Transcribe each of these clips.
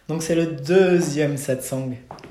Donc c'est le deuxième satsang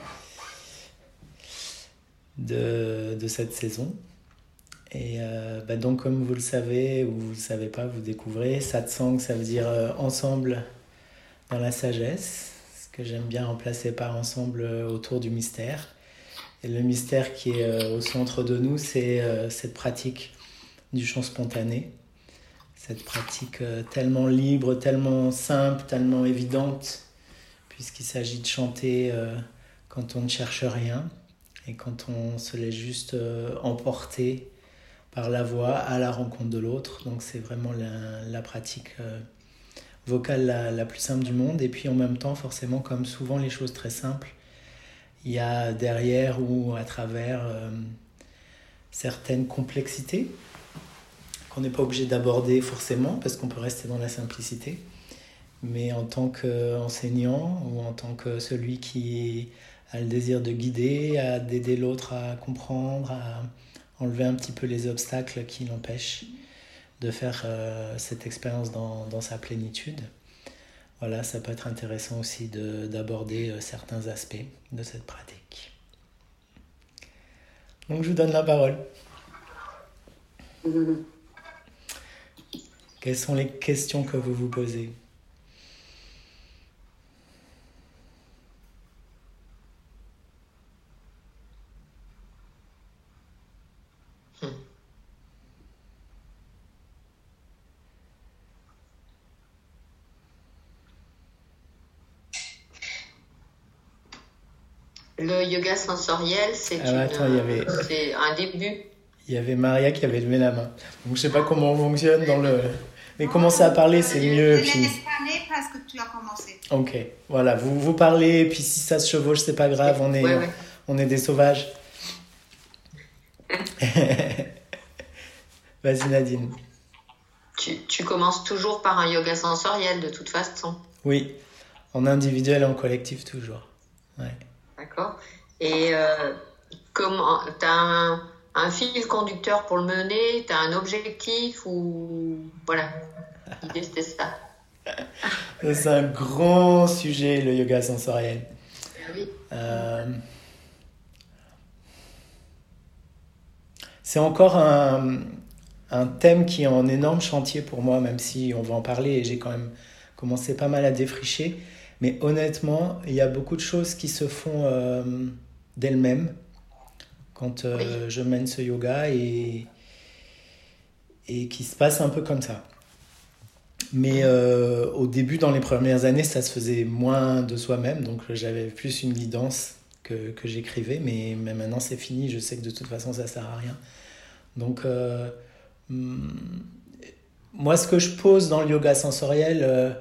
de cette saison. Et donc comme vous le savez ou vous ne le savez pas, vous découvrez, satsang ça veut dire ensemble dans la sagesse, ce que j'aime bien remplacer par ensemble autour du mystère. Et le mystère qui est au centre de nous, c'est cette pratique du chant spontané. Cette pratique tellement libre, tellement simple, tellement évidente, puisqu'il s'agit de chanter quand on ne cherche rien et quand on se laisse juste emporter par la voix à la rencontre de l'autre. Donc c'est vraiment la pratique vocale la plus simple du monde. Et puis en même temps, forcément, comme souvent les choses très simples, il y a derrière ou à travers certaines complexités qu'on n'est pas obligé d'aborder forcément parce qu'on peut rester dans la simplicité. Mais en tant qu'enseignant ou en tant que celui qui a le désir de guider, d'aider l'autre à comprendre, à enlever un petit peu les obstacles qui l'empêchent de faire cette expérience dans sa plénitude. Voilà, ça peut être intéressant aussi d'aborder certains aspects de cette pratique. Donc je vous donne la parole. Quelles sont les questions que vous vous posez ? Le yoga sensoriel, c'est un début. Il y avait Maria qui avait levé la main. Donc je sais pas comment on fonctionne dans le... Mais commencer à parler, c'est mieux. Je laisse parler parce que tu as commencé. Ok, voilà, vous parlez, puis si ça se chevauche, c'est pas grave, on est des sauvages. Vas-y Nadine. Tu commences toujours par un yoga sensoriel de toute façon. Oui, en individuel et en collectif toujours. Ouais. D'accord. Et comment t'as un fil conducteur pour le mener, t'as un objectif ou voilà. L'idée c'était ça. C'est un grand sujet le yoga sensoriel. Oui. C'est encore un thème qui est en énorme chantier pour moi, même si on va en parler et j'ai quand même commencé pas mal à défricher. Mais honnêtement, il y a beaucoup de choses qui se font d'elles-mêmes quand je mène ce yoga et qui se passe un peu comme ça. Mais au début, dans les premières années, ça se faisait moins de soi-même, donc j'avais plus une guidance que j'écrivais, mais maintenant c'est fini, je sais que de toute façon ça sert à rien. Donc moi ce que je pose dans le yoga sensoriel,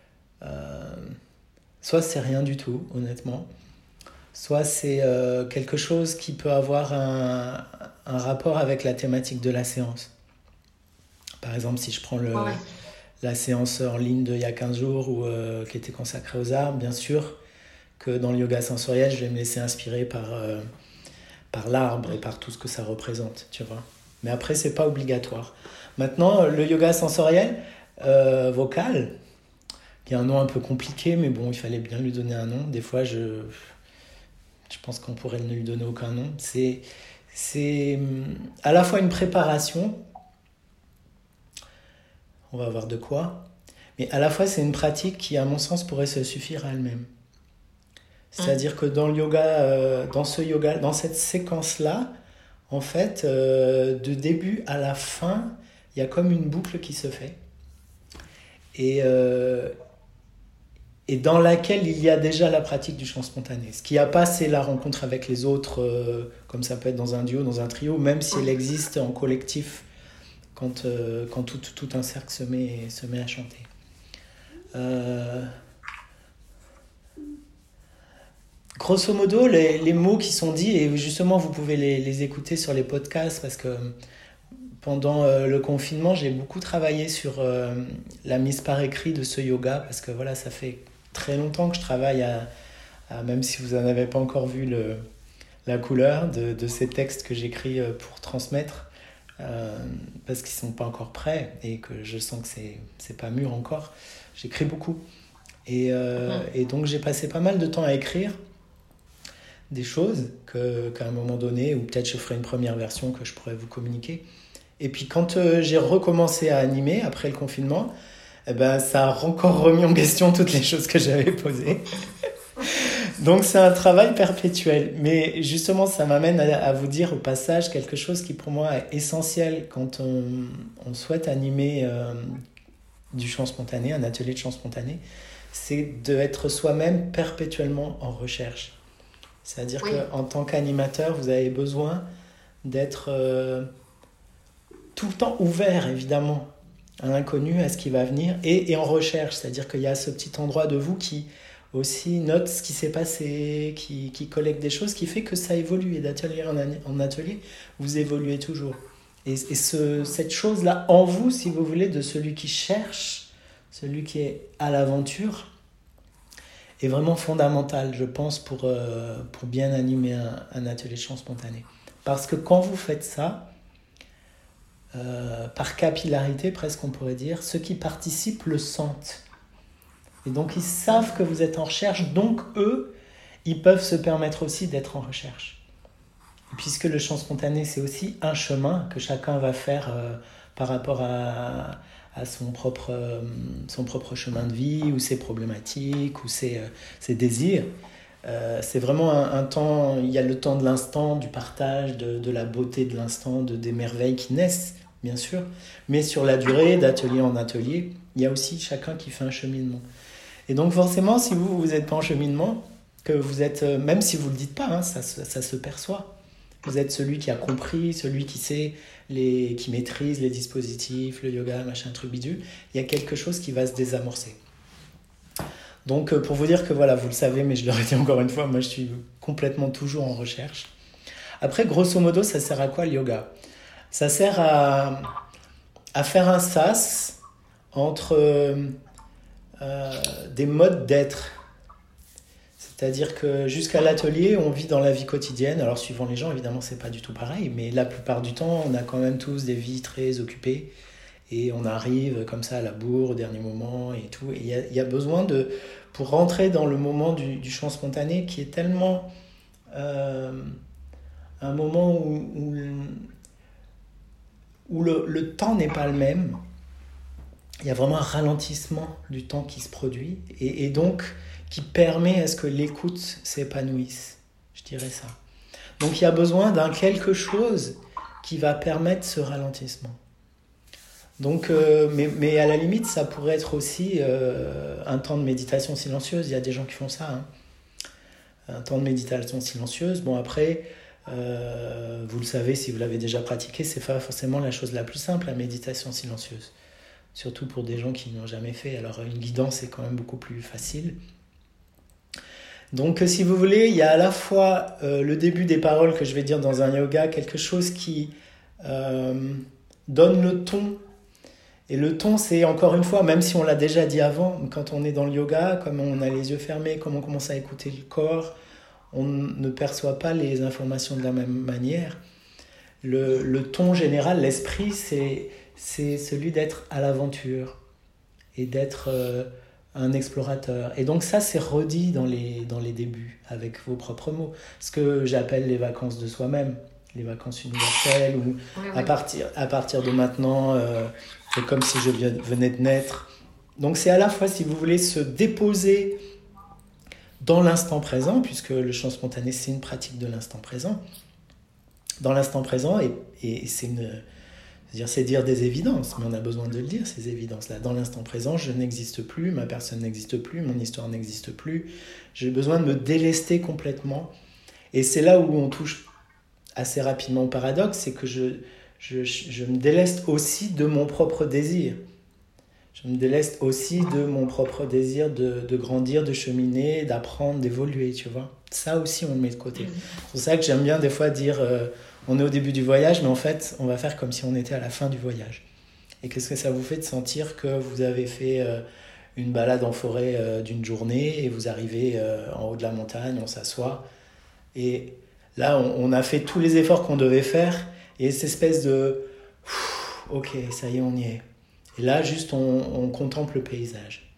soit c'est rien du tout, honnêtement, soit c'est quelque chose qui peut avoir un rapport avec la thématique de la séance. Par exemple, si je prends la séance en ligne d'il y a 15 jours qui était consacrée aux arbres, bien sûr que dans le yoga sensoriel, je vais me laisser inspirer par l'arbre et par tout ce que ça représente, tu vois. Mais après, c'est pas obligatoire. Maintenant, le yoga sensoriel vocal, qui a un nom un peu compliqué, mais bon, il fallait bien lui donner un nom. Des fois, je pense qu'on pourrait ne lui donner aucun nom. C'est à la fois une préparation, on va voir de quoi, mais à la fois, c'est une pratique qui, à mon sens, pourrait se suffire à elle-même. C'est-à-dire que dans le yoga, dans cette séquence-là, en fait, de début à la fin, il y a comme une boucle qui se fait. Et dans laquelle il y a déjà la pratique du chant spontané. Ce qu'il n'y a pas, c'est la rencontre avec les autres, comme ça peut être dans un duo, dans un trio, même si elle existe en collectif, quand tout un cercle se met à chanter. Grosso modo, les mots qui sont dits, et justement vous pouvez les écouter sur les podcasts, parce que pendant le confinement, j'ai beaucoup travaillé sur la mise par écrit de ce yoga, parce que voilà, ça fait très longtemps que je travaille même si vous n'en avez pas encore vu la couleur de ces textes que j'écris pour transmettre, parce qu'ils ne sont pas encore prêts et que je sens que c'est pas mûr encore. J'écris beaucoup. Et donc j'ai passé pas mal de temps à écrire des choses qu'à un moment donné, ou peut-être je ferai une première version que je pourrais vous communiquer. Et puis quand j'ai recommencé à animer après le confinement, eh ben, ça a encore remis en question toutes les choses que j'avais posées. Donc c'est un travail perpétuel. Mais justement, ça m'amène à vous dire au passage quelque chose qui pour moi est essentiel quand on souhaite animer du chant spontané, un atelier de chant spontané, c'est d'être soi-même perpétuellement en recherche. C'est-à-dire qu'en tant qu'animateur, vous avez besoin d'être tout le temps ouvert, évidemment, à l'inconnu, à ce qui va venir, et en recherche. C'est-à-dire qu'il y a ce petit endroit de vous qui aussi note ce qui s'est passé, qui collecte des choses, qui fait que ça évolue. Et d'atelier en atelier, vous évoluez toujours. Et cette chose-là en vous, si vous voulez, de celui qui cherche, celui qui est à l'aventure, est vraiment fondamentale, je pense, pour bien animer un atelier de chant spontané. Parce que quand vous faites ça, par capillarité, presque on pourrait dire, ceux qui participent le sentent. Et donc ils savent que vous êtes en recherche, donc eux, ils peuvent se permettre aussi d'être en recherche. Et puisque le chant spontané, c'est aussi un chemin que chacun va faire par rapport à son propre chemin de vie, ou ses problématiques, ou ses désirs. C'est vraiment un temps, il y a le temps de l'instant, du partage, de la beauté de l'instant, des merveilles qui naissent, bien sûr. Mais sur la durée, d'atelier en atelier, il y a aussi chacun qui fait un cheminement. Et donc forcément, si vous n'êtes pas en cheminement, que vous êtes, même si vous ne le dites pas, hein, ça se perçoit. Vous êtes celui qui a compris, celui qui sait, qui maîtrise les dispositifs, le yoga, machin, truc bidule. Il y a quelque chose qui va se désamorcer. Donc pour vous dire que voilà, vous le savez, mais je le redis encore une fois, moi je suis complètement toujours en recherche. Après, grosso modo, ça sert à quoi le yoga ? Ça sert à faire un sas entre des modes d'être. C'est-à-dire que jusqu'à l'atelier, on vit dans la vie quotidienne. Alors, suivant les gens, évidemment, c'est pas du tout pareil. Mais la plupart du temps, on a quand même tous des vies très occupées. Et on arrive comme ça à la bourre, au dernier moment et tout. Et il y a besoin pour rentrer dans le moment du chant spontané qui est tellement un moment où le temps n'est pas le même. Il y a vraiment un ralentissement du temps qui se produit. Et donc, qui permet à ce que l'écoute s'épanouisse. Je dirais ça. Donc il y a besoin d'un quelque chose qui va permettre ce ralentissement. Donc, mais à la limite, ça pourrait être aussi un temps de méditation silencieuse. Il y a des gens qui font ça. Hein. Un temps de méditation silencieuse. Bon, après, vous le savez, si vous l'avez déjà pratiqué, c'est pas forcément la chose la plus simple, la méditation silencieuse. Surtout pour des gens qui n'ont jamais fait. Alors, une guidance est quand même beaucoup plus facile. Donc, si vous voulez, il y a à la fois le début des paroles que je vais dire dans un yoga, quelque chose qui donne le ton. Et le ton, c'est encore une fois, même si on l'a déjà dit avant, quand on est dans le yoga, comme on a les yeux fermés, comme on commence à écouter le corps, on ne perçoit pas les informations de la même manière. Le ton général, l'esprit, c'est celui d'être à l'aventure et d'être un explorateur. Et donc ça, c'est redit dans les débuts, avec vos propres mots. Ce que j'appelle les vacances de soi-même, les vacances universelles, où à partir de maintenant, c'est comme si je venais de naître. Donc c'est à la fois, si vous voulez, se déposer dans l'instant présent, puisque le chant spontané, c'est une pratique de l'instant présent. Dans l'instant présent, et c'est dire des évidences, mais on a besoin de le dire, ces évidences-là. Dans l'instant présent, je n'existe plus, ma personne n'existe plus, mon histoire n'existe plus. J'ai besoin de me délester complètement. Et c'est là où on touche assez rapidement au paradoxe, c'est que je me déleste aussi de mon propre désir. Je me déleste aussi de mon propre désir de grandir, de cheminer, d'apprendre, d'évoluer, tu vois. Ça aussi, on le met de côté. C'est pour ça que j'aime bien des fois dire on est au début du voyage, mais en fait, on va faire comme si on était à la fin du voyage. Et qu'est-ce que ça vous fait de sentir que vous avez fait une balade en forêt d'une journée et vous arrivez en haut de la montagne, on s'assoit et là, on a fait tous les efforts qu'on devait faire et cette espèce de ok, ça y est, on y est. Et là, juste, on contemple le paysage.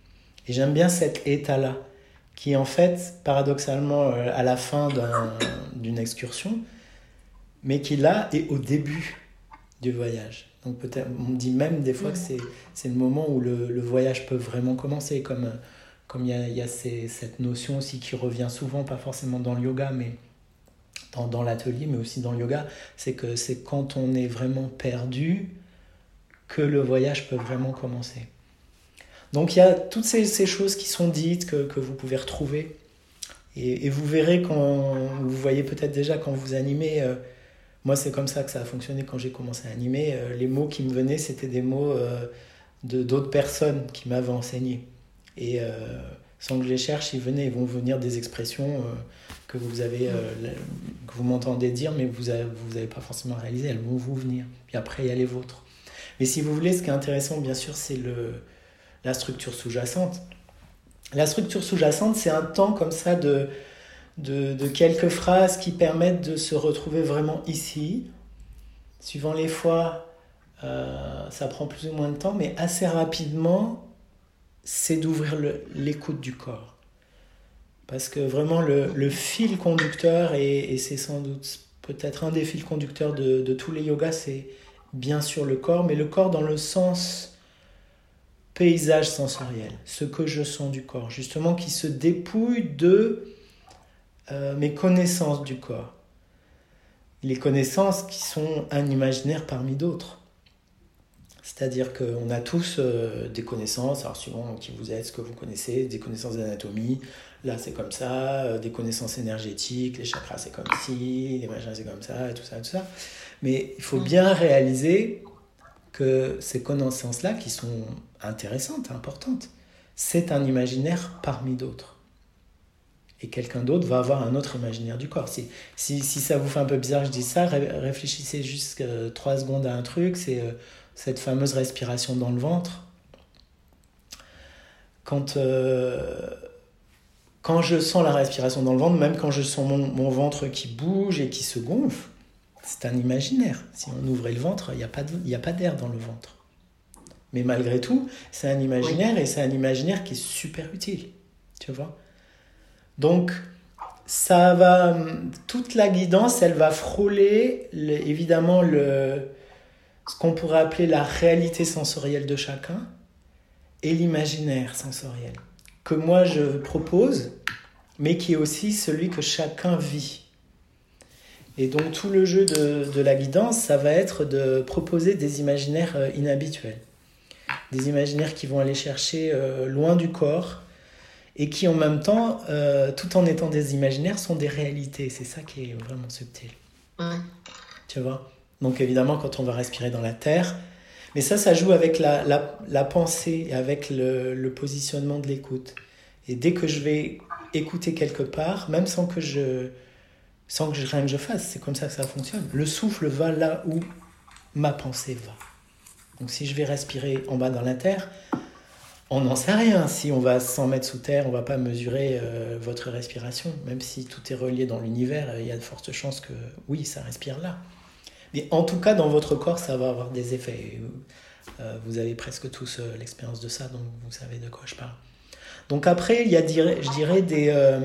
Et j'aime bien cet état-là, qui en fait, paradoxalement, à la fin d'une excursion, mais qui là est au début du voyage. Donc peut-être, on dit même des fois que c'est le moment où le voyage peut vraiment commencer, comme il y a cette notion aussi qui revient souvent, pas forcément dans le yoga, mais dans l'atelier, mais aussi dans le yoga, c'est que c'est quand on est vraiment perdu que le voyage peut vraiment commencer. Donc il y a toutes ces choses qui sont dites, que vous pouvez retrouver. Et vous verrez vous voyez peut-être déjà quand vous animez, moi c'est comme ça que ça a fonctionné quand j'ai commencé à animer, les mots qui me venaient c'était des mots d'autres personnes qui m'avaient enseigné. Et sans que je les cherche, ils vont venir des expressions que que vous m'entendez dire, mais vous avez pas forcément réalisé, elles vont vous venir. Puis après il y a les vôtres. Mais si vous voulez, ce qui est intéressant bien sûr c'est la structure sous-jacente. La structure sous-jacente, c'est un temps comme ça de quelques phrases qui permettent de se retrouver vraiment ici. Suivant les fois, ça prend plus ou moins de temps, mais assez rapidement, c'est d'ouvrir l'écoute du corps. Parce que vraiment, le fil conducteur, et c'est sans doute peut-être un des fils conducteurs de tous les yogas, c'est bien sûr le corps, mais le corps dans le sens paysage sensoriel, ce que je sens du corps, justement qui se dépouille de mes connaissances du corps. Les connaissances qui sont un imaginaire parmi d'autres. C'est-à-dire qu'on a tous des connaissances, alors suivant qui vous êtes, ce que vous connaissez, des connaissances d'anatomie, là c'est comme ça, des connaissances énergétiques, les chakras c'est comme ci, les machins c'est comme ça, et tout ça. Mais il faut bien réaliser que ces connaissances-là, qui sont intéressantes, importantes, c'est un imaginaire parmi d'autres. Et quelqu'un d'autre va avoir un autre imaginaire du corps. Si ça vous fait un peu bizarre, je dis ça, réfléchissez juste 3 secondes à un truc, c'est cette fameuse respiration dans le ventre. Quand je sens la respiration dans le ventre, même quand je sens mon ventre qui bouge et qui se gonfle, c'est un imaginaire. Si on ouvrait le ventre, il n'y a pas d'air dans le ventre. Mais malgré tout, c'est un imaginaire, et c'est un imaginaire qui est super utile. Tu vois ? Donc, toute la guidance, elle va frôler évidemment ce qu'on pourrait appeler la réalité sensorielle de chacun et l'imaginaire sensoriel que moi je propose, mais qui est aussi celui que chacun vit. Et donc tout le jeu de la guidance, ça va être de proposer des imaginaires inhabituels. Des imaginaires qui vont aller chercher loin du corps et qui en même temps, tout en étant des imaginaires, sont des réalités. C'est ça qui est vraiment subtil. Tu vois ? Donc évidemment, quand on va respirer dans la terre, mais ça joue avec la pensée, avec le positionnement de l'écoute. Et dès que je vais écouter quelque part, même sans que rien que je fasse, c'est comme ça que ça fonctionne. Le souffle va là où ma pensée va. Donc si je vais respirer en bas dans la terre, on n'en sait rien. Si on va 100 mètres sous terre, on ne va pas mesurer votre respiration. Même si tout est relié dans l'univers, il y a de fortes chances que oui, ça respire là. Mais en tout cas, dans votre corps, ça va avoir des effets. Vous avez presque tous l'expérience de ça, donc vous savez de quoi je parle. Donc après, il y a, je dirais, des...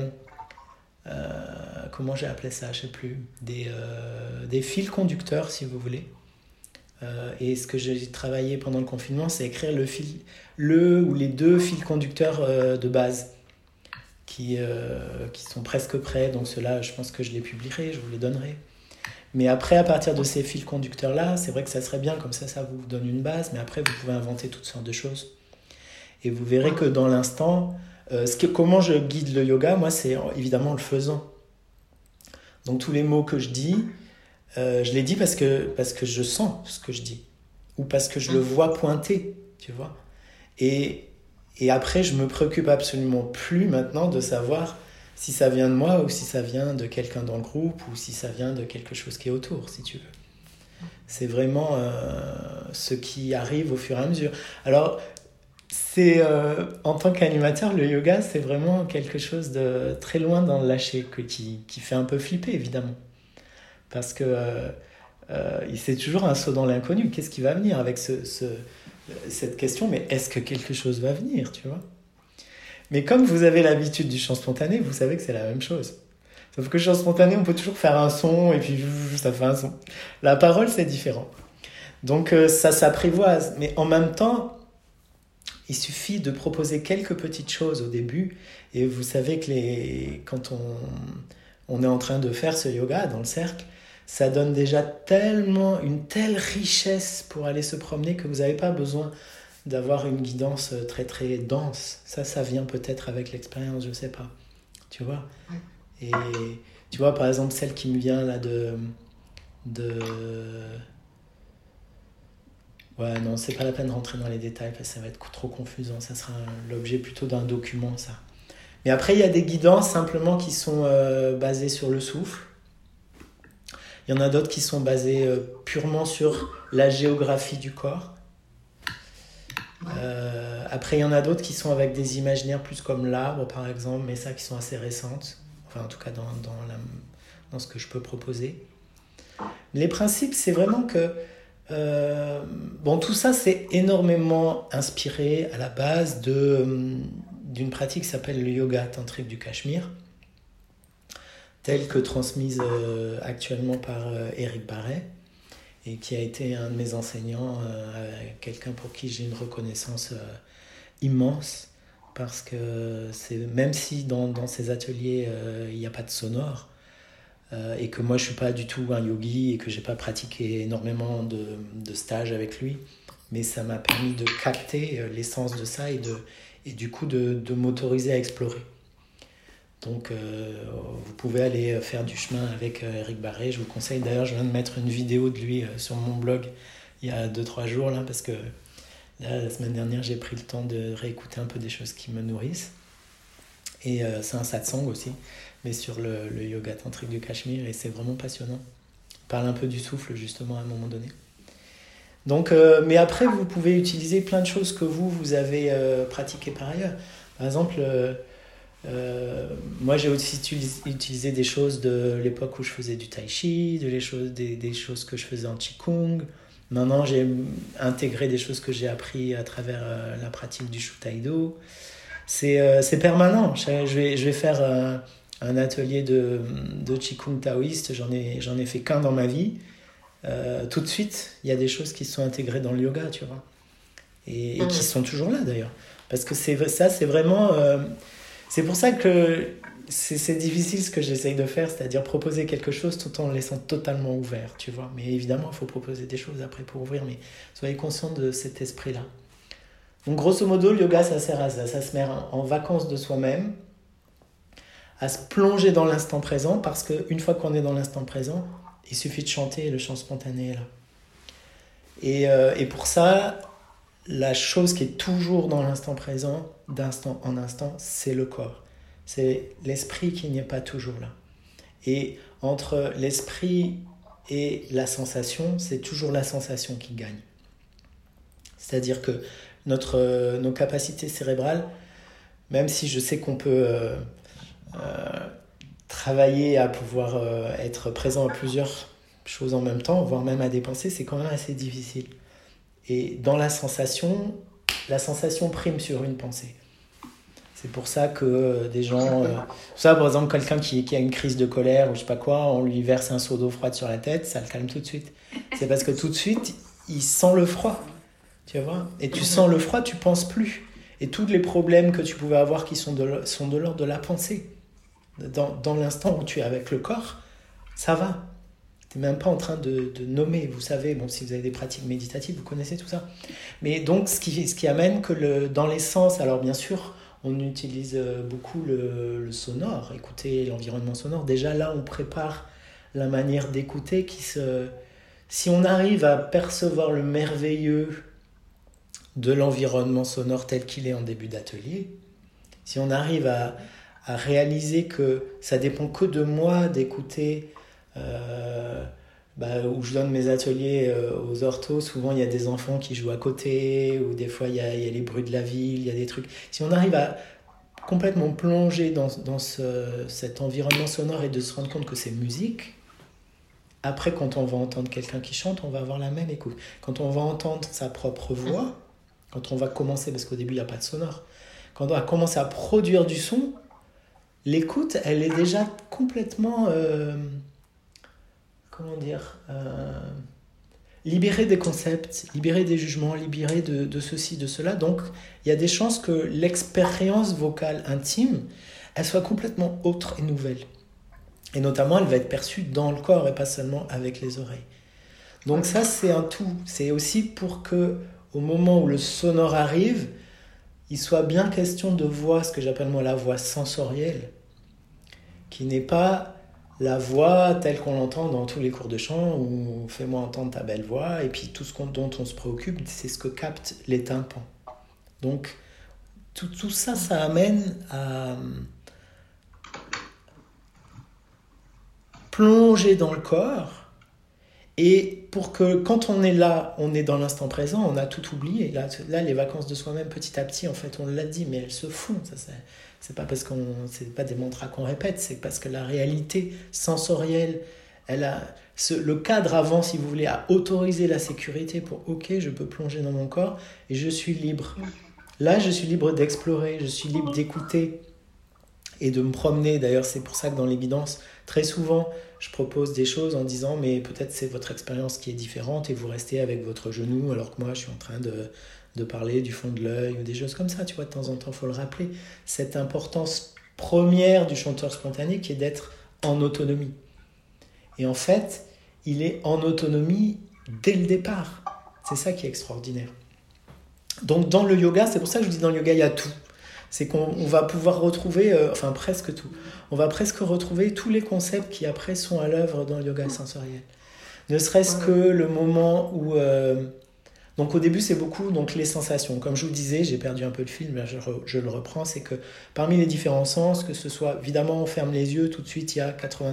comment j'ai appelé ça, je ne sais plus. Des fils conducteurs, si vous voulez. Et ce que j'ai travaillé pendant le confinement, c'est écrire le ou les 2 fils conducteurs de base qui sont presque prêts. Donc ceux-là, je pense que je les publierai, je vous les donnerai. Mais après, à partir de ces fils conducteurs-là, c'est vrai que ça serait bien, comme ça vous donne une base, mais après, vous pouvez inventer toutes sortes de choses. Et vous verrez que dans l'instant, comment je guide le yoga, moi, c'est évidemment en le faisant. Donc tous les mots que je dis, je les dis parce que je sens ce que je dis, ou parce que je le vois pointer, tu vois. Et après, je me préoccupe absolument plus maintenant de savoir si ça vient de moi ou si ça vient de quelqu'un dans le groupe ou si ça vient de quelque chose qui est autour, si tu veux. C'est vraiment ce qui arrive au fur et à mesure. Alors, en tant qu'animateur, le yoga, c'est vraiment quelque chose de très loin dans le lâcher, qui fait un peu flipper, évidemment. Parce que c'est toujours un saut dans l'inconnu. Qu'est-ce qui va venir avec cette question ? Mais est-ce que quelque chose va venir, tu vois ? Mais comme vous avez l'habitude du chant spontané, vous savez que c'est la même chose. Sauf que le chant spontané, on peut toujours faire un son et puis ça fait un son. La parole, c'est différent. Donc ça s'apprivoise. Mais en même temps, il suffit de proposer quelques petites choses au début. Et vous savez que quand on est en train de faire ce yoga dans le cercle, ça donne déjà tellement une telle richesse pour aller se promener que vous n'avez pas besoin d'avoir une guidance très très dense. Ça vient peut-être avec l'expérience, je ne sais pas. Tu vois ? Et tu vois, par exemple, celle qui me vient là Ouais, non, c'est pas la peine de rentrer dans les détails parce que ça va être trop confusant. Ça sera l'objet plutôt d'un document, ça. Mais après, il y a des guidances simplement qui sont basées sur le souffle. Il y en a d'autres qui sont basées purement sur la géographie du corps. Après, il y en a d'autres qui sont avec des imaginaires plus comme l'arbre, par exemple, mais ça qui sont assez récentes. Enfin, en tout cas, dans ce que je peux proposer. Les principes, c'est vraiment que tout ça, c'est énormément inspiré à la base d'une pratique qui s'appelle le yoga tantrique du Cachemire, telle que transmise actuellement par Éric Barret, et qui a été un de mes enseignants, quelqu'un pour qui j'ai une reconnaissance immense, parce que même si dans ces ateliers, il n'y a pas de sonore, et que moi je ne suis pas du tout un yogi et que je n'ai pas pratiqué énormément de stages avec lui, mais ça m'a permis de capter l'essence de ça et du coup de m'autoriser à explorer. Donc vous pouvez aller faire du chemin avec Éric Barret, je vous conseille. D'ailleurs, je viens de mettre une vidéo de lui sur mon blog il y a 2-3 jours, là, parce que là, la semaine dernière, j'ai pris le temps de réécouter un peu des choses qui me nourrissent. Et c'est un satsang aussi, mais sur le yoga tantrique du Cachemire, et c'est vraiment passionnant. On parle un peu du souffle, justement, à un moment donné. Donc, mais après, vous pouvez utiliser plein de choses que vous avez pratiquées par ailleurs. Par exemple, moi, j'ai aussi utilisé des choses de l'époque où je faisais du tai chi, des choses que je faisais en qigong. Maintenant, j'ai intégré des choses que j'ai appris à travers la pratique du Shutaido. C'est permanent. Je vais faire un atelier de qigong taoïste. J'en ai fait qu'un dans ma vie. Tout de suite, il y a des choses qui sont intégrées dans le yoga, tu vois. Et qui sont toujours là, d'ailleurs. Parce que c'est vraiment... c'est pour ça que c'est difficile ce que j'essaye de faire, c'est-à-dire proposer quelque chose tout en le laissant totalement ouvert, tu vois. Mais évidemment, il faut proposer des choses après pour ouvrir, mais soyez conscient de cet esprit-là. Donc, grosso modo, le yoga, ça sert à ça. Ça se met en vacances de soi-même, à se plonger dans l'instant présent, parce qu'une fois qu'on est dans l'instant présent, il suffit de chanter et le chant spontané est là. Et pour ça, la chose qui est toujours dans l'instant présent, d'instant en instant, c'est le corps. C'est l'esprit qui n'est pas toujours là. Et entre l'esprit et la sensation, c'est toujours la sensation qui gagne. C'est-à-dire que nos capacités cérébrales, même si je sais qu'on peut travailler à pouvoir être présent à plusieurs choses en même temps, voire même à des pensées, c'est quand même assez difficile. Et dans la sensation prime sur une pensée. C'est pour ça que des gens... par exemple, quelqu'un qui a une crise de colère ou je sais pas quoi, on lui verse un seau d'eau froide sur la tête, ça le calme tout de suite. C'est parce que tout de suite, il sent le froid. Tu vois ? Et tu sens le froid, tu penses plus. Et tous les problèmes que tu pouvais avoir qui sont de l'ordre de la pensée. Dans l'instant où tu es avec le corps, ça va. Tu n'es même pas en train de nommer. Vous savez, si vous avez des pratiques méditatives, vous connaissez tout ça. Mais donc, ce qui amène que dans les sens, alors bien sûr, on utilise beaucoup le sonore, écouter l'environnement sonore. Déjà là, on prépare la manière d'écouter si on arrive à percevoir le merveilleux de l'environnement sonore tel qu'il est en début d'atelier, si on arrive à réaliser que ça dépend que de moi d'écouter, où je donne mes ateliers aux orthos, souvent il y a des enfants qui jouent à côté, ou des fois il y a les bruits de la ville, il y a des trucs. Si on arrive à complètement plonger dans cet environnement sonore et de se rendre compte que c'est musique, après quand on va entendre quelqu'un qui chante, on va avoir la même écoute. Quand on va entendre sa propre voix, quand on va commencer, parce qu'au début il n'y a pas de sonore, quand on a commencé à produire du son, l'écoute, elle est déjà complètement, libérée des concepts, libérée des jugements, libérée de ceci, de cela. Donc, il y a des chances que l'expérience vocale intime, elle soit complètement autre et nouvelle. Et notamment, elle va être perçue dans le corps et pas seulement avec les oreilles. Donc ça, c'est un tout. C'est aussi pour que, au moment où le sonore arrive, il soit bien question de voix, ce que j'appelle moi la voix sensorielle, qui n'est pas la voix telle qu'on l'entend dans tous les cours de chant, où fais-moi entendre ta belle voix, et puis tout ce dont on se préoccupe, c'est ce que captent les tympans. Donc tout ça, ça amène à plonger dans le corps. Et pour que, quand on est là, on est dans l'instant présent, on a tout oublié. Là, les vacances de soi-même, petit à petit, en fait, on l'a dit, mais elles se font. C'est pas parce c'est pas des mantras qu'on répète, c'est parce que la réalité sensorielle, le cadre avant, si vous voulez, a autorisé la sécurité pour, ok, je peux plonger dans mon corps et je suis libre. Là, je suis libre d'explorer, je suis libre d'écouter et de me promener. D'ailleurs, c'est pour ça que dans les guidances, très souvent, je propose des choses en disant mais peut-être c'est votre expérience qui est différente et vous restez avec votre genou alors que moi je suis en train de parler du fond de l'œil ou des choses comme ça, tu vois, de temps en temps il faut le rappeler, cette importance première du chanteur spontané qui est d'être en autonomie. Et en fait, il est en autonomie dès le départ. C'est ça qui est extraordinaire. Donc dans le yoga, c'est pour ça que je dis dans le yoga il y a tout. C'est qu'on va pouvoir retrouver, presque tout. On va presque retrouver tous les concepts qui après sont à l'œuvre dans le yoga sensoriel. Ne serait-ce que le moment où... donc au début c'est beaucoup les sensations. Comme je vous disais, j'ai perdu un peu le fil, mais je le reprends, c'est que parmi les différents sens, que ce soit, évidemment on ferme les yeux, tout de suite il y a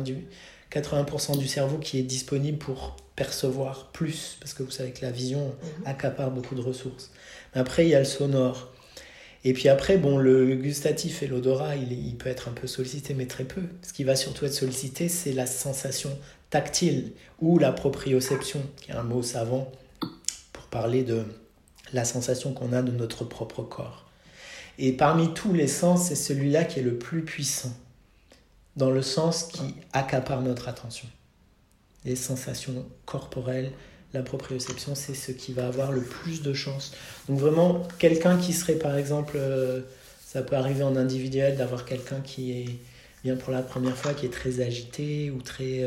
80% du cerveau qui est disponible pour percevoir plus, parce que vous savez que la vision accapare beaucoup de ressources. Mais après il y a le sonore. Et puis après, le gustatif et l'odorat, il peut être un peu sollicité, mais très peu. Ce qui va surtout être sollicité, c'est la sensation tactile ou la proprioception, qui est un mot savant pour parler de la sensation qu'on a de notre propre corps. Et parmi tous les sens, c'est celui-là qui est le plus puissant, dans le sens qui accapare notre attention. Les sensations corporelles, la proprioception, c'est ce qui va avoir le plus de chance. Donc vraiment, quelqu'un qui serait, par exemple, ça peut arriver en individuel, d'avoir quelqu'un qui vient pour la première fois, qui est très agité ou très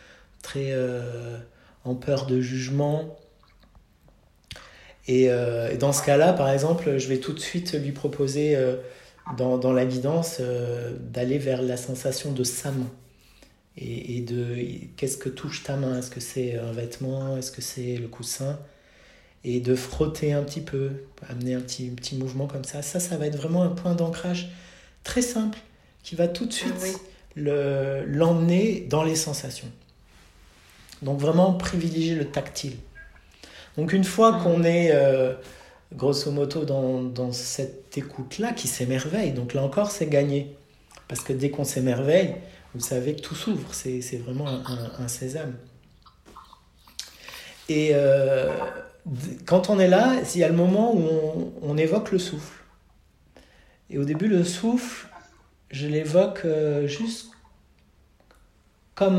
en peur de jugement. Et dans ce cas-là, par exemple, je vais tout de suite lui proposer, dans la guidance, d'aller vers la sensation de sa main. Et de qu'est-ce que touche ta main, est-ce que c'est un vêtement, est-ce que c'est le coussin, et de frotter un petit peu, amener un petit mouvement comme ça va être vraiment un point d'ancrage très simple qui va tout de suite l'emmener dans les sensations. Donc vraiment privilégier le tactile. Donc une fois qu'on est grosso modo dans cette écoute-là qui s'émerveille, donc là encore c'est gagné, parce que dès qu'on s'émerveille, vous savez que tout s'ouvre, c'est vraiment un sésame. Et quand on est là, il y a le moment où on évoque le souffle. Et au début, le souffle, je l'évoque juste comme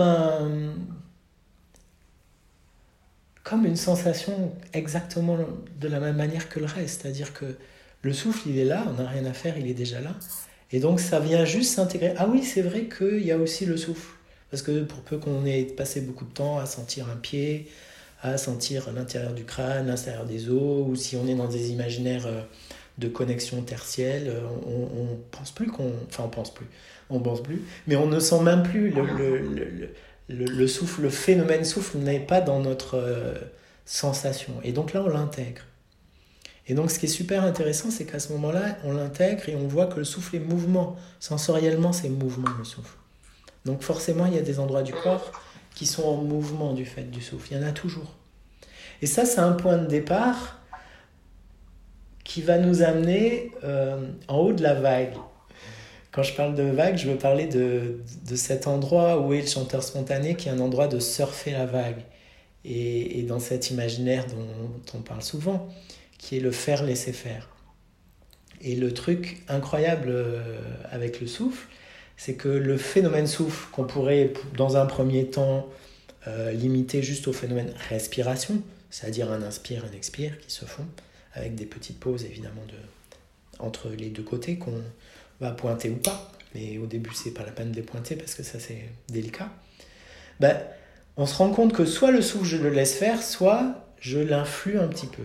une sensation exactement de la même manière que le reste. C'est-à-dire que le souffle, il est là, on n'a rien à faire, il est déjà là. Et donc ça vient juste s'intégrer. Ah oui, c'est vrai qu'il y a aussi le souffle. Parce que pour peu qu'on ait passé beaucoup de temps à sentir un pied, à sentir l'intérieur du crâne, l'intérieur des os, ou si on est dans des imaginaires de connexion tertielle, on pense plus on pense plus, mais on ne sent même plus le souffle, le phénomène souffle n'est pas dans notre sensation. Et donc là, on l'intègre. Et donc, ce qui est super intéressant, c'est qu'à ce moment-là, on l'intègre et on voit que le souffle est mouvement. Sensoriellement, c'est mouvement, le souffle. Donc, forcément, il y a des endroits du corps qui sont en mouvement du fait du souffle. Il y en a toujours. Et ça, c'est un point de départ qui va nous amener en haut de la vague. Quand je parle de vague, je veux parler de cet endroit où est le chanteur spontané, qui est un endroit de surfer la vague. Et dans cet imaginaire dont on parle souvent, qui est le faire laisser faire. Et le truc incroyable avec le souffle, c'est que le phénomène souffle, qu'on pourrait dans un premier temps limiter juste au phénomène respiration, c'est-à-dire un inspire, un expire qui se font, avec des petites pauses évidemment entre les deux côtés qu'on va pointer ou pas. Mais au début, c'est pas la peine de les pointer parce que ça, c'est délicat. On se rend compte que soit le souffle, je le laisse faire, soit je l'influe un petit peu.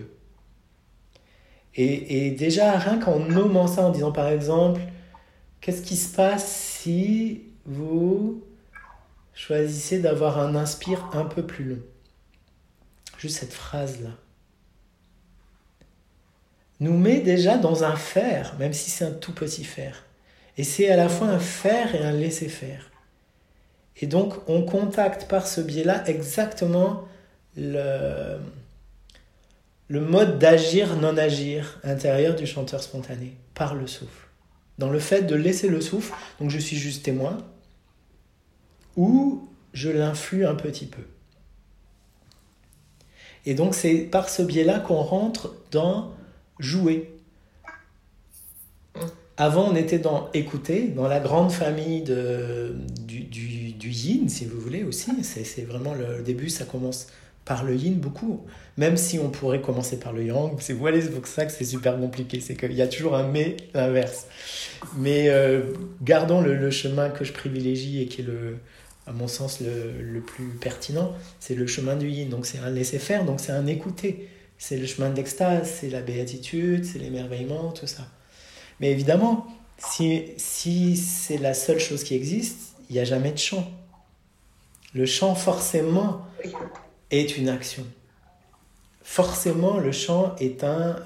Et déjà, rien qu'en nommant ça, en disant par exemple, qu'est-ce qui se passe si vous choisissez d'avoir un inspire un peu plus long? Juste cette phrase-là nous met déjà dans un faire, même si c'est un tout petit faire. Et c'est à la fois un faire et un laisser-faire. Et donc, on contacte par ce biais-là exactement le mode d'agir, non-agir intérieur du chanteur spontané, par le souffle. Dans le fait de laisser le souffle, donc je suis juste témoin, ou je l'influe un petit peu. Et donc, c'est par ce biais-là qu'on rentre dans jouer. Avant, on était dans écouter, dans la grande famille du yin, si vous voulez aussi. C'est vraiment le début, ça commence par le yin beaucoup. Même si on pourrait commencer par le yang, c'est pour ça que c'est super compliqué. C'est qu'il y a toujours un mais l'inverse. Mais gardons le chemin que je privilégie et qui est, à mon sens, le plus pertinent. C'est le chemin du yin. Donc c'est un laisser-faire, donc c'est un écouter. C'est le chemin de l'extase, c'est la béatitude, c'est l'émerveillement, tout ça. Mais évidemment, si c'est la seule chose qui existe, il n'y a jamais de chant. Le chant, forcément, est une action. Forcément, le chant est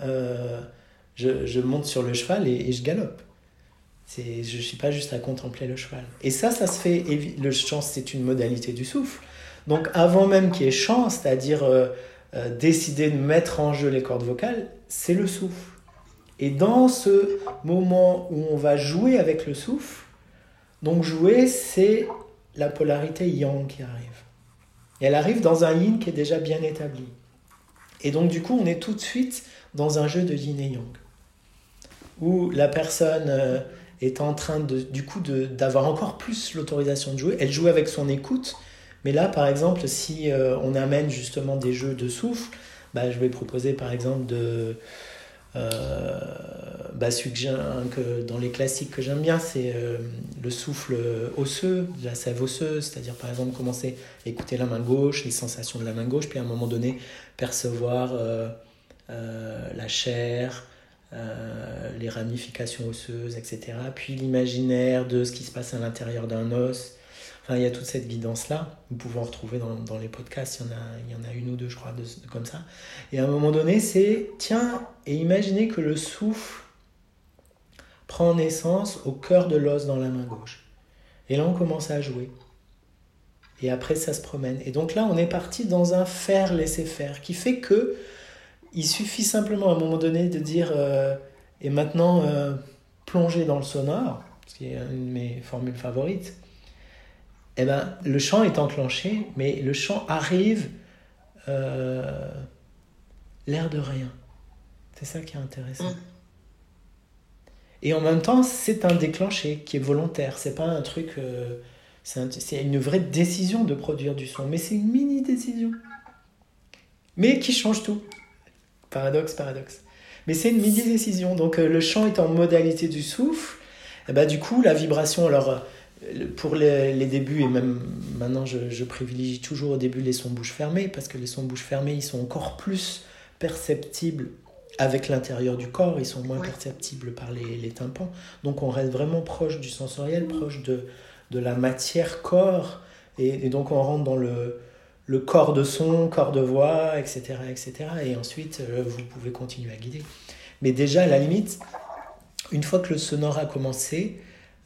je monte sur le cheval et je galope. Je ne suis pas juste à contempler le cheval. Et ça se fait... Le chant, c'est une modalité du souffle. Donc, avant même qu'il y ait chant, c'est-à-dire décider de mettre en jeu les cordes vocales, c'est le souffle. Et dans ce moment où on va jouer avec le souffle, donc jouer, c'est la polarité yang qui arrive. Et elle arrive dans un yin qui est déjà bien établi. Et donc du coup, on est tout de suite dans un jeu de yin et yang, où la personne est en train d'avoir encore plus l'autorisation de jouer. Elle joue avec son écoute, mais là, par exemple, si on amène justement des jeux de souffle, je vais proposer par exemple celui que dans les classiques que j'aime bien, c'est le souffle osseux, la sève osseuse, c'est-à-dire par exemple commencer à écouter la main gauche, les sensations de la main gauche, puis à un moment donné percevoir la chair, les ramifications osseuses, etc. Puis l'imaginaire de ce qui se passe à l'intérieur d'un os. Enfin, il y a toute cette guidance-là. Vous pouvez en retrouver dans les podcasts. Il y en a une ou deux, je crois, comme ça. Et à un moment donné, et imaginez que le souffle prend naissance au cœur de l'os dans la main gauche. Et là, on commence à jouer. Et après, ça se promène. Et donc là, on est parti dans un faire, laisser faire, qui fait que il suffit simplement à un moment donné de dire et maintenant, plonger dans le sonore, ce qui est une de mes formules favorites. Le chant est enclenché, mais le chant arrive l'air de rien. C'est ça qui est intéressant. Et en même temps, c'est un déclenché qui est volontaire. C'est pas un truc... c'est une vraie décision de produire du son. Mais c'est une mini-décision. Mais qui change tout. Paradoxe. Mais c'est une mini-décision. Donc le chant est en modalité du souffle. Du coup, la vibration... Alors, pour les débuts, et même maintenant, je privilégie toujours au début les sons bouche fermée, parce que les sons bouche fermée, ils sont encore plus perceptibles avec l'intérieur du corps, ils sont moins perceptibles par les tympans. Donc on reste vraiment proche du sensoriel, proche de la matière corps, et donc on rentre dans le corps de son, corps de voix, etc. Et ensuite, vous pouvez continuer à guider. Mais déjà, à la limite, une fois que le sonore a commencé,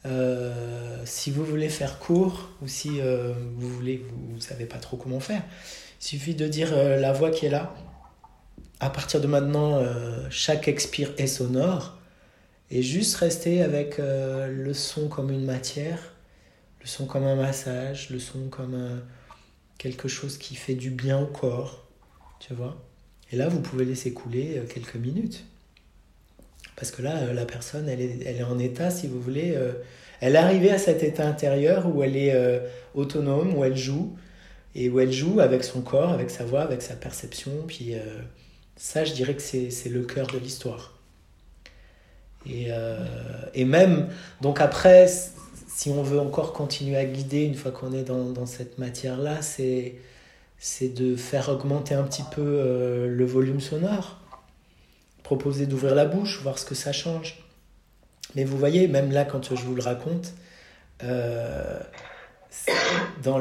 si vous voulez faire court, ou si vous savez pas trop comment faire, il suffit de dire la voix qui est là. À partir de maintenant, chaque expire est sonore, et juste rester avec le son comme une matière, le son comme un massage, le son comme quelque chose qui fait du bien au corps, tu vois. Et là, vous pouvez laisser couler quelques minutes. Parce que là, la personne, elle est en état, si vous voulez, elle est arrivée à cet état intérieur où elle est autonome, où elle joue, et où elle joue avec son corps, avec sa voix, avec sa perception. Puis ça, je dirais que c'est le cœur de l'histoire. Et même, donc après, si on veut encore continuer à guider une fois qu'on est dans cette matière-là, c'est de faire augmenter un petit peu le volume sonore, proposer d'ouvrir la bouche, voir ce que ça change. Mais vous voyez, même là, quand je vous le raconte, dans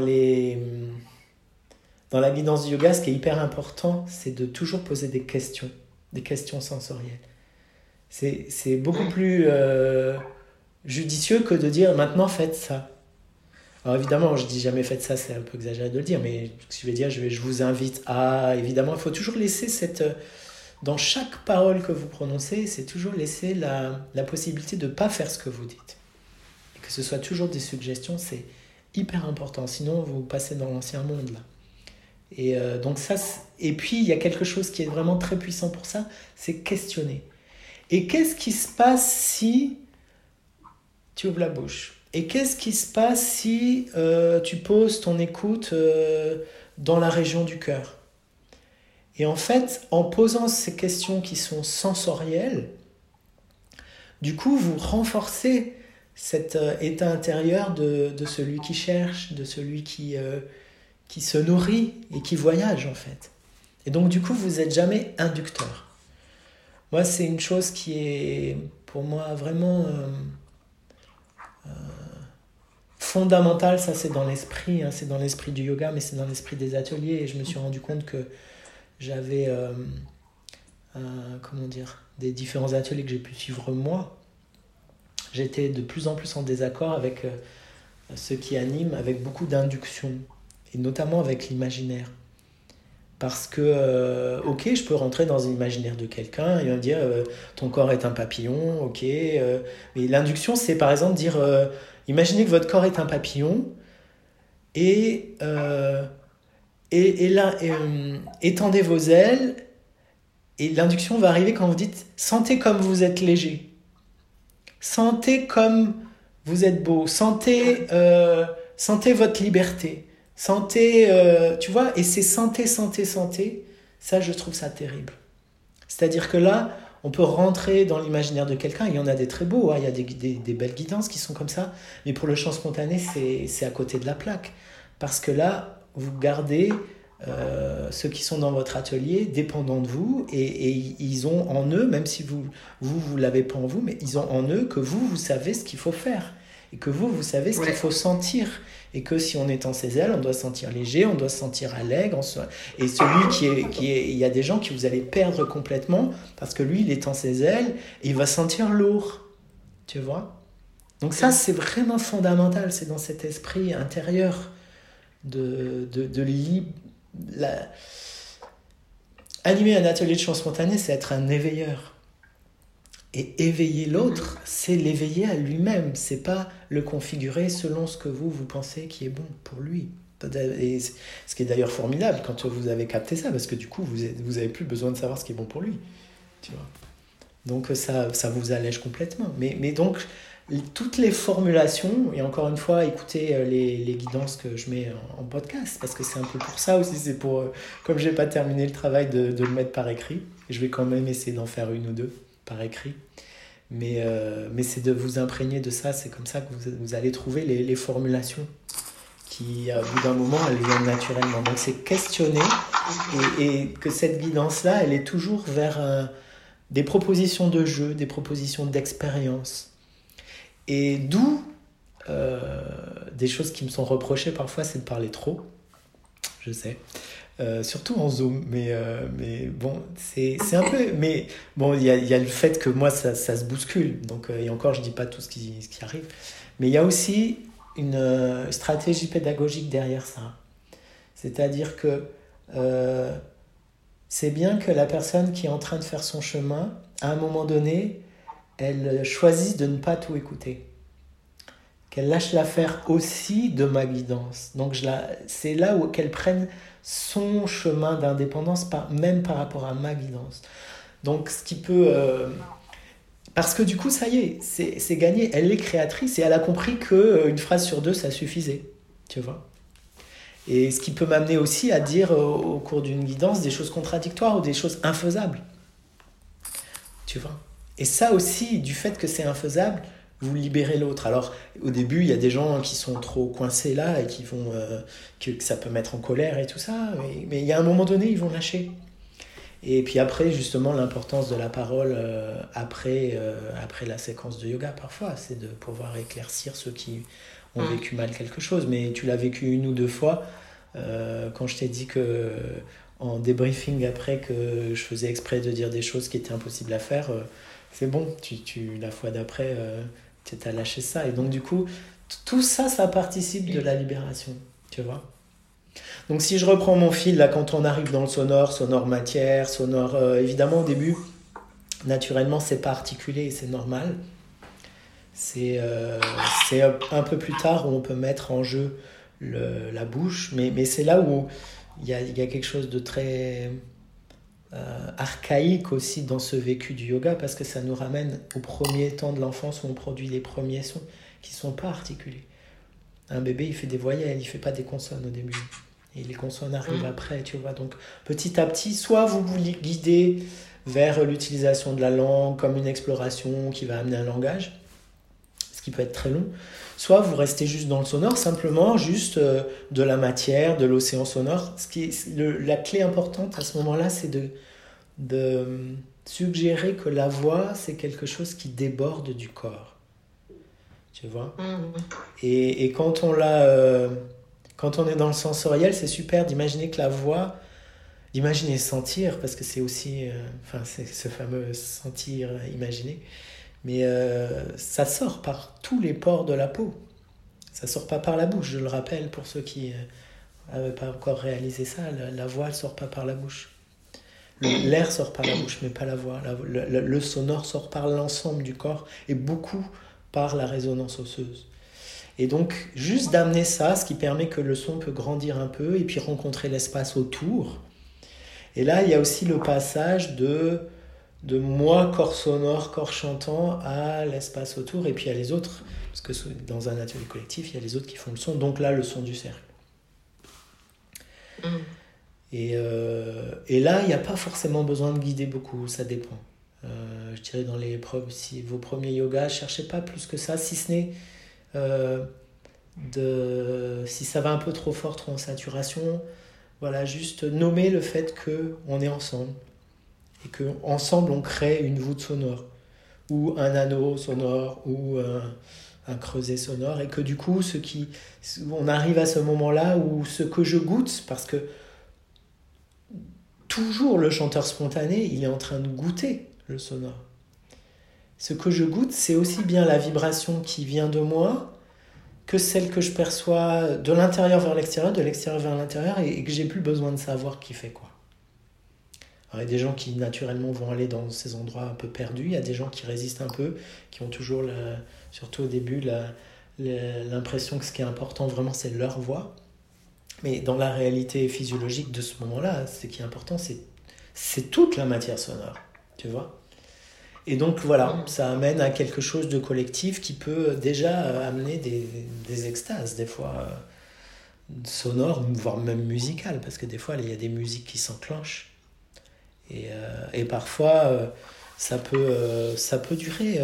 la guidance du yoga, ce qui est hyper important, c'est de toujours poser des questions sensorielles. C'est beaucoup plus judicieux que de dire maintenant faites ça. Alors évidemment, je dis jamais faites ça, c'est un peu exagéré de le dire, mais si je vais dire je vous invite à, évidemment, il faut toujours laisser dans chaque parole que vous prononcez, c'est toujours laisser la possibilité de ne pas faire ce que vous dites. Et que ce soit toujours des suggestions, c'est hyper important, sinon vous passez dans l'ancien monde là. Et donc ça, et puis il y a quelque chose qui est vraiment très puissant pour ça, c'est questionner. Et qu'est-ce qui se passe si tu ouvres la bouche? Et qu'est-ce qui se passe si tu poses ton écoute dans la région du cœur? Et en fait, en posant ces questions qui sont sensorielles, du coup, vous renforcez cet état intérieur de celui qui cherche, de celui qui se nourrit et qui voyage, en fait. Et donc, du coup, vous n'êtes jamais inducteur. Moi, c'est une chose qui est, pour moi, vraiment fondamentale. Ça, c'est dans l'esprit, c'est dans l'esprit du yoga, mais c'est dans l'esprit des ateliers. Et je me suis rendu compte que j'avais, des différents ateliers que j'ai pu suivre moi. J'étais de plus en plus en désaccord avec ceux qui animent, avec beaucoup d'induction, et notamment avec l'imaginaire. Parce que, ok, je peux rentrer dans l'imaginaire de quelqu'un et me dire ton corps est un papillon, ok. Mais l'induction, c'est par exemple dire imaginez que votre corps est un papillon et là, étendez vos ailes. Et l'induction va arriver quand vous dites sentez comme vous êtes léger, sentez comme vous êtes beau, sentez votre liberté. Sentez, tu vois, et c'est santé, ça je trouve ça terrible. C'est-à-dire que là, on peut rentrer dans l'imaginaire de quelqu'un, il y en a des très beaux, il y a des belles guidances qui sont comme ça, mais pour le chant spontané, c'est à côté de la plaque. Parce que là, vous gardez ceux qui sont dans votre atelier dépendants de vous, et ils ont en eux, même si vous l'avez pas en vous, mais ils ont en eux que vous savez ce qu'il faut faire. Et que vous savez ce qu'il faut sentir. Et que si on étend ses ailes, on doit se sentir léger, on doit se sentir allègre. Et celui il y a des gens qui vous allez perdre complètement parce que lui, il étend ses ailes et il va se sentir lourd. Tu vois? Donc ça, c'est vraiment fondamental. C'est dans cet esprit intérieur Animer un atelier de chant spontané, c'est être un éveilleur. Et éveiller l'autre, c'est l'éveiller à lui-même. C'est pas le configurer selon ce que vous pensez qui est bon pour lui. Et ce qui est d'ailleurs formidable quand vous avez capté ça, parce que du coup, vous avez plus besoin de savoir ce qui est bon pour lui. Tu vois. Donc ça vous allège complètement. Mais donc, toutes les formulations, et encore une fois, écoutez les guidances que je mets en podcast, parce que c'est un peu pour ça aussi, c'est pour, comme j'ai pas terminé le travail de le mettre par écrit, je vais quand même essayer d'en faire une ou deux par écrit, mais c'est de vous imprégner de ça, c'est comme ça que vous allez trouver les formulations qui, au bout d'un moment, elles viennent naturellement. Donc c'est questionner, et que cette guidance-là, elle est toujours vers des propositions de jeu, des propositions d'expérience. Et d'où des choses qui me sont reprochées parfois, c'est de parler trop, je sais. Surtout en Zoom, mais bon, c'est un peu... Mais bon, il y a le fait que moi, ça se bouscule, donc, et encore, je dis pas tout ce qui arrive, mais il y a aussi une stratégie pédagogique derrière ça. C'est-à-dire que c'est bien que la personne qui est en train de faire son chemin, à un moment donné, elle choisisse de ne pas tout écouter. Qu'elle lâche l'affaire aussi de ma guidance. Donc c'est là où qu'elle prenne son chemin d'indépendance, même par rapport à ma guidance. Donc ce qui peut... Parce que du coup, ça y est, c'est gagné. Elle est créatrice et elle a compris qu'une phrase sur deux, ça suffisait. Tu vois. Et ce qui peut m'amener aussi à dire au cours d'une guidance des choses contradictoires ou des choses infaisables. Tu vois. Et ça aussi, du fait que c'est infaisable, vous libérez l'autre. Alors, au début, il y a des gens qui sont trop coincés là et qui vont... que ça peut mettre en colère et tout ça. Mais il y a un moment donné, ils vont lâcher. Et puis après, justement, l'importance de la parole après la séquence de yoga, parfois, c'est de pouvoir éclaircir ceux qui ont vécu mal quelque chose. Mais tu l'as vécu une ou deux fois. Quand je t'ai dit que en débriefing après que je faisais exprès de dire des choses qui étaient impossibles à faire, c'est bon, la fois d'après, tu as lâché ça. Et donc du coup, tout ça, ça participe de la libération, tu vois. Donc si je reprends mon fil, là, quand on arrive dans le sonore matière, évidemment au début, naturellement, c'est pas articulé et c'est normal. C'est un peu plus tard où on peut mettre en jeu la bouche, mais c'est là où il y a quelque chose de très archaïque aussi dans ce vécu du yoga, parce que ça nous ramène au premier temps de l'enfance où on produit les premiers sons qui ne sont pas articulés. Un bébé, il fait des voyelles, il ne fait pas des consonnes au début. Et les consonnes arrivent après, tu vois. Donc petit à petit, soit vous vous guidez vers l'utilisation de la langue comme une exploration qui va amener un langage, ce qui peut être très long, soit vous restez juste dans le sonore, simplement juste de la matière, de l'océan sonore. La clé importante à ce moment-là, c'est de suggérer que la voix, c'est quelque chose qui déborde du corps. Tu vois ? Et quand on est dans le sensoriel, c'est super d'imaginer que la voix, d'imaginer sentir, parce que c'est aussi c'est ce fameux sentir, imaginer. Mais ça sort par tous les pores de la peau. Ça sort pas par la bouche, je le rappelle pour ceux qui n'avaient pas encore réalisé ça. La voix, elle sort pas par la bouche. L'air sort par la bouche, mais pas la voix. Le sonore sort par l'ensemble du corps et beaucoup par la résonance osseuse. Et donc, juste d'amener ça, ce qui permet que le son peut grandir un peu et puis rencontrer l'espace autour. Et là, il y a aussi le passage de moi, corps sonore, corps chantant, à l'espace autour, et puis à les autres, parce que dans un atelier collectif, il y a les autres qui font le son, donc là, le son du cercle. Et là, il n'y a pas forcément besoin de guider beaucoup, ça dépend. Je dirais dans vos premiers yogas, cherchez pas plus que ça, si ce n'est si ça va un peu trop fort, trop en saturation, voilà, juste nommer le fait qu'on est ensemble. Et qu'ensemble, on crée une voûte sonore, ou un anneau sonore, ou un creuset sonore, et que du coup, on arrive à ce moment-là où ce que je goûte, parce que toujours le chanteur spontané, il est en train de goûter le sonore. Ce que je goûte, c'est aussi bien la vibration qui vient de moi, que celle que je perçois de l'intérieur vers l'extérieur, de l'extérieur vers l'intérieur, et que j'ai plus besoin de savoir qui fait quoi. Alors, il y a des gens qui naturellement vont aller dans ces endroits un peu perdus, il y a des gens qui résistent un peu, qui ont toujours, surtout au début, l'impression que ce qui est important vraiment c'est leur voix. Mais dans la réalité physiologique de ce moment-là, ce qui est important c'est toute la matière sonore, tu vois. Et donc voilà, ça amène à quelque chose de collectif qui peut déjà amener des extases, des fois sonores, voire même musicales, parce que des fois il y a des musiques qui s'enclenchent. Et parfois, ça peut durer.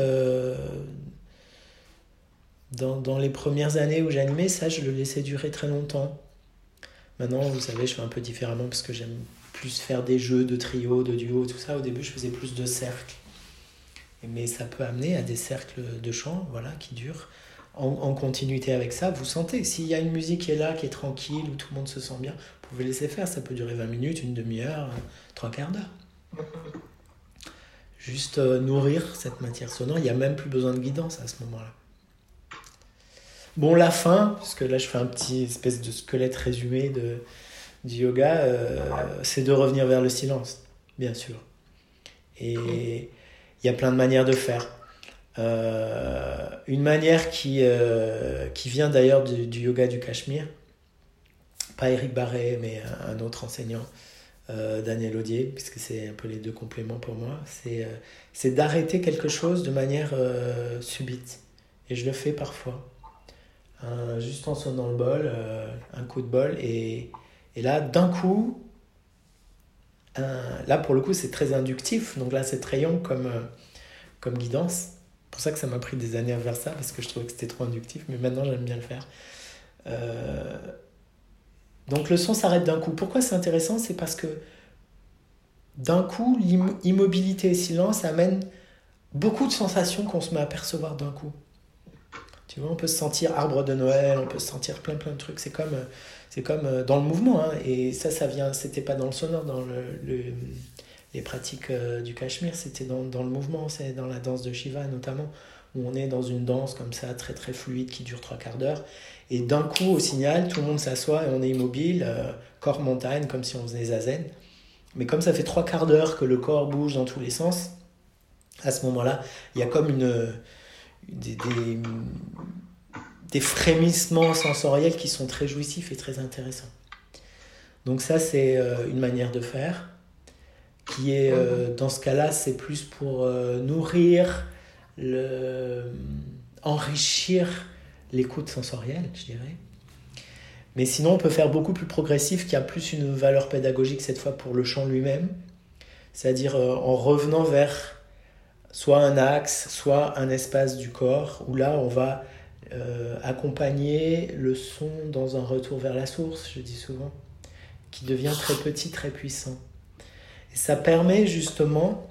Dans les premières années où j'animais, ça, je le laissais durer très longtemps. Maintenant, vous savez, je fais un peu différemment parce que j'aime plus faire des jeux de trio, de duo, tout ça. Au début, je faisais plus de cercles. Mais ça peut amener à des cercles de chant, voilà, qui durent. En continuité avec ça, vous sentez. S'il y a une musique qui est là, qui est tranquille, où tout le monde se sent bien, vous pouvez laisser faire. Ça peut durer 20 minutes, une demi-heure, 3/4 d'heure. Juste nourrir cette matière sonore. Il n'y a même plus besoin de guidance à ce moment-là. Bon, la fin, parce que là, je fais un petit espèce de squelette résumé du yoga, c'est de revenir vers le silence, bien sûr. Et il y a plein de manières de faire. Une manière qui vient d'ailleurs du yoga du Cachemire, pas Éric Barré, mais un autre enseignant, Daniel Audier, puisque c'est un peu les deux compléments pour moi, c'est d'arrêter quelque chose de manière subite. Et je le fais parfois. Juste en sonnant le bol, un coup de bol, et là, d'un coup, là pour le coup, c'est très inductif, donc là, c'est très Jung comme guidance. C'est pour ça que ça m'a pris des années à faire ça, parce que je trouvais que c'était trop inductif, mais maintenant, j'aime bien le faire. Donc le son s'arrête d'un coup. Pourquoi c'est intéressant ? C'est parce que d'un coup, immobilité et silence amènent beaucoup de sensations qu'on se met à percevoir d'un coup. Tu vois, on peut se sentir arbre de Noël, on peut se sentir plein de trucs. C'est comme dans le mouvement, hein. Et ça vient, c'était pas dans le sonore, dans les pratiques du Cachemire, c'était dans le mouvement, c'est dans la danse de Shiva notamment, où on est dans une danse comme ça, très très fluide, qui dure 3/4 d'heure. Et d'un coup, au signal, tout le monde s'assoit et on est immobile, corps montagne, comme si on faisait zazen. Mais comme ça fait 3/4 d'heure que le corps bouge dans tous les sens, à ce moment-là, il y a comme des frémissements sensoriels qui sont très jouissifs et très intéressants. Donc ça, c'est une manière de faire, qui est, dans ce cas-là, c'est plus pour nourrir, enrichir l'écoute sensorielle, je dirais. Mais sinon, on peut faire beaucoup plus progressif, qui a plus une valeur pédagogique cette fois pour le chant lui-même, c'est-à-dire en revenant vers soit un axe, soit un espace du corps, où là, on va accompagner le son dans un retour vers la source, je dis souvent, qui devient très petit, très puissant. Et ça permet justement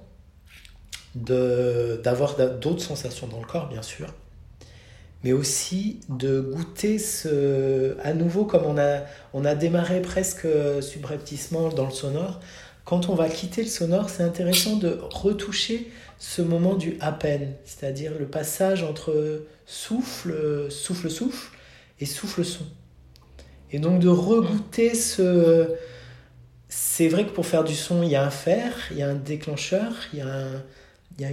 d'avoir d'autres sensations dans le corps, bien sûr, mais aussi de goûter à nouveau, comme on a démarré presque subrepticement dans le sonore. Quand on va quitter le sonore, c'est intéressant de retoucher ce moment du à peine, c'est-à-dire le passage entre souffle et souffle-son. Et donc de regoûter c'est vrai que pour faire du son, il y a un faire, il y a un déclencheur, il y a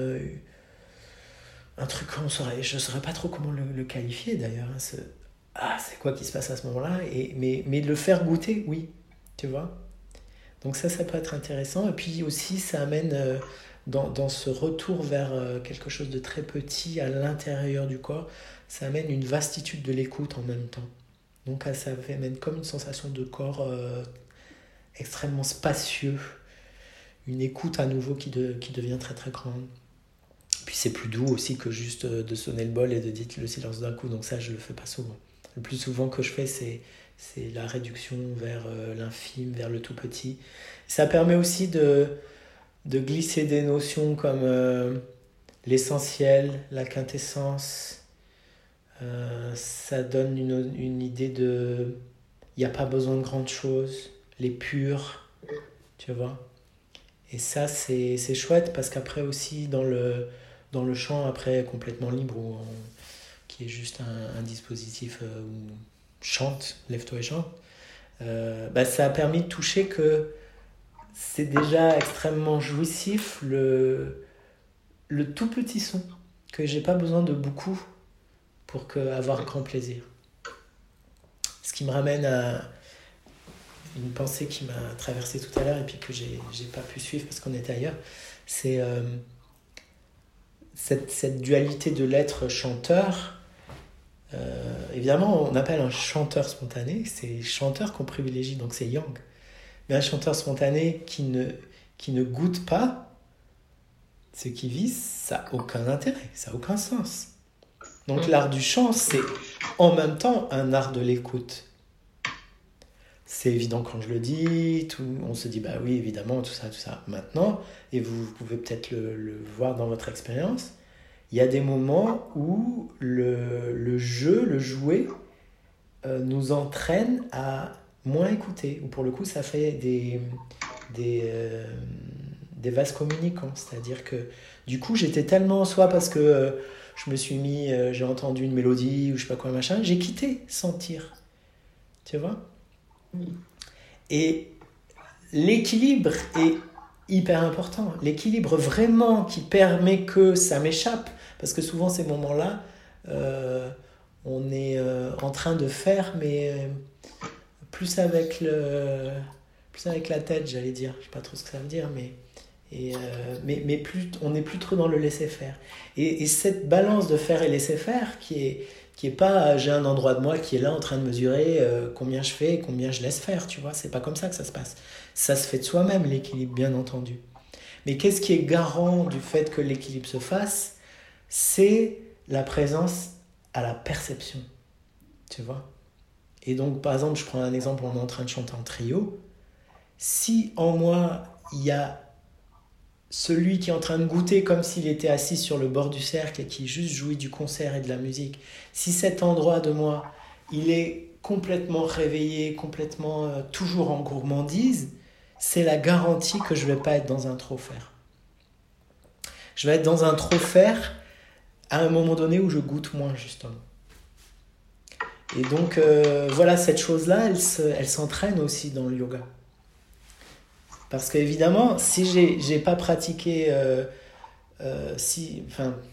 un truc qu'on saurait, je ne saurais pas trop comment le qualifier d'ailleurs. C'est quoi qui se passe à ce moment-là, mais de le faire goûter, oui, tu vois. Donc ça peut être intéressant. Et puis aussi, ça amène dans ce retour vers quelque chose de très petit à l'intérieur du corps, ça amène une vastitude de l'écoute en même temps. Donc ça amène comme une sensation de corps extrêmement spacieux, une écoute à nouveau qui devient très très grande. Puis c'est plus doux aussi que juste de sonner le bol et de dire le silence d'un coup. Donc ça, je le fais pas souvent. Le plus souvent que je fais, c'est la réduction vers l'infime, vers le tout petit. Ça permet aussi de glisser des notions comme l'essentiel, la quintessence. Ça donne une idée de... Il n'y a pas besoin de grandes choses, les purs, tu vois. Et ça, c'est chouette parce qu'après aussi, dans le chant, après, complètement libre, qui est juste un dispositif où chante, lève-toi et chante, ça a permis de toucher que c'est déjà extrêmement jouissif le tout petit son, que j'ai pas besoin de beaucoup pour avoir grand plaisir. Ce qui me ramène à une pensée qui m'a traversé tout à l'heure et puis que j'ai pas pu suivre parce qu'on était ailleurs, c'est cette dualité de l'être chanteur. Évidemment, on appelle un chanteur spontané, c'est chanteur qu'on privilégie, donc c'est Jung. Mais un chanteur spontané qui ne goûte pas ce qu'il vit, ça n'a aucun intérêt, ça n'a aucun sens. Donc l'art du chant, c'est en même temps un art de l'écoute. C'est évident quand je le dis, on se dit bah oui, évidemment, tout ça. Maintenant, et vous pouvez peut-être le voir dans votre expérience, il y a des moments où le jeu, le jouet, nous entraîne à moins écouter. Ou pour le coup, ça fait des vases communicants. C'est-à-dire que du coup, j'étais tellement, soit parce que je me suis mis, j'ai entendu une mélodie ou je sais pas quoi, machin, j'ai quitté sentir. Tu vois ? Et l'équilibre est hyper important. L'équilibre vraiment qui permet que ça m'échappe. Parce que souvent, ces moments-là, on est en train de faire, mais plus avec plus avec la tête, j'allais dire. Je sais pas trop ce que ça veut dire, mais plus, on n'est plus trop dans le laisser-faire. Et cette balance de faire et laisser-faire qui est pas j'ai un endroit de moi qui est là en train de mesurer combien je fais et combien je laisse faire, tu vois, c'est pas comme ça que ça se passe. Ça se fait de soi-même, l'équilibre, bien entendu. Mais qu'est-ce qui est garant du fait que l'équilibre se fasse? C'est la présence à la perception, tu vois. Et donc, par exemple, je prends un exemple, on est en train de chanter en trio. Si en moi, il y a celui qui est en train de goûter comme s'il était assis sur le bord du cercle et qui juste jouit du concert et de la musique, si cet endroit de moi, il est complètement réveillé, complètement toujours en gourmandise, c'est la garantie que je ne vais pas être dans un trop faire. Je vais être dans un trop faire à un moment donné où je goûte moins, justement. Et donc, voilà, cette chose-là, elle s'entraîne aussi dans le yoga. Parce qu'évidemment, si j'ai pas pratiqué, si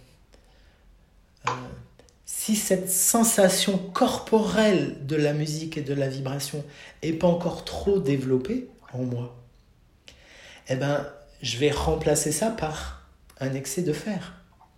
cette sensation corporelle de la musique et de la vibration est pas encore trop développée en moi, eh ben, je vais remplacer ça par un excès de fer.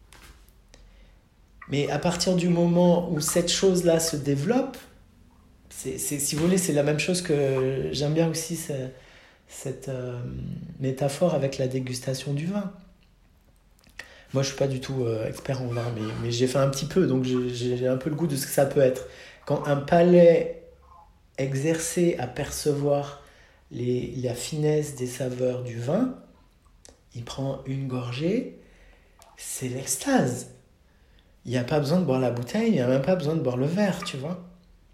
Mais à partir du moment où cette chose-là se développe, si vous voulez, c'est la même chose que j'aime bien aussi cette métaphore avec la dégustation du vin. Moi, je ne suis pas du tout expert en vin, mais j'ai fait un petit peu, donc j'ai un peu le goût de ce que ça peut être. Quand un palais exercé à percevoir la finesse des saveurs du vin, il prend une gorgée, c'est l'extase. Il n'y a pas besoin de boire la bouteille, il n'y a même pas besoin de boire le verre, tu vois.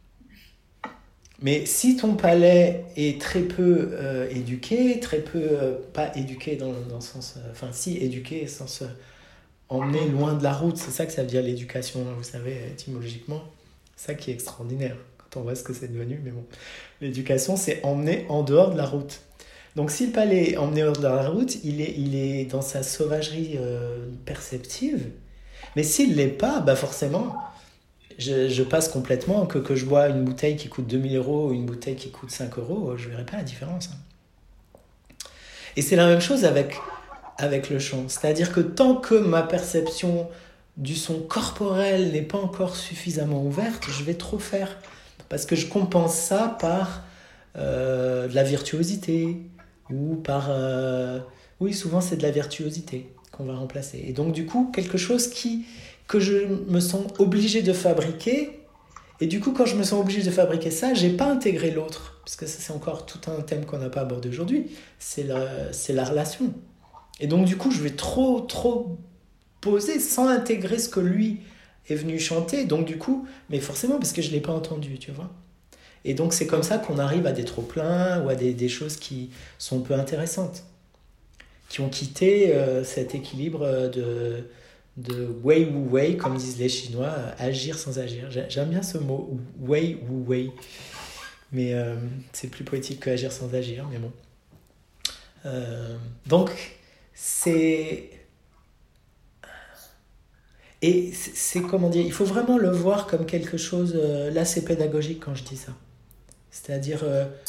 Mais si ton palais est très peu éduqué, très peu, pas éduqué dans le sens, si éduqué au sens emmené loin de la route, c'est ça que ça veut dire l'éducation, vous savez, étymologiquement, c'est ça qui est extraordinaire quand on voit ce que c'est devenu, mais bon, l'éducation c'est emmener en dehors de la route. Donc si le palais est emmené en dehors de la route, il est dans sa sauvagerie perceptive, mais s'il ne l'est pas, bah forcément... Je passe complètement, que je bois une bouteille qui coûte 2000 € ou une bouteille qui coûte 5 €, je ne verrai pas la différence. Et c'est la même chose avec le chant. C'est-à-dire que tant que ma perception du son corporel n'est pas encore suffisamment ouverte, je vais trop faire. Parce que je compense ça par de la virtuosité ou par... oui, souvent c'est de la virtuosité qu'on va remplacer. Et donc du coup, quelque chose que je me sens obligé de fabriquer. Et du coup, quand je me sens obligé de fabriquer ça, je n'ai pas intégré l'autre. Parce que ça, c'est encore tout un thème qu'on n'a pas abordé aujourd'hui. C'est la relation. Et donc, du coup, je vais trop poser sans intégrer ce que lui est venu chanter. Donc, du coup, mais forcément, parce que je ne l'ai pas entendu, tu vois. Et donc, c'est comme ça qu'on arrive à des trop-pleins ou à des choses qui sont peu intéressantes. Qui ont quitté cet équilibre de wei wu wei, comme disent les Chinois, agir sans agir. J'aime bien ce mot, wei wu wei. Mais c'est plus poétique que agir sans agir, mais bon. Donc, c'est comment dire, il faut vraiment le voir comme quelque chose, là c'est pédagogique quand je dis ça. C'est-à-dire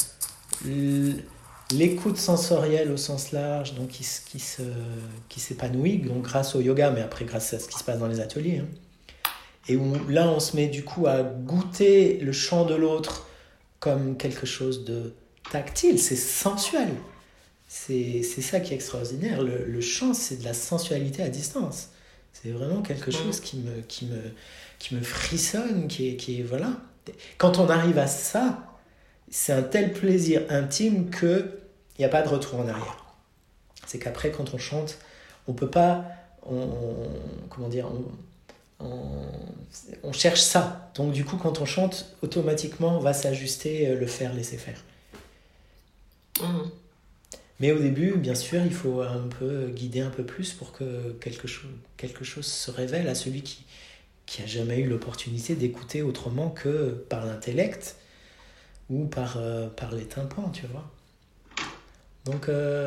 l'écoute sensorielle au sens large, donc qui s'épanouit, donc grâce au yoga, mais après grâce à ce qui se passe dans les ateliers. Hein. Et où là, on se met du coup à goûter le chant de l'autre comme quelque chose de tactile, c'est sensuel. C'est ça qui est extraordinaire. Le chant, c'est de la sensualité à distance. C'est vraiment quelque chose qui me frissonne, qui est voilà. Quand on arrive à ça, c'est un tel plaisir intime qu'il n'y a pas de retour en arrière. C'est qu'après, quand on chante, on peut pas... on cherche ça. Donc du coup, quand on chante, automatiquement, on va s'ajuster, le faire, laisser faire. Mais au début, bien sûr, il faut un peu guider un peu plus pour que quelque chose se révèle à celui qui a jamais eu l'opportunité d'écouter autrement que par l'intellect ou par les tympans, tu vois. Donc,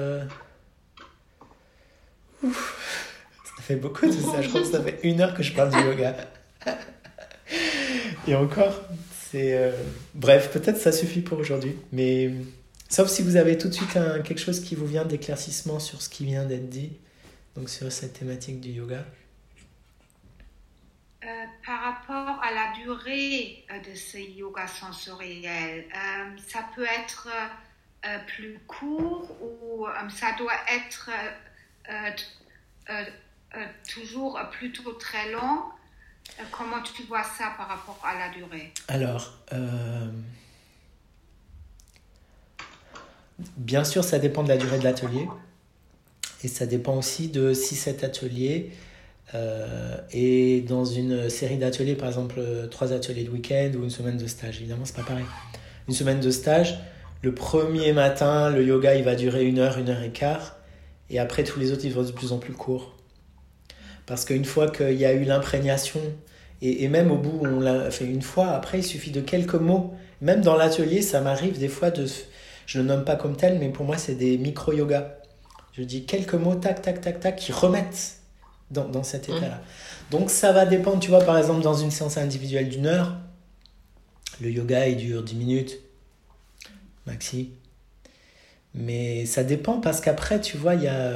ça fait beaucoup de ça. Je crois que ça fait 1 heure que je parle du yoga. Et encore, c'est... Bref, peut-être ça suffit pour aujourd'hui. Mais Sauf si vous avez tout de suite quelque chose qui vous vient d'éclaircissement sur ce qui vient d'être dit, donc sur cette thématique du yoga. Par rapport à la durée de ce yoga sensoriel, ça peut être plus court ou ça doit être toujours plutôt très long. Comment tu vois ça par rapport à la durée? Alors, bien sûr, ça dépend de la durée de l'atelier. Et ça dépend aussi de si cet atelier est dans une série d'ateliers, par exemple 3 ateliers de week-end ou une semaine de stage. Évidemment, c'est pas pareil. Une semaine de stage, le premier matin, le yoga, il va durer 1 heure, 1 heure et quart. Et après, tous les autres, ils vont être de plus en plus courts. Parce qu'une fois qu'il y a eu l'imprégnation, et même au bout, on l'a fait une fois, après, il suffit de quelques mots. Même dans l'atelier, ça m'arrive des fois je le nomme pas comme tel, mais pour moi, c'est des micro-yogas. Je dis quelques mots, tac, tac, tac, tac, qui remettent dans cet état-là. Donc, ça va dépendre. Tu vois, par exemple, dans une séance individuelle d'1 heure, le yoga, il dure 10 minutes, maxi. Mais ça dépend parce qu'après, tu vois, il y a...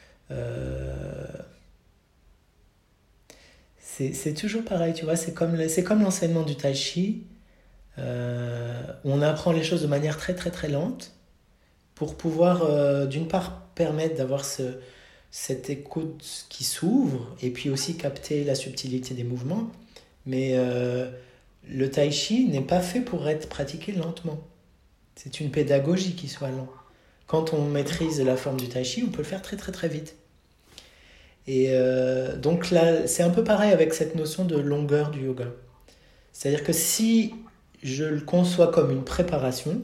c'est toujours pareil, tu vois, c'est comme l'enseignement du tai chi. On apprend les choses de manière très très très lente pour pouvoir d'une part permettre d'avoir cette écoute qui s'ouvre et puis aussi capter la subtilité des mouvements, mais le tai chi n'est pas fait pour être pratiqué lentement. C'est une pédagogie qui soit lente. Quand on maîtrise la forme du tai chi, on peut le faire très très très vite. Et donc là, c'est un peu pareil avec cette notion de longueur du yoga. C'est-à-dire que si je le conçois comme une préparation,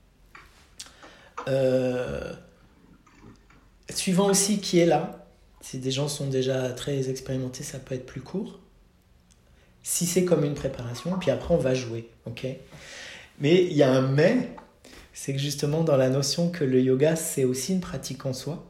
suivant aussi qui est là, si des gens sont déjà très expérimentés, ça peut être plus court. Si c'est comme une préparation, puis après on va jouer, ok ? Mais il y a un mais, c'est que justement dans la notion que le yoga, c'est aussi une pratique en soi.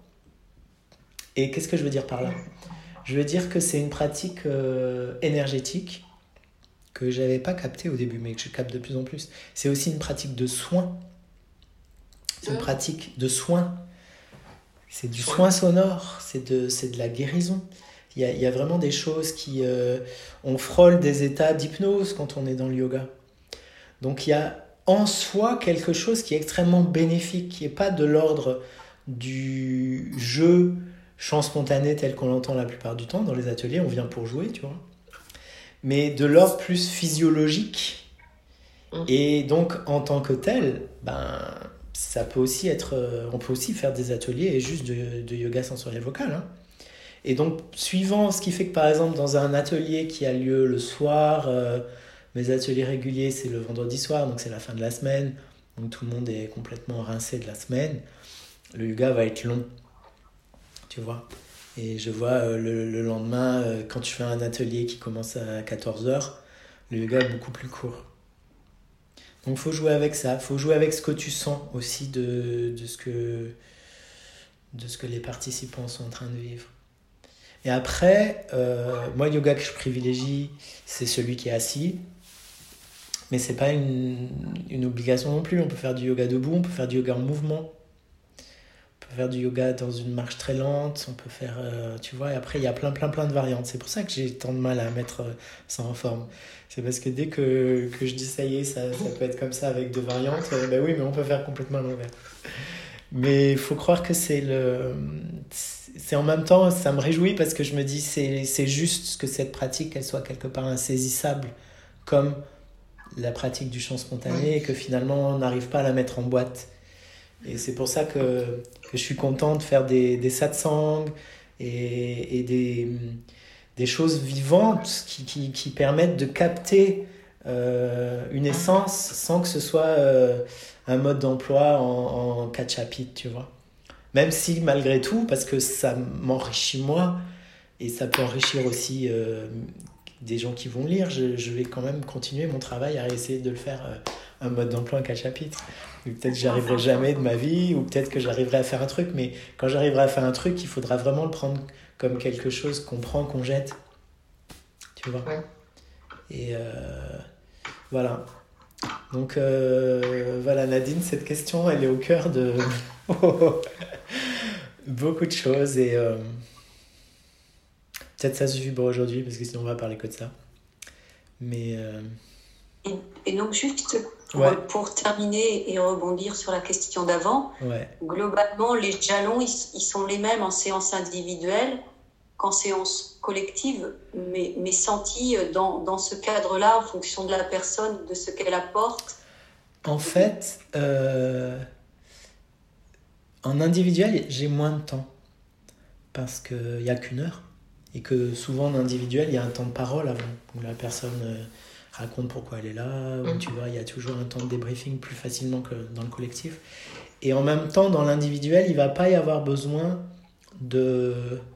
Et qu'est-ce que je veux dire par là ? Je veux dire que c'est une pratique énergétique que je n'avais pas captée au début, mais que je capte de plus en plus. C'est aussi une pratique de soin. C'est une pratique de soin. C'est du soin sonore, c'est de la guérison. Il y a vraiment des choses qui... on frôle des états d'hypnose quand on est dans le yoga. Donc il y a en soi quelque chose qui est extrêmement bénéfique, qui n'est pas de l'ordre du jeu chant spontané tel qu'on l'entend la plupart du temps. Dans les ateliers, on vient pour jouer, tu vois. Mais de l'ordre plus physiologique. Et donc, en tant que tel, ça peut aussi être... on peut aussi faire des ateliers et juste de yoga sensoriel vocal. Hein. Et donc, suivant ce qui fait que, par exemple, dans un atelier qui a lieu le soir, mes ateliers réguliers, c'est le vendredi soir, donc c'est la fin de la semaine, donc tout le monde est complètement rincé de la semaine, le yoga va être long. Tu vois. Et je vois le lendemain, quand tu fais un atelier qui commence à 14h, le yoga est beaucoup plus court. Donc il faut jouer avec ça, il faut jouer avec ce que tu sens aussi de ce que les participants sont en train de vivre. Et après, moi le yoga que je privilégie, c'est celui qui est assis, mais c'est pas une obligation non plus. On peut faire du yoga debout, on peut faire du yoga en mouvement. On peut faire du yoga dans une marche très lente, on peut faire, tu vois, et après il y a plein de variantes. C'est pour ça que j'ai tant de mal à mettre ça en forme. C'est parce que dès que je dis ça y est, ça peut être comme ça avec 2 variantes, oui, mais on peut faire complètement l'envers. Mais il faut croire que c'est en même temps, ça me réjouit parce que je me dis c'est juste que cette pratique, elle soit quelque part insaisissable comme la pratique du chant spontané et que finalement on n'arrive pas à la mettre en boîte. Et c'est pour ça que je suis content de faire des satsangs et des choses vivantes qui permettent de capter une essence sans que ce soit un mode d'emploi en 4 chapitres, tu vois. Même si malgré tout, parce que ça m'enrichit moi et ça peut enrichir aussi des gens qui vont lire, je vais quand même continuer mon travail à essayer de le faire un mode d'emploi en 4 chapitres. Peut-être que j'y arriverai jamais de ma vie, ou peut-être que j'arriverai à faire un truc, mais quand j'arriverai à faire un truc, il faudra vraiment le prendre comme quelque chose qu'on prend, qu'on jette. Tu vois ? Et voilà. Donc voilà, Nadine, cette question, elle est au cœur de beaucoup de choses. Et peut-être ça suffit pour aujourd'hui, parce que sinon on va parler que de ça. Mais... Et donc juste Ouais. pour terminer et rebondir sur la question d'avant, Ouais. globalement, les jalons, ils sont les mêmes en séance individuelle qu'en séance collective, mais sentis dans ce cadre-là, en fonction de la personne, de ce qu'elle apporte. En fait, en individuel, j'ai moins de temps. Parce qu'il n'y a qu'une heure. Et que souvent, en individuel, il y a un temps de parole avant. Où la personne raconte pourquoi elle est là. Où tu vois, il y a toujours un temps de débriefing plus facilement que dans le collectif. Et en même temps, dans l'individuel, il ne va pas y avoir besoin de...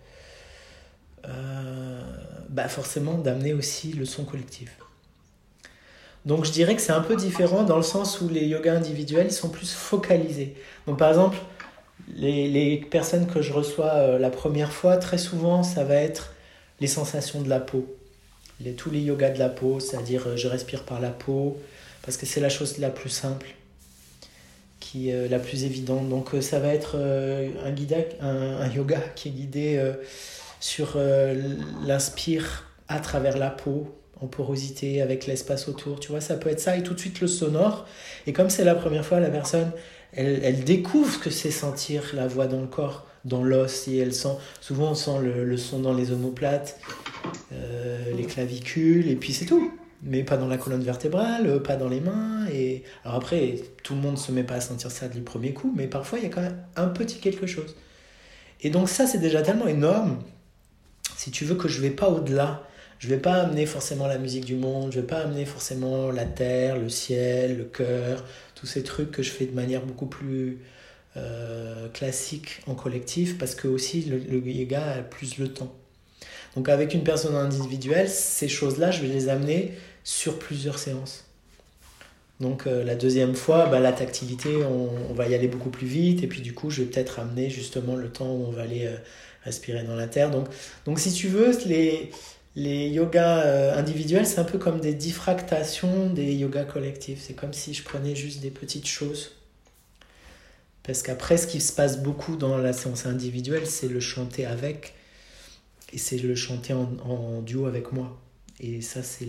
forcément d'amener aussi le son collectif. Donc je dirais que c'est un peu différent dans le sens où les yogas individuels ils sont plus focalisés. Donc par exemple, les personnes que je reçois la première fois, très souvent ça va être les sensations de la peau. Tous les yogas de la peau, c'est-à-dire je respire par la peau, parce que c'est la chose la plus simple, qui est la plus évidente. Donc ça va être un yoga qui est guidé sur l'inspire à travers la peau, en porosité, avec l'espace autour, tu vois, ça peut être ça, et tout de suite le sonore. Et comme c'est la première fois, la personne, elle découvre ce que c'est sentir la voix dans le corps, dans l'os, et elle sent, souvent on sent le son dans les omoplates, les clavicules, et puis c'est tout. Mais pas dans la colonne vertébrale, pas dans les mains. Et... Alors après, tout le monde ne se met pas à sentir ça du premier coup, mais parfois il y a quand même un petit quelque chose. Et donc ça, c'est déjà tellement énorme, si tu veux, que je ne vais pas au-delà. Je ne vais pas amener forcément la musique du monde, je ne vais pas amener forcément la terre, le ciel, le cœur, tous ces trucs que je fais de manière beaucoup plus classique en collectif, parce que aussi le yoga a plus le temps. Donc avec une personne individuelle, ces choses-là, je vais les amener sur plusieurs séances. Donc la deuxième fois, la tactilité, on va y aller beaucoup plus vite, et puis du coup, je vais peut-être amener justement le temps où on va aller respirer dans la terre. Donc si tu veux, les yogas individuels, c'est un peu comme des diffractations des yogas collectifs. C'est comme si je prenais juste des petites choses. Parce qu'après, ce qui se passe beaucoup dans la séance individuelle, c'est le chanter avec, et c'est le chanter en duo avec moi. Et ça, c'est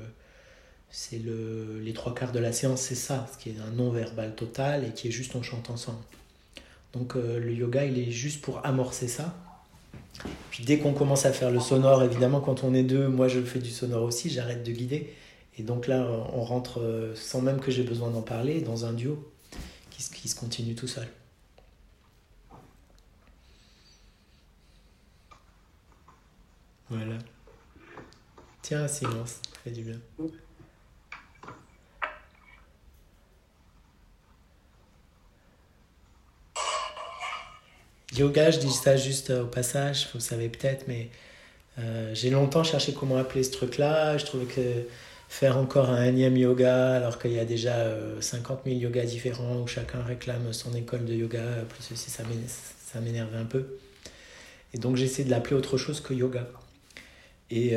les trois quarts de la séance, c'est ça, ce qui est un non-verbal total et qui est juste on chante ensemble. Donc le yoga, il est juste pour amorcer ça. Puis dès qu'on commence à faire le sonore, évidemment, quand on est deux, moi je fais du sonore aussi, j'arrête de guider. Et donc là, on rentre, sans même que j'ai besoin d'en parler, dans un duo qui se continue tout seul. Voilà. Tiens, un silence, ça fait du bien. Yoga, je dis ça juste au passage, vous savez peut-être, mais j'ai longtemps cherché comment appeler ce truc-là. Je trouvais que faire encore un énième yoga, alors qu'il y a déjà 50 000 yogas différents où chacun réclame son école de yoga, plus aussi ça m'énervait un peu. Et donc j'ai essayé de l'appeler autre chose que yoga. Et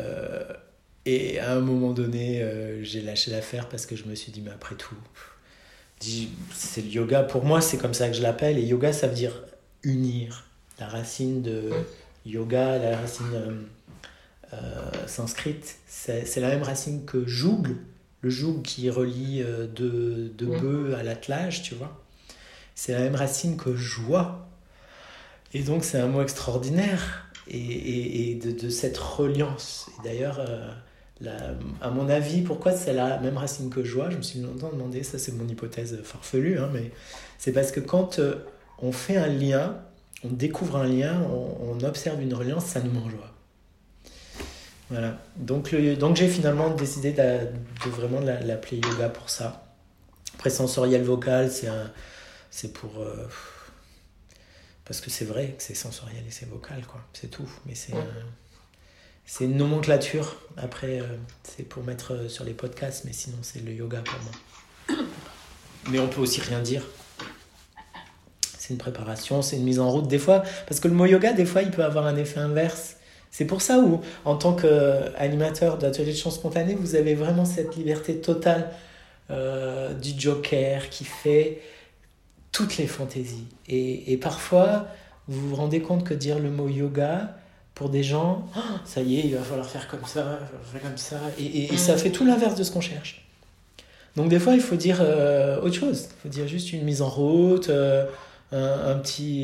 à un moment donné, j'ai lâché l'affaire parce que je me suis dit, mais après tout, c'est le yoga. Pour moi, c'est comme ça que je l'appelle. Et yoga, ça veut dire unir. La racine de yoga, la racine sanscrite, c'est la même racine que joug, le joug qui relie deux bœufs à l'attelage, tu vois. C'est la même racine que joie. Et donc, c'est un mot extraordinaire. Et de cette reliance. Et d'ailleurs, à mon avis, pourquoi c'est la même racine que joie, je me suis longtemps demandé, ça c'est mon hypothèse farfelue, mais c'est parce que quand on fait un lien, on découvre un lien, on observe une reliance, ça nous met en joie. Voilà. Donc j'ai finalement décidé de vraiment l'appeler yoga pour ça. Après, sensoriel vocal, c'est pour... parce que c'est vrai que c'est sensoriel et c'est vocal, quoi. C'est tout. Mais c'est une nomenclature. Après, c'est pour mettre sur les podcasts, mais sinon, c'est le yoga pour moi. Mais on peut aussi rien dire. C'est une préparation, c'est une mise en route. Des fois, parce que le mot yoga, des fois, il peut avoir un effet inverse. C'est pour ça où, en tant qu'animateur d'atelier de chant spontané, vous avez vraiment cette liberté totale du Joker, qui fait toutes les fantaisies. Et parfois, vous vous rendez compte que dire le mot yoga, pour des gens, ça y est, il va falloir faire comme ça, faire comme ça, et ça fait tout l'inverse de ce qu'on cherche. Donc des fois, il faut dire autre chose. Il faut dire juste une mise en route, un petit,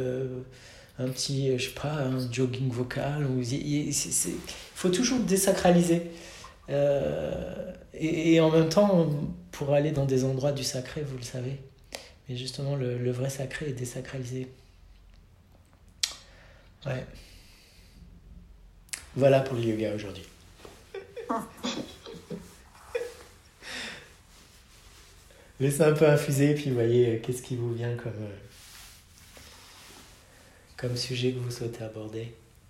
je sais pas, un jogging vocal. Il faut toujours désacraliser. Et en même temps, pour aller dans des endroits du sacré, vous le savez. Mais justement, le vrai sacré est désacralisé. Ouais. Voilà pour le yoga aujourd'hui. Laissez un peu infuser, puis voyez qu'est-ce qui vous vient comme sujet que vous souhaitez aborder.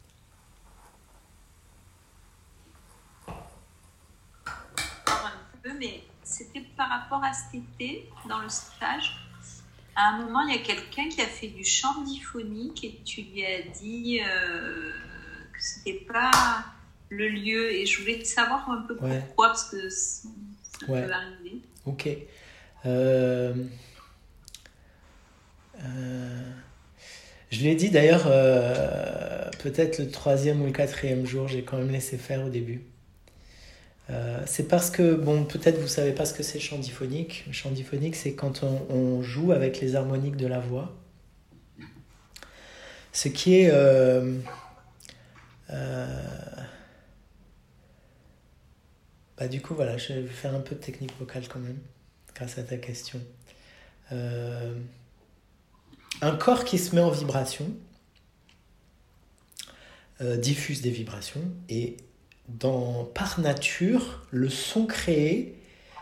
Un peu, mais c'était par rapport à cet été, dans le stage. À un moment, il y a quelqu'un qui a fait du chant diphonique et tu lui as dit que c'était pas le lieu. Et je voulais savoir un peu pourquoi, parce que ça peut arriver. Ok. Je l'ai dit d'ailleurs, peut-être le 3e ou le 4e jour, j'ai quand même laissé faire au début. C'est parce que, peut-être vous savez pas ce que c'est le chant diphonique. Le chant diphonique, c'est quand on joue avec les harmoniques de la voix. Ce qui est... du coup, voilà, je vais faire un peu de technique vocale quand même, grâce à ta question. Un corps qui se met en vibration diffuse des vibrations et par nature, le son créé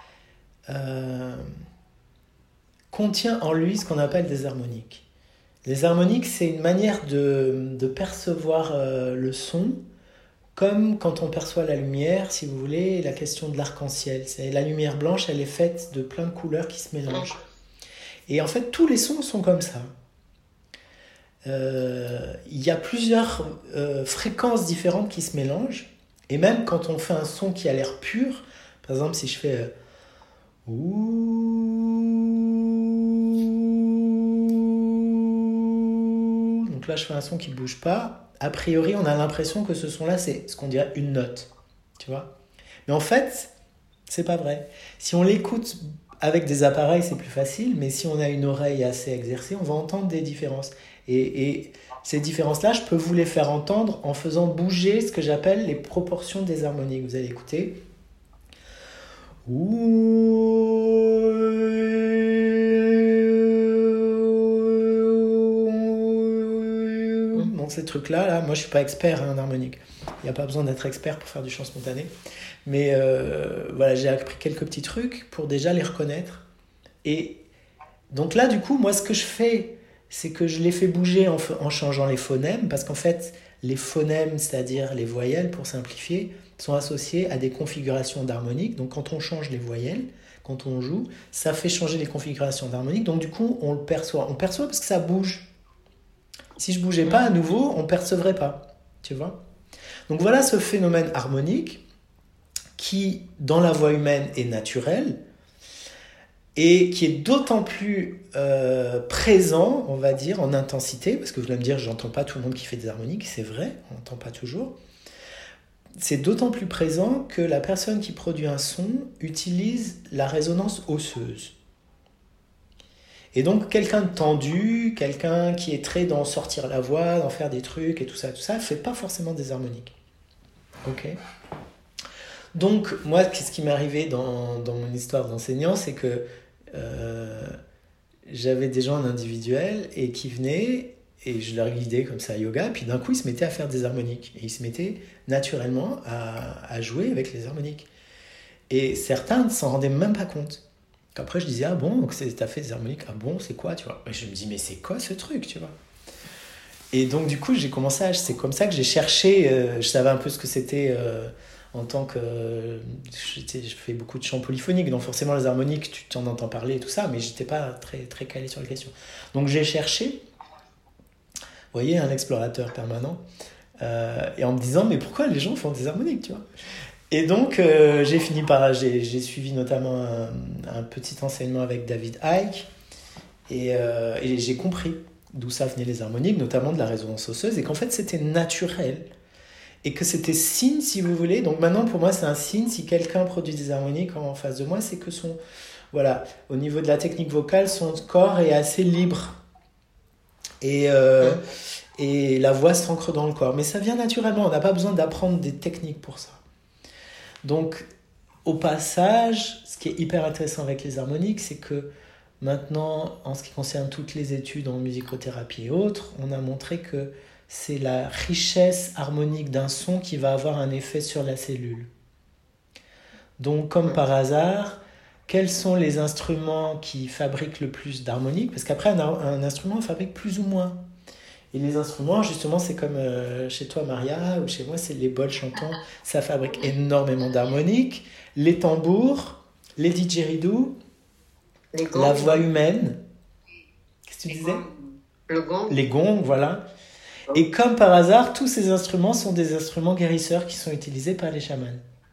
contient en lui ce qu'on appelle des harmoniques. Les harmoniques, c'est une manière de percevoir le son comme quand on perçoit la lumière, si vous voulez, la question de l'arc-en-ciel. C'est la lumière blanche, elle est faite de plein de couleurs qui se mélangent. Et en fait, tous les sons sont comme ça. Il y a plusieurs fréquences différentes qui se mélangent. Et même quand on fait un son qui a l'air pur, par exemple si je fais donc là je fais un son qui ne bouge pas, a priori on a l'impression que ce son là c'est ce qu'on dirait une note, tu vois. Mais en fait c'est pas vrai. Si on l'écoute avec des appareils c'est plus facile, mais si on a une oreille assez exercée on va entendre des différences. Et ces différences-là, je peux vous les faire entendre en faisant bouger ce que j'appelle les proportions des harmoniques. Vous allez écouter. Donc ces trucs-là, moi je suis pas expert en harmonique. Il n'y a pas besoin d'être expert pour faire du chant spontané. Mais voilà, j'ai appris quelques petits trucs pour déjà les reconnaître. Et donc là, du coup, moi ce que je fais... c'est que je les fais bouger en changeant les phonèmes, parce qu'en fait, les phonèmes, c'est-à-dire les voyelles, pour simplifier, sont associés à des configurations d'harmoniques. Donc quand on change les voyelles, quand on joue, ça fait changer les configurations d'harmoniques. Donc du coup, on le perçoit. On perçoit parce que ça bouge. Si je ne bougeais pas à nouveau, on ne percevrait pas. Tu vois ? Donc voilà ce phénomène harmonique qui, dans la voix humaine, est naturel, et qui est d'autant plus présent, on va dire, en intensité, parce que vous allez me dire, j'entends pas tout le monde qui fait des harmoniques, c'est vrai, on n'entend pas toujours. C'est d'autant plus présent que la personne qui produit un son utilise la résonance osseuse. Et donc, quelqu'un de tendu, quelqu'un qui est très dans sortir la voix, dans faire des trucs et tout ça, ne fait pas forcément des harmoniques. Ok ? Donc, moi, ce qui m'est arrivé dans mon histoire d'enseignant, c'est que j'avais des gens en individuel et qui venaient et je leur guidais comme ça à yoga, puis d'un coup ils se mettaient à faire des harmoniques et ils se mettaient naturellement à jouer avec les harmoniques et certains ne s'en rendaient même pas compte. Après je disais ah bon, donc t'as fait des harmoniques, ah bon c'est quoi, tu vois, et je me dis mais c'est quoi ce truc, tu vois. Et donc du coup j'ai commencé c'est comme ça que j'ai cherché, je savais un peu ce que c'était en tant que... je fais beaucoup de chants polyphoniques, donc forcément les harmoniques, tu t'en entends parler et tout ça, mais je n'étais pas très, très calé sur la question. Donc j'ai cherché, vous voyez, un explorateur permanent, et en me disant, mais pourquoi les gens font des harmoniques, tu vois ? Et donc, j'ai suivi notamment un petit enseignement avec David Icke et j'ai compris d'où ça venait les harmoniques, notamment de la résonance osseuse, et qu'en fait, c'était naturel et que c'était signe, si vous voulez. Donc maintenant, pour moi, c'est un signe. Si quelqu'un produit des harmoniques en face de moi, c'est que voilà, au niveau de la technique vocale, son corps est assez libre. Et la voix s'ancre dans le corps. Mais ça vient naturellement. On n'a pas besoin d'apprendre des techniques pour ça. Donc, au passage, ce qui est hyper intéressant avec les harmoniques, c'est que maintenant, en ce qui concerne toutes les études en musicothérapie et autres, on a montré que c'est la richesse harmonique d'un son qui va avoir un effet sur la cellule. Donc, comme par hasard, quels sont les instruments qui fabriquent le plus d'harmoniques ? Parce qu'après, un instrument fabrique plus ou moins. Et les instruments, justement, c'est comme chez toi, Maria, ou chez moi, c'est les bols chantants. Ça fabrique énormément d'harmoniques. Les tambours, les didgeridoo, la voix humaine. Qu'est-ce que tu disais ? Le gong. Les gongs, voilà. Et comme par hasard, tous ces instruments sont des instruments guérisseurs qui sont utilisés par les chamans.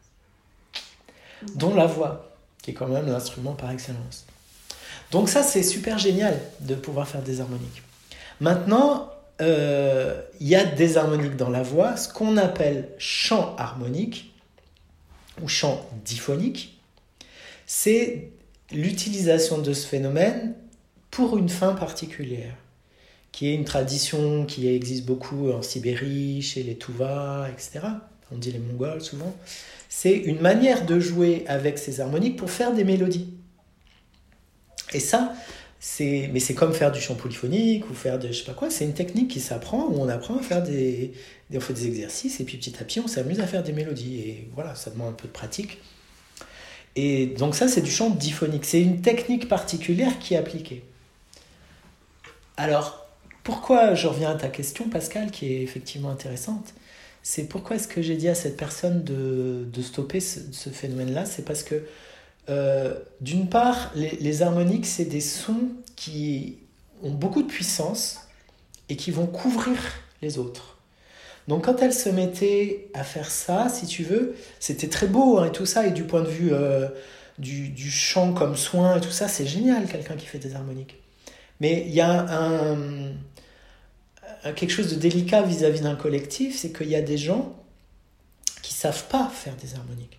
Dont la voix, qui est quand même l'instrument par excellence. Donc ça, c'est super génial de pouvoir faire des harmoniques. Maintenant, il y a des harmoniques dans la voix, ce qu'on appelle chant harmonique ou chant diphonique. C'est l'utilisation de ce phénomène pour une fin particulière, qui est une tradition qui existe beaucoup en Sibérie, chez les Tuvas, etc. On dit les Mongols souvent. C'est une manière de jouer avec ces harmoniques pour faire des mélodies. Et ça, c'est comme faire du chant polyphonique ou faire de je sais pas quoi. C'est une technique qui s'apprend, où on apprend à faire on fait des exercices et puis petit à petit on s'amuse à faire des mélodies. Et voilà, ça demande un peu de pratique. Et donc ça, c'est du chant diphonique. C'est une technique particulière qui est appliquée. Alors, pourquoi je reviens à ta question, Pascal, qui est effectivement intéressante, c'est pourquoi est-ce que j'ai dit à cette personne de stopper ce phénomène-là ? C'est parce que, d'une part, les harmoniques, c'est des sons qui ont beaucoup de puissance et qui vont couvrir les autres. Donc quand elle se mettait à faire ça, si tu veux, c'était très beau hein, et tout ça, et du point de vue du chant comme soin et tout ça, c'est génial, quelqu'un qui fait des harmoniques. Mais il y a quelque chose de délicat vis-à-vis d'un collectif, c'est qu'il y a des gens qui ne savent pas faire des harmoniques.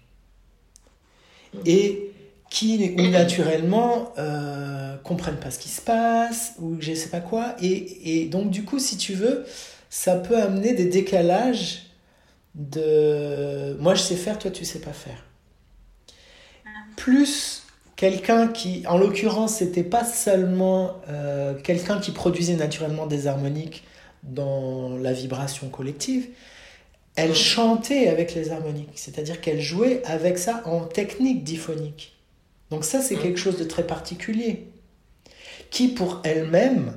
Et qui, ou naturellement, comprennent pas ce qui se passe, ou je sais pas quoi. Et donc, du coup, si tu veux, ça peut amener des décalages de... Moi, je sais faire, toi, tu sais pas faire. Plus quelqu'un qui, en l'occurrence, c'était pas seulement quelqu'un qui produisait naturellement des harmoniques dans la vibration collective, elle chantait avec les harmoniques, c'est-à-dire qu'elle jouait avec ça en technique diphonique. Donc ça, c'est quelque chose de très particulier, qui pour elle-même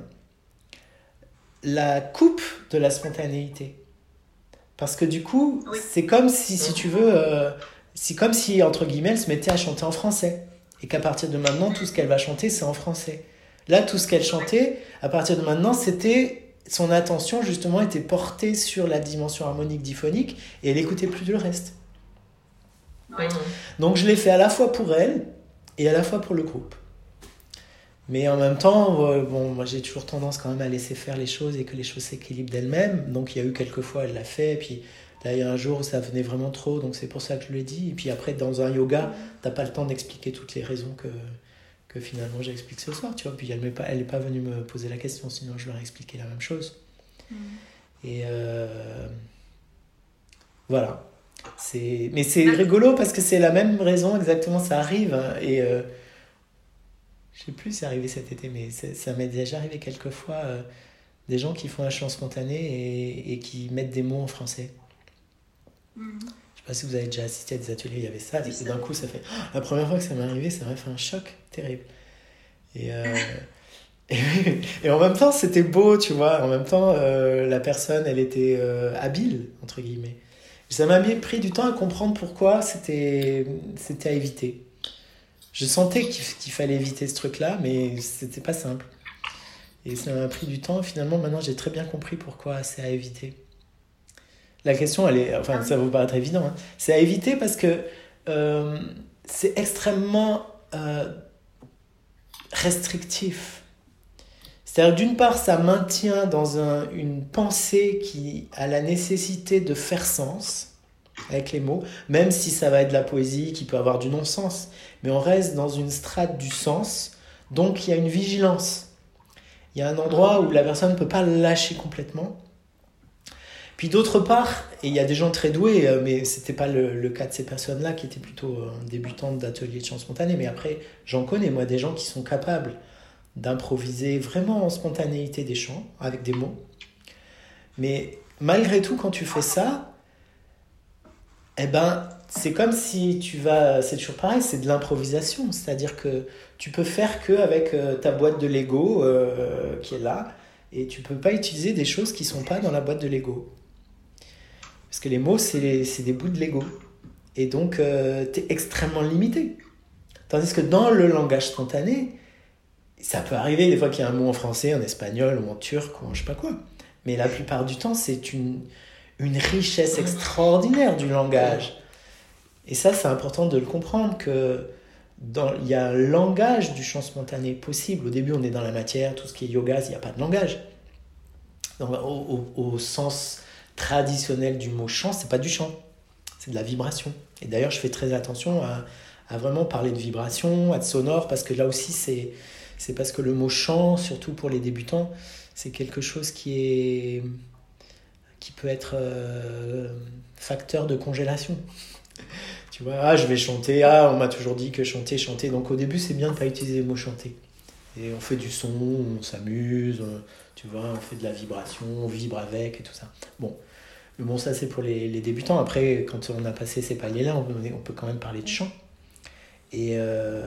la coupe de la spontanéité. Parce que du coup, c'est comme si tu veux, c'est comme si, entre guillemets, elle se mettait à chanter en français. Et qu'à partir de maintenant, tout ce qu'elle va chanter, c'est en français. Là, tout ce qu'elle chantait, à partir de maintenant, c'était... Son attention, justement, était portée sur la dimension harmonique diphonique et elle n'écoutait plus le reste. Oui. Donc, je l'ai fait à la fois pour elle et à la fois pour le groupe. Mais en même temps, moi, j'ai toujours tendance quand même à laisser faire les choses et que les choses s'équilibrent d'elles-mêmes. Donc, il y a eu quelques fois, elle l'a fait. Et puis, là, il y a un jour, ça venait vraiment trop. Donc, c'est pour ça que je lui ai dit. Et puis après, dans un yoga, tu n'as pas le temps d'expliquer toutes les raisons que finalement j'explique ce soir, tu vois. Puis elle n'est pas venue me poser la question, sinon je leur ai expliqué la même chose. Et voilà. Mais c'est rigolo parce que c'est la même raison exactement, ça arrive. Hein, et je sais plus si c'est arrivé cet été, mais ça m'est déjà arrivé quelques fois, des gens qui font un chant spontané et qui mettent des mots en français. Je sais pas si vous avez déjà assisté à des ateliers, il y avait ça, et d'un coup ça fait... La première fois que ça m'est arrivé, ça m'a fait un choc terrible. Et en même temps, c'était beau, tu vois. En même temps, la personne, elle était habile, entre guillemets. Ça m'a pris du temps à comprendre pourquoi c'était à éviter. Je sentais qu'il fallait éviter ce truc-là, mais c'était pas simple. Et ça m'a pris du temps. Finalement, maintenant, j'ai très bien compris pourquoi c'est à éviter. la question, enfin, ça vous paraît évident, hein. C'est à éviter parce que c'est extrêmement restrictif. C'est-à-dire, d'une part, ça maintient dans une pensée qui a la nécessité de faire sens avec les mots, même si ça va être de la poésie qui peut avoir du non-sens. Mais on reste dans une strate du sens, donc il y a une vigilance. Il y a un endroit où la personne ne peut pas lâcher complètement. Puis d'autre part, et il y a des gens très doués, mais ce n'était pas le cas de ces personnes-là qui étaient plutôt débutantes d'ateliers de chant spontané, mais après, j'en connais, moi, des gens qui sont capables d'improviser vraiment en spontanéité des chants, avec des mots. Mais malgré tout, quand tu fais ça, eh ben, c'est comme si c'est toujours pareil, c'est de l'improvisation. C'est-à-dire que tu peux faire qu'avec ta boîte de Lego qui est là, et tu peux pas utiliser des choses qui sont pas dans la boîte de Lego. Parce que les mots, c'est des bouts de Lego. Et donc, tu es extrêmement limité. Tandis que dans le langage spontané, ça peut arriver des fois qu'il y a un mot en français, en espagnol ou en turc ou en je sais pas quoi. Mais la plupart du temps, c'est une richesse extraordinaire du langage. Et ça, c'est important de le comprendre, il y a un langage du chant spontané possible. Au début, on est dans la matière, tout ce qui est yoga, il n'y a pas de langage. Donc, au sens traditionnel du mot chant, c'est pas du chant, c'est de la vibration. Et d'ailleurs, je fais très attention à vraiment parler de vibration, à de sonore, parce que là aussi, c'est parce que le mot chant, surtout pour les débutants, c'est quelque chose qui peut être facteur de congélation. Tu vois, je vais chanter, on m'a toujours dit que chanter. Donc au début, c'est bien de ne pas utiliser le mot chanter. Et on fait du son, on s'amuse, tu vois, on fait de la vibration, on vibre avec et tout ça. Bon, ça c'est pour les débutants. Après, quand on a passé ces paliers-là, on peut quand même parler de chant. Et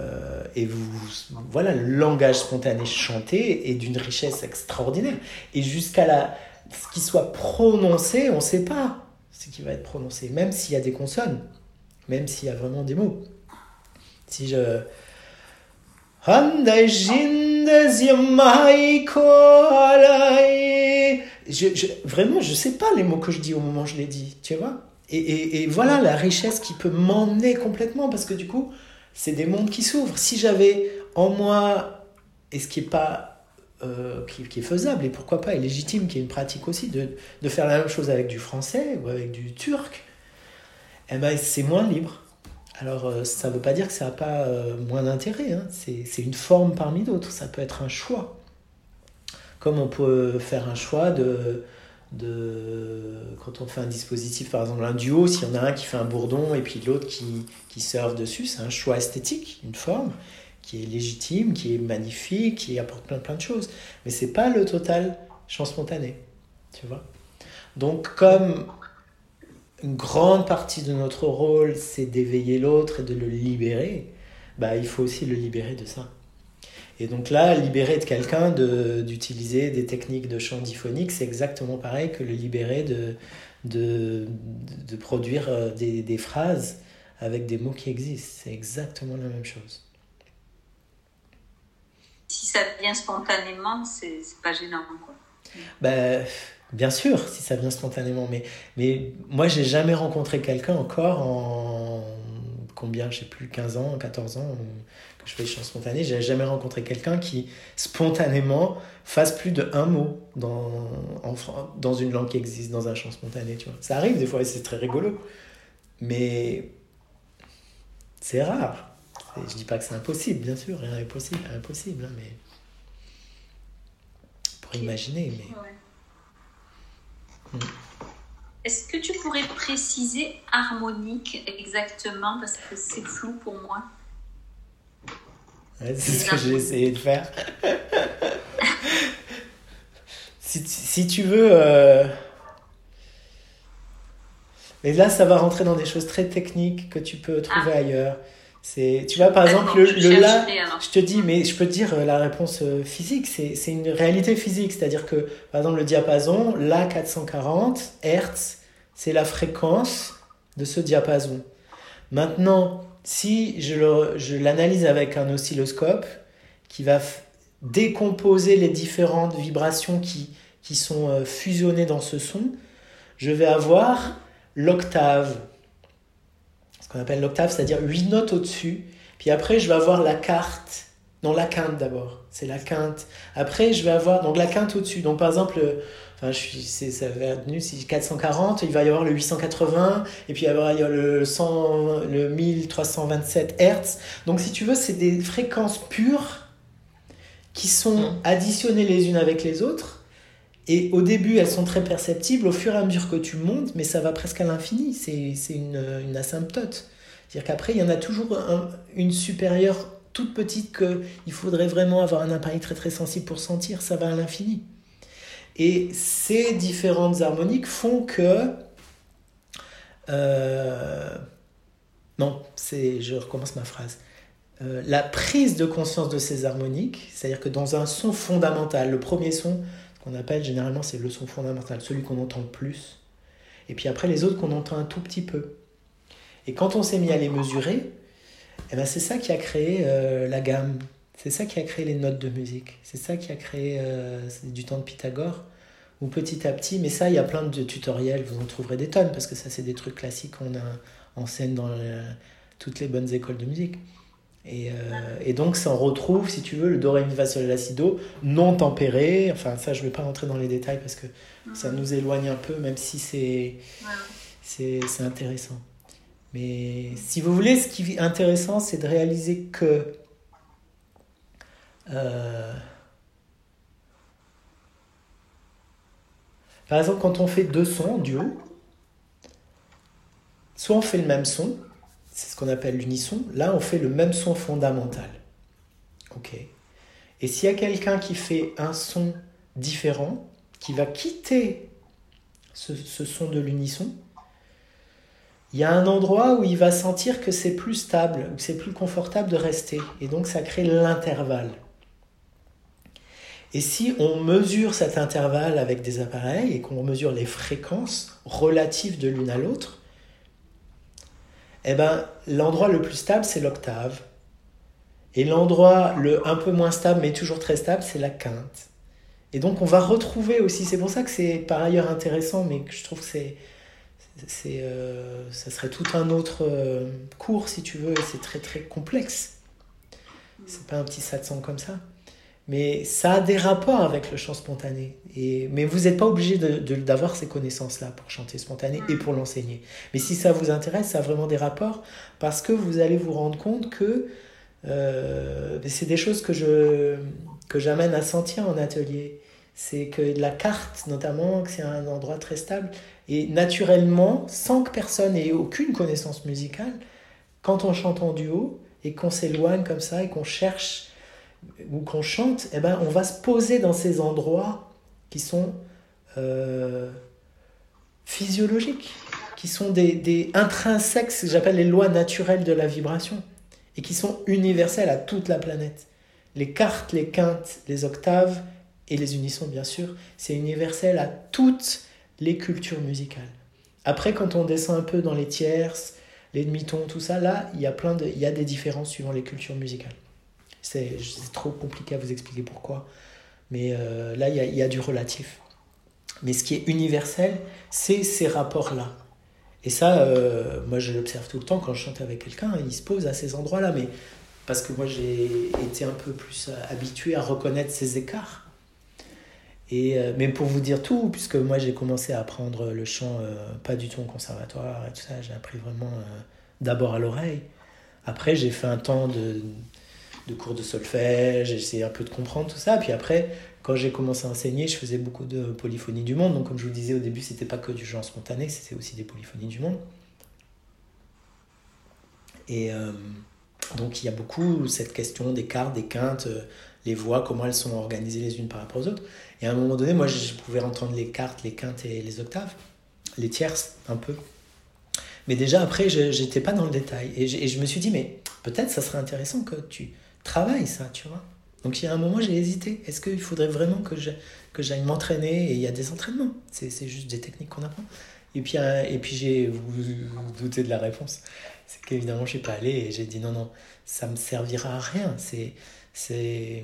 voilà, le langage spontané chanté est d'une richesse extraordinaire. Et jusqu'à ce qui soit prononcé, on ne sait pas ce qui va être prononcé, même s'il y a des consonnes, même s'il y a vraiment des mots. Si je... Vraiment, je ne sais pas les mots que je dis au moment où je les dis, tu vois. Et voilà la richesse qui peut m'emmener complètement, parce que du coup, c'est des mondes qui s'ouvrent. Si j'avais en moi, et ce qui est pas, qui est faisable, et pourquoi pas, et légitime, qui est une pratique aussi, de faire la même chose avec du français ou avec du turc, eh ben, c'est moins libre. Alors, ça ne veut pas dire que ça n'a pas moins d'intérêt, hein. C'est une forme parmi d'autres, ça peut être un choix. Comme on peut faire un choix quand on fait un dispositif, par exemple un duo, s'il y en a un qui fait un bourdon et puis l'autre qui surfe dessus, c'est un choix esthétique, une forme qui est légitime, qui est magnifique, qui apporte plein de choses. Mais c'est pas le total chant spontané, tu vois. Donc comme une grande partie de notre rôle, c'est d'éveiller l'autre et de le libérer, il faut aussi le libérer de ça. Et donc là, libérer de quelqu'un d'utiliser des techniques de chant diphonique, c'est exactement pareil que le libérer de produire des phrases avec des mots qui existent. C'est exactement la même chose. Si ça vient spontanément, c'est pas gênant, quoi. Bien sûr, si ça vient spontanément. Mais moi, j'ai jamais rencontré quelqu'un encore en... combien, je sais plus, 15 ans, 14 ans, que je fais des chants spontanés, j'ai jamais rencontré quelqu'un qui, spontanément, fasse plus de un mot dans une langue qui existe, dans un chant spontané, tu vois. Ça arrive des fois et c'est très rigolo. Mais c'est rare. Je dis pas que c'est impossible, bien sûr, rien n'est impossible, hein, mais... pour imaginer, mais... Ouais. Est-ce que tu pourrais préciser harmonique exactement, parce que c'est flou pour moi. Ouais, c'est ce que j'ai essayé de faire. si tu veux... Mais là, ça va rentrer dans des choses très techniques que tu peux trouver ailleurs. Tu vois, par exemple, le La, je te dis, mais je peux te dire la réponse physique, c'est une réalité physique. C'est-à-dire que, par exemple, le diapason, La 440 Hz, c'est la fréquence de ce diapason. Maintenant, si je l'analyse avec un oscilloscope qui va décomposer les différentes vibrations qui sont fusionnées dans ce son, je vais avoir l'octave. Ce qu'on appelle l'octave, c'est-à-dire 8 notes au-dessus. Puis après, je vais avoir la quarte. Non, la quinte d'abord. C'est la quinte. Après, je vais avoir donc la quinte au-dessus. Donc, par exemple, ça va être venu, si 440, il va y avoir le 880, et puis il va y avoir le 1327 Hertz. Donc, si tu veux, c'est des fréquences pures qui sont additionnées les unes avec les autres. Et au début, elles sont très perceptibles. Au fur et à mesure que tu montes, mais ça va presque à l'infini. C'est une asymptote. C'est-à-dire qu'après, il y en a toujours une supérieure toute petite qu'il faudrait vraiment avoir un appareil très très sensible pour sentir. Ça va à l'infini. Et ces différentes harmoniques font que... je recommence ma phrase. La prise de conscience de ces harmoniques, c'est-à-dire que dans un son fondamental, le premier son, ce qu'on appelle généralement, c'est le son fondamental, celui qu'on entend le plus. Et puis après, les autres qu'on entend un tout petit peu. Et quand on s'est mis à les mesurer, c'est ça qui a créé la gamme. C'est ça qui a créé les notes de musique. C'est ça qui a créé du temps de Pythagore. Où petit à petit, mais ça, il y a plein de tutoriels, vous en trouverez des tonnes, parce que ça, c'est des trucs classiques qu'on enseigne dans toutes les bonnes écoles de musique. Et donc, ça, on retrouve, si tu veux, le do, ré, mi, fa, sol, la, si, do, non tempéré. Enfin, ça, je ne vais pas rentrer dans les détails, parce que ça nous éloigne un peu, même si c'est intéressant. Mais si vous voulez, ce qui est intéressant, c'est de réaliser que par exemple, quand on fait deux sons en duo, soit on fait le même son, c'est ce qu'on appelle l'unisson, là on fait le même son fondamental. Ok. Et s'il y a quelqu'un qui fait un son différent, qui va quitter ce son de l'unisson, il y a un endroit où il va sentir que c'est plus stable, où c'est plus confortable de rester. Et donc ça crée l'intervalle. Et si on mesure cet intervalle avec des appareils et qu'on mesure les fréquences relatives de l'une à l'autre, l'endroit le plus stable, c'est l'octave. Et l'endroit un peu moins stable, mais toujours très stable, c'est la quinte. Et donc on va retrouver aussi, c'est pour ça que c'est par ailleurs intéressant, mais que je trouve que ça serait tout un autre cours, si tu veux, et c'est très très complexe. C'est pas un petit satsang comme ça. Mais ça a des rapports avec le chant spontané. Mais vous n'êtes pas obligé d'avoir ces connaissances-là pour chanter spontané et pour l'enseigner. Mais si ça vous intéresse, ça a vraiment des rapports, parce que vous allez vous rendre compte que c'est des choses que j'amène à sentir en atelier. C'est que la carte, notamment, que c'est un endroit très stable. Et naturellement, sans que personne ait aucune connaissance musicale, quand on chante en duo et qu'on s'éloigne comme ça et qu'on cherche ou qu'on chante, on va se poser dans ces endroits qui sont physiologiques, qui sont des intrinsèques, ce que j'appelle les lois naturelles de la vibration, et qui sont universelles à toute la planète. Les quartes, les quintes, les octaves et les unissons, bien sûr, c'est universel à toutes les cultures musicales. Après, quand on descend un peu dans les tierces, les demi-tons, tout ça, là, il y a des différences suivant les cultures musicales. C'est trop compliqué à vous expliquer pourquoi. Mais là, il y a du relatif. Mais ce qui est universel, c'est ces rapports-là. Et ça, moi, je l'observe tout le temps quand je chante avec quelqu'un, il se pose à ces endroits-là. Mais parce que moi, j'ai été un peu plus habitué à reconnaître ces écarts. Mais pour vous dire tout, puisque moi, j'ai commencé à apprendre le chant pas du tout au conservatoire et tout ça, j'ai appris vraiment d'abord à l'oreille. Après, j'ai fait un temps de cours de solfège, j'ai essayé un peu de comprendre tout ça. Puis après, quand j'ai commencé à enseigner, je faisais beaucoup de polyphonie du monde. Donc, comme je vous le disais au début, c'était pas que du chant spontané, c'était aussi des polyphonies du monde. Et donc, il y a beaucoup cette question des quartes, des quintes, les voix, comment elles sont organisées les unes par rapport aux autres. Et à un moment donné, moi, je pouvais entendre les quartes, les quintes et les octaves, les tierces, un peu. Mais déjà, après, j'étais pas dans le détail. Et je me suis dit, mais peut-être ça serait intéressant que tu travailles ça, tu vois. Donc, il y a un moment, j'ai hésité. Est-ce qu'il faudrait vraiment que j'aille m'entraîner? Et il y a des entraînements. C'est juste des techniques qu'on apprend. Et puis vous vous doutez de la réponse. C'est qu'évidemment, je suis pas allé et j'ai dit non, ça me servira à rien. C'est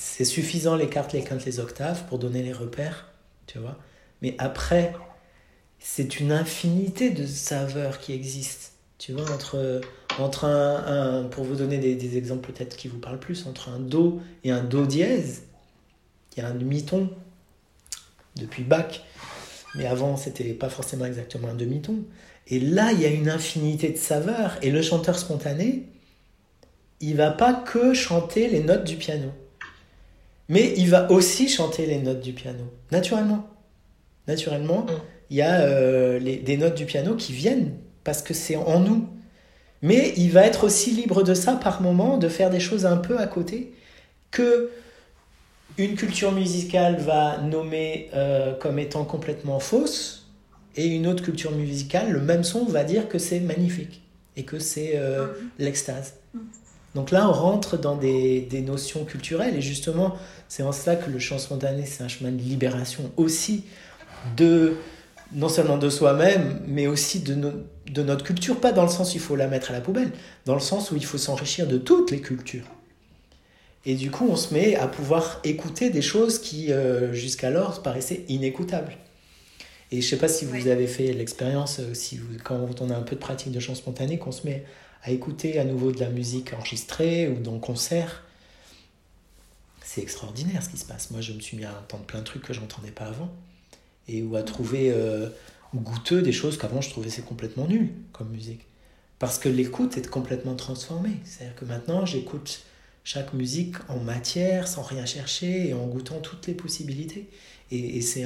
suffisant les quartes, les quintes, les octaves pour donner les repères, tu vois. Mais après, c'est une infinité de saveurs qui existent. Tu vois, entre pour vous donner des exemples peut-être qui vous parlent plus, entre un do et un do dièse, il y a un demi-ton depuis Bach, mais avant c'était pas forcément exactement un demi-ton. Et là, il y a une infinité de saveurs, et le chanteur spontané, il va pas que chanter les notes du piano, mais il va aussi chanter les notes du piano, naturellement. Naturellement, il y a des notes du piano qui viennent parce que c'est en nous. Mais il va être aussi libre de ça par moment, de faire des choses un peu à côté, que une culture musicale va nommer comme étant complètement fausse, et une autre culture musicale, le même son, va dire que c'est magnifique, et que c'est l'extase. Donc là, on rentre dans des notions culturelles, et justement, c'est en cela que le chant spontané, c'est un chemin de libération aussi, non seulement de soi-même, mais aussi de notre culture, pas dans le sens où il faut la mettre à la poubelle, dans le sens où il faut s'enrichir de toutes les cultures. Et du coup, on se met à pouvoir écouter des choses qui, jusqu'alors, paraissaient inécoutables. Et je ne sais pas si vous avez fait l'expérience, quand on a un peu de pratique de chant spontané, qu'on se met à écouter à nouveau de la musique enregistrée ou dans le concert. C'est extraordinaire ce qui se passe. Moi, je me suis mis à entendre plein de trucs que je n'entendais pas avant. Et ou à trouver goûteux des choses qu'avant je trouvais c'est complètement nul comme musique. Parce que l'écoute est complètement transformée. C'est-à-dire que maintenant, j'écoute chaque musique en matière, sans rien chercher, et en goûtant toutes les possibilités. Et c'est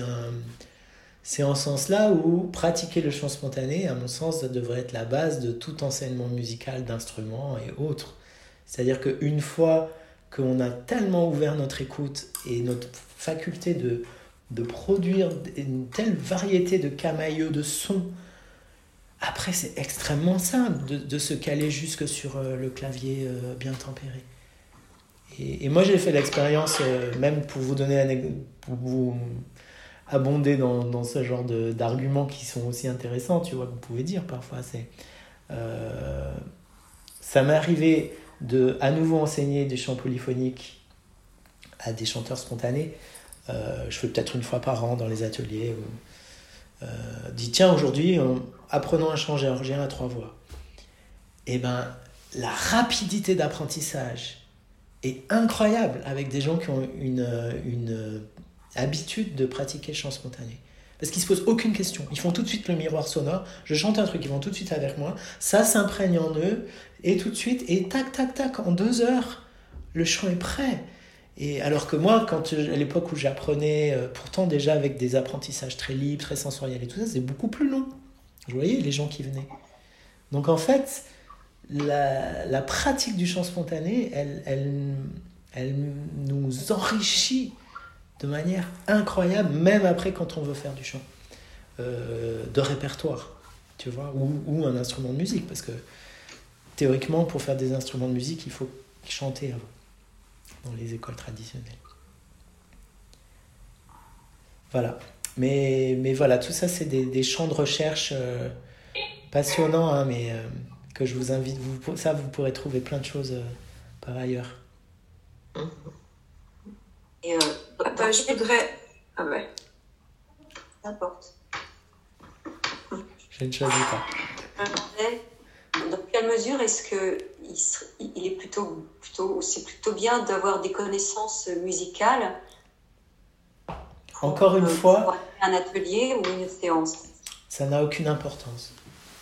en ce sens-là où pratiquer le chant spontané, à mon sens, ça devrait être la base de tout enseignement musical, d'instruments et autres. C'est-à-dire qu'une fois qu'on a tellement ouvert notre écoute et notre faculté de produire une telle variété de camailleux, de sons, après c'est extrêmement simple de se caler jusque sur le clavier bien tempéré. Et moi j'ai fait l'expérience, même pour vous donner pour vous abonder dans ce genre d'arguments qui sont aussi intéressants, tu vois, que vous pouvez dire parfois, ça m'est arrivé de à nouveau enseigner des chants polyphoniques à des chanteurs spontanés. Je fais peut-être une fois par an dans les ateliers. Dit tiens, aujourd'hui, apprenons à chant géorgien à 3 voix. Et ben, la rapidité d'apprentissage est incroyable avec des gens qui ont une habitude de pratiquer le chant spontané. Parce qu'ils ne se posent aucune question. Ils font tout de suite le miroir sonore. Je chante un truc, ils vont tout de suite avec moi. Ça s'imprègne en eux. Et tout de suite, et tac, tac, tac, en 2 heures, le chant est prêt. Et alors que moi, à l'époque où j'apprenais, pourtant déjà avec des apprentissages très libres, très sensoriels et tout ça, c'est beaucoup plus long. Vous voyez les gens qui venaient. Donc en fait, la pratique du chant spontané, elle nous enrichit de manière incroyable, même après quand on veut faire du chant de répertoire, tu vois, ou un instrument de musique, parce que théoriquement, pour faire des instruments de musique, il faut chanter avant, dans les écoles traditionnelles. Voilà. Mais voilà, tout ça, c'est des champs de recherche passionnants, hein, mais que je vous invite. Vous pourrez trouver plein de choses par ailleurs. Et je voudrais... Ah ouais. N'importe. Je ne choisis pas. Dans quelle mesure est-ce que il est plutôt c'est plutôt bien d'avoir des connaissances musicales encore une fois, pour un atelier ou une séance? Ça n'a aucune importance.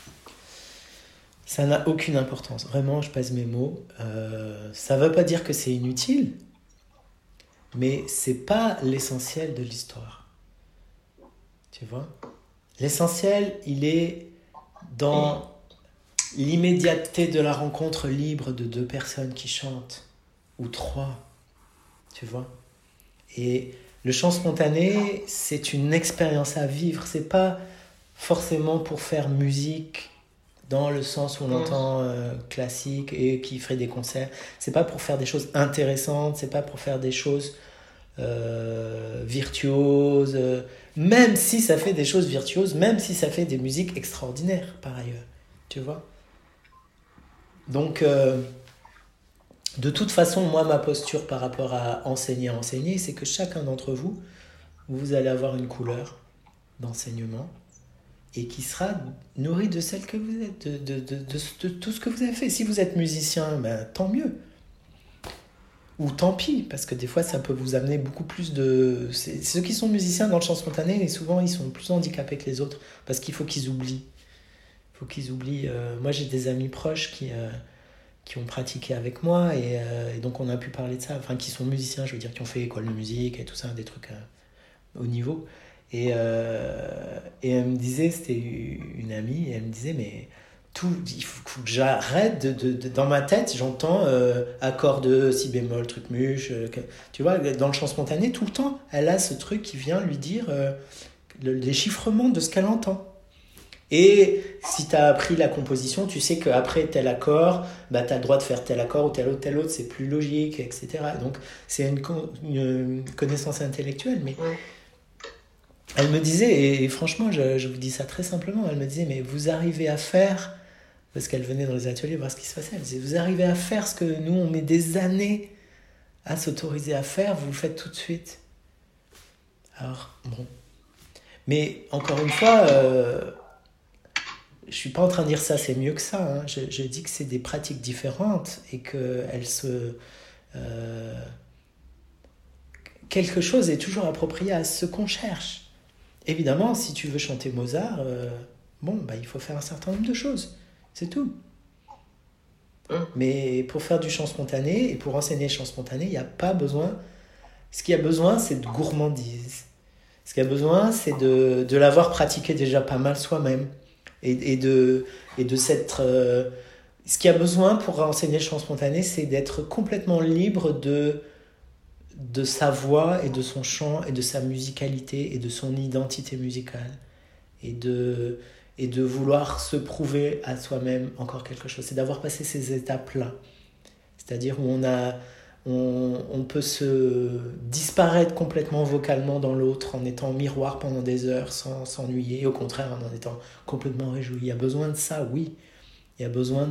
Ça n'a aucune importance. Vraiment, je pèse mes mots. Ça ne veut pas dire que c'est inutile, mais c'est pas l'essentiel de l'histoire. Tu vois ? L'essentiel, il est dans l'immédiateté de la rencontre libre de 2 personnes qui chantent, ou 3, tu vois. Et le chant spontané, c'est une expérience à vivre. C'est pas forcément pour faire musique dans le sens où on entend classique et qui ferait des concerts. C'est pas pour faire des choses intéressantes, c'est pas pour faire des choses virtuoses, même si ça fait des choses virtuoses, même si ça fait des musiques extraordinaires par ailleurs, tu vois. Donc, de toute façon, moi, ma posture par rapport à enseigner, c'est que chacun d'entre vous, vous allez avoir une couleur d'enseignement et qui sera nourrie de celle que vous êtes, de tout ce que vous avez fait. Si vous êtes musicien, ben, tant mieux. Ou tant pis, parce que des fois, ça peut vous amener beaucoup plus de... Ceux qui sont musiciens dans le chant spontané, et souvent, ils sont plus handicapés que les autres, parce qu'il faut qu'ils oublient. Moi, j'ai des amis proches qui ont pratiqué avec moi, et donc on a pu parler de ça, enfin, qui sont musiciens, je veux dire, qui ont fait école de musique et tout ça, des trucs au niveau. Et elle me disait, c'était une amie, et elle me disait, mais... il faut que j'arrête dans ma tête, j'entends accord de si bémol, truc muche, tu vois, dans le chant spontané, tout le temps, elle a ce truc qui vient lui dire le déchiffrement de ce qu'elle entend. Et si tu as appris la composition, tu sais qu'après tel accord, bah, tu as le droit de faire tel accord ou tel autre, c'est plus logique, etc. Donc c'est une connaissance intellectuelle, mais... Ouais. Elle me disait, et franchement, je vous dis ça très simplement, elle me disait, mais vous arrivez à faire, parce qu'elle venait dans les ateliers voir ce qui se passait, elle disait, vous arrivez à faire ce que nous, on met des années à s'autoriser à faire, vous le faites tout de suite. Alors, bon. Mais, encore une fois, je suis pas en train de dire ça, c'est mieux que ça. Hein. Je dis que c'est des pratiques différentes et qu'elles se... quelque chose est toujours approprié à ce qu'on cherche. Évidemment, si tu veux chanter Mozart, il faut faire un certain nombre de choses. C'est tout. Mais pour faire du chant spontané et pour enseigner le chant spontané, il n'y a pas besoin... Ce qu'il y a besoin, c'est de gourmandise. Ce qu'il y a besoin, c'est de l'avoir pratiqué déjà pas mal soi-même. Et de s'être... ce qu'il y a besoin pour enseigner le chant spontané, c'est d'être complètement libre de sa voix et de son chant et de sa musicalité et de son identité musicale et de vouloir se prouver à soi-même encore quelque chose. C'est d'avoir passé ces étapes-là. C'est-à-dire où on peut se disparaître complètement vocalement dans l'autre en étant miroir pendant des heures sans s'ennuyer, et au contraire en étant complètement réjoui. Il y a besoin de ça, oui. Il y a besoin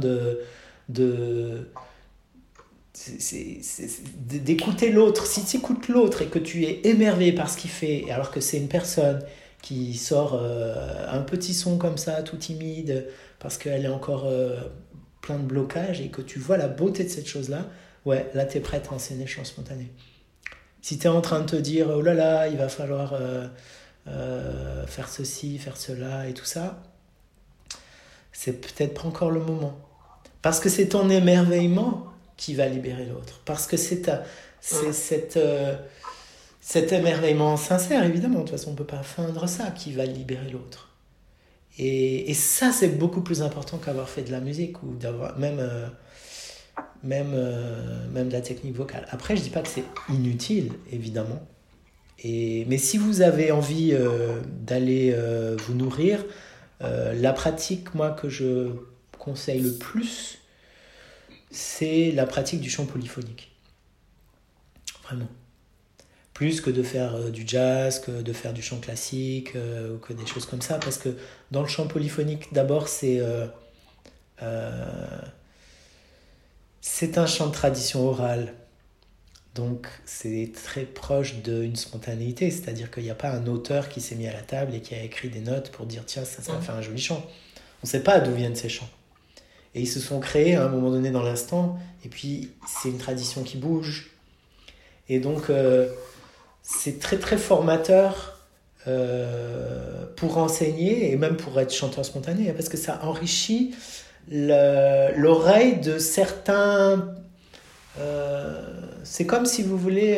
d'écouter l'autre. Si tu écoutes l'autre et que tu es émerveillé par ce qu'il fait, alors que c'est une personne qui sort un petit son comme ça, tout timide, parce qu'elle est encore plein de blocages, et que tu vois la beauté de cette chose-là, ouais, là t'es prête à enseigner le chant spontané. Si t'es en train de te dire, oh là là, il va falloir faire ceci, faire cela et tout ça, c'est peut-être pas encore le moment. Parce que c'est ton émerveillement qui va libérer l'autre. Parce que c'est cet émerveillement sincère, évidemment, de toute façon on ne peut pas feindre ça, qui va libérer l'autre. Et ça, c'est beaucoup plus important qu'avoir fait de la musique ou d'avoir même de la technique vocale. Après, je ne dis pas que c'est inutile, évidemment. Mais si vous avez envie d'aller vous nourrir, la pratique, moi, que je conseille le plus, c'est la pratique du chant polyphonique. Vraiment. Plus que de faire du jazz, que de faire du chant classique, ou que des choses comme ça. Parce que dans le chant polyphonique, d'abord, c'est un chant de tradition orale. Donc, c'est très proche d'une spontanéité. C'est-à-dire qu'il n'y a pas un auteur qui s'est mis à la table et qui a écrit des notes pour dire « Tiens, ça va faire un joli chant ». On ne sait pas d'où viennent ces chants. Et ils se sont créés à un moment donné dans l'instant, et puis c'est une tradition qui bouge. Et donc, c'est très très formateur pour enseigner, et même pour être chanteur spontané, parce que ça enrichit l'oreille de certains... c'est comme si vous voulez...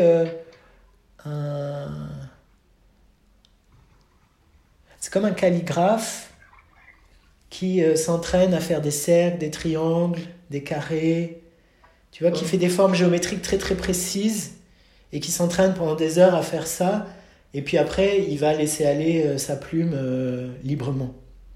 c'est comme un calligraphe qui s'entraîne à faire des cercles, des triangles, des carrés, tu vois, qui fait des formes géométriques très très précises et qui s'entraîne pendant des heures à faire ça, et puis après il va laisser aller sa plume librement.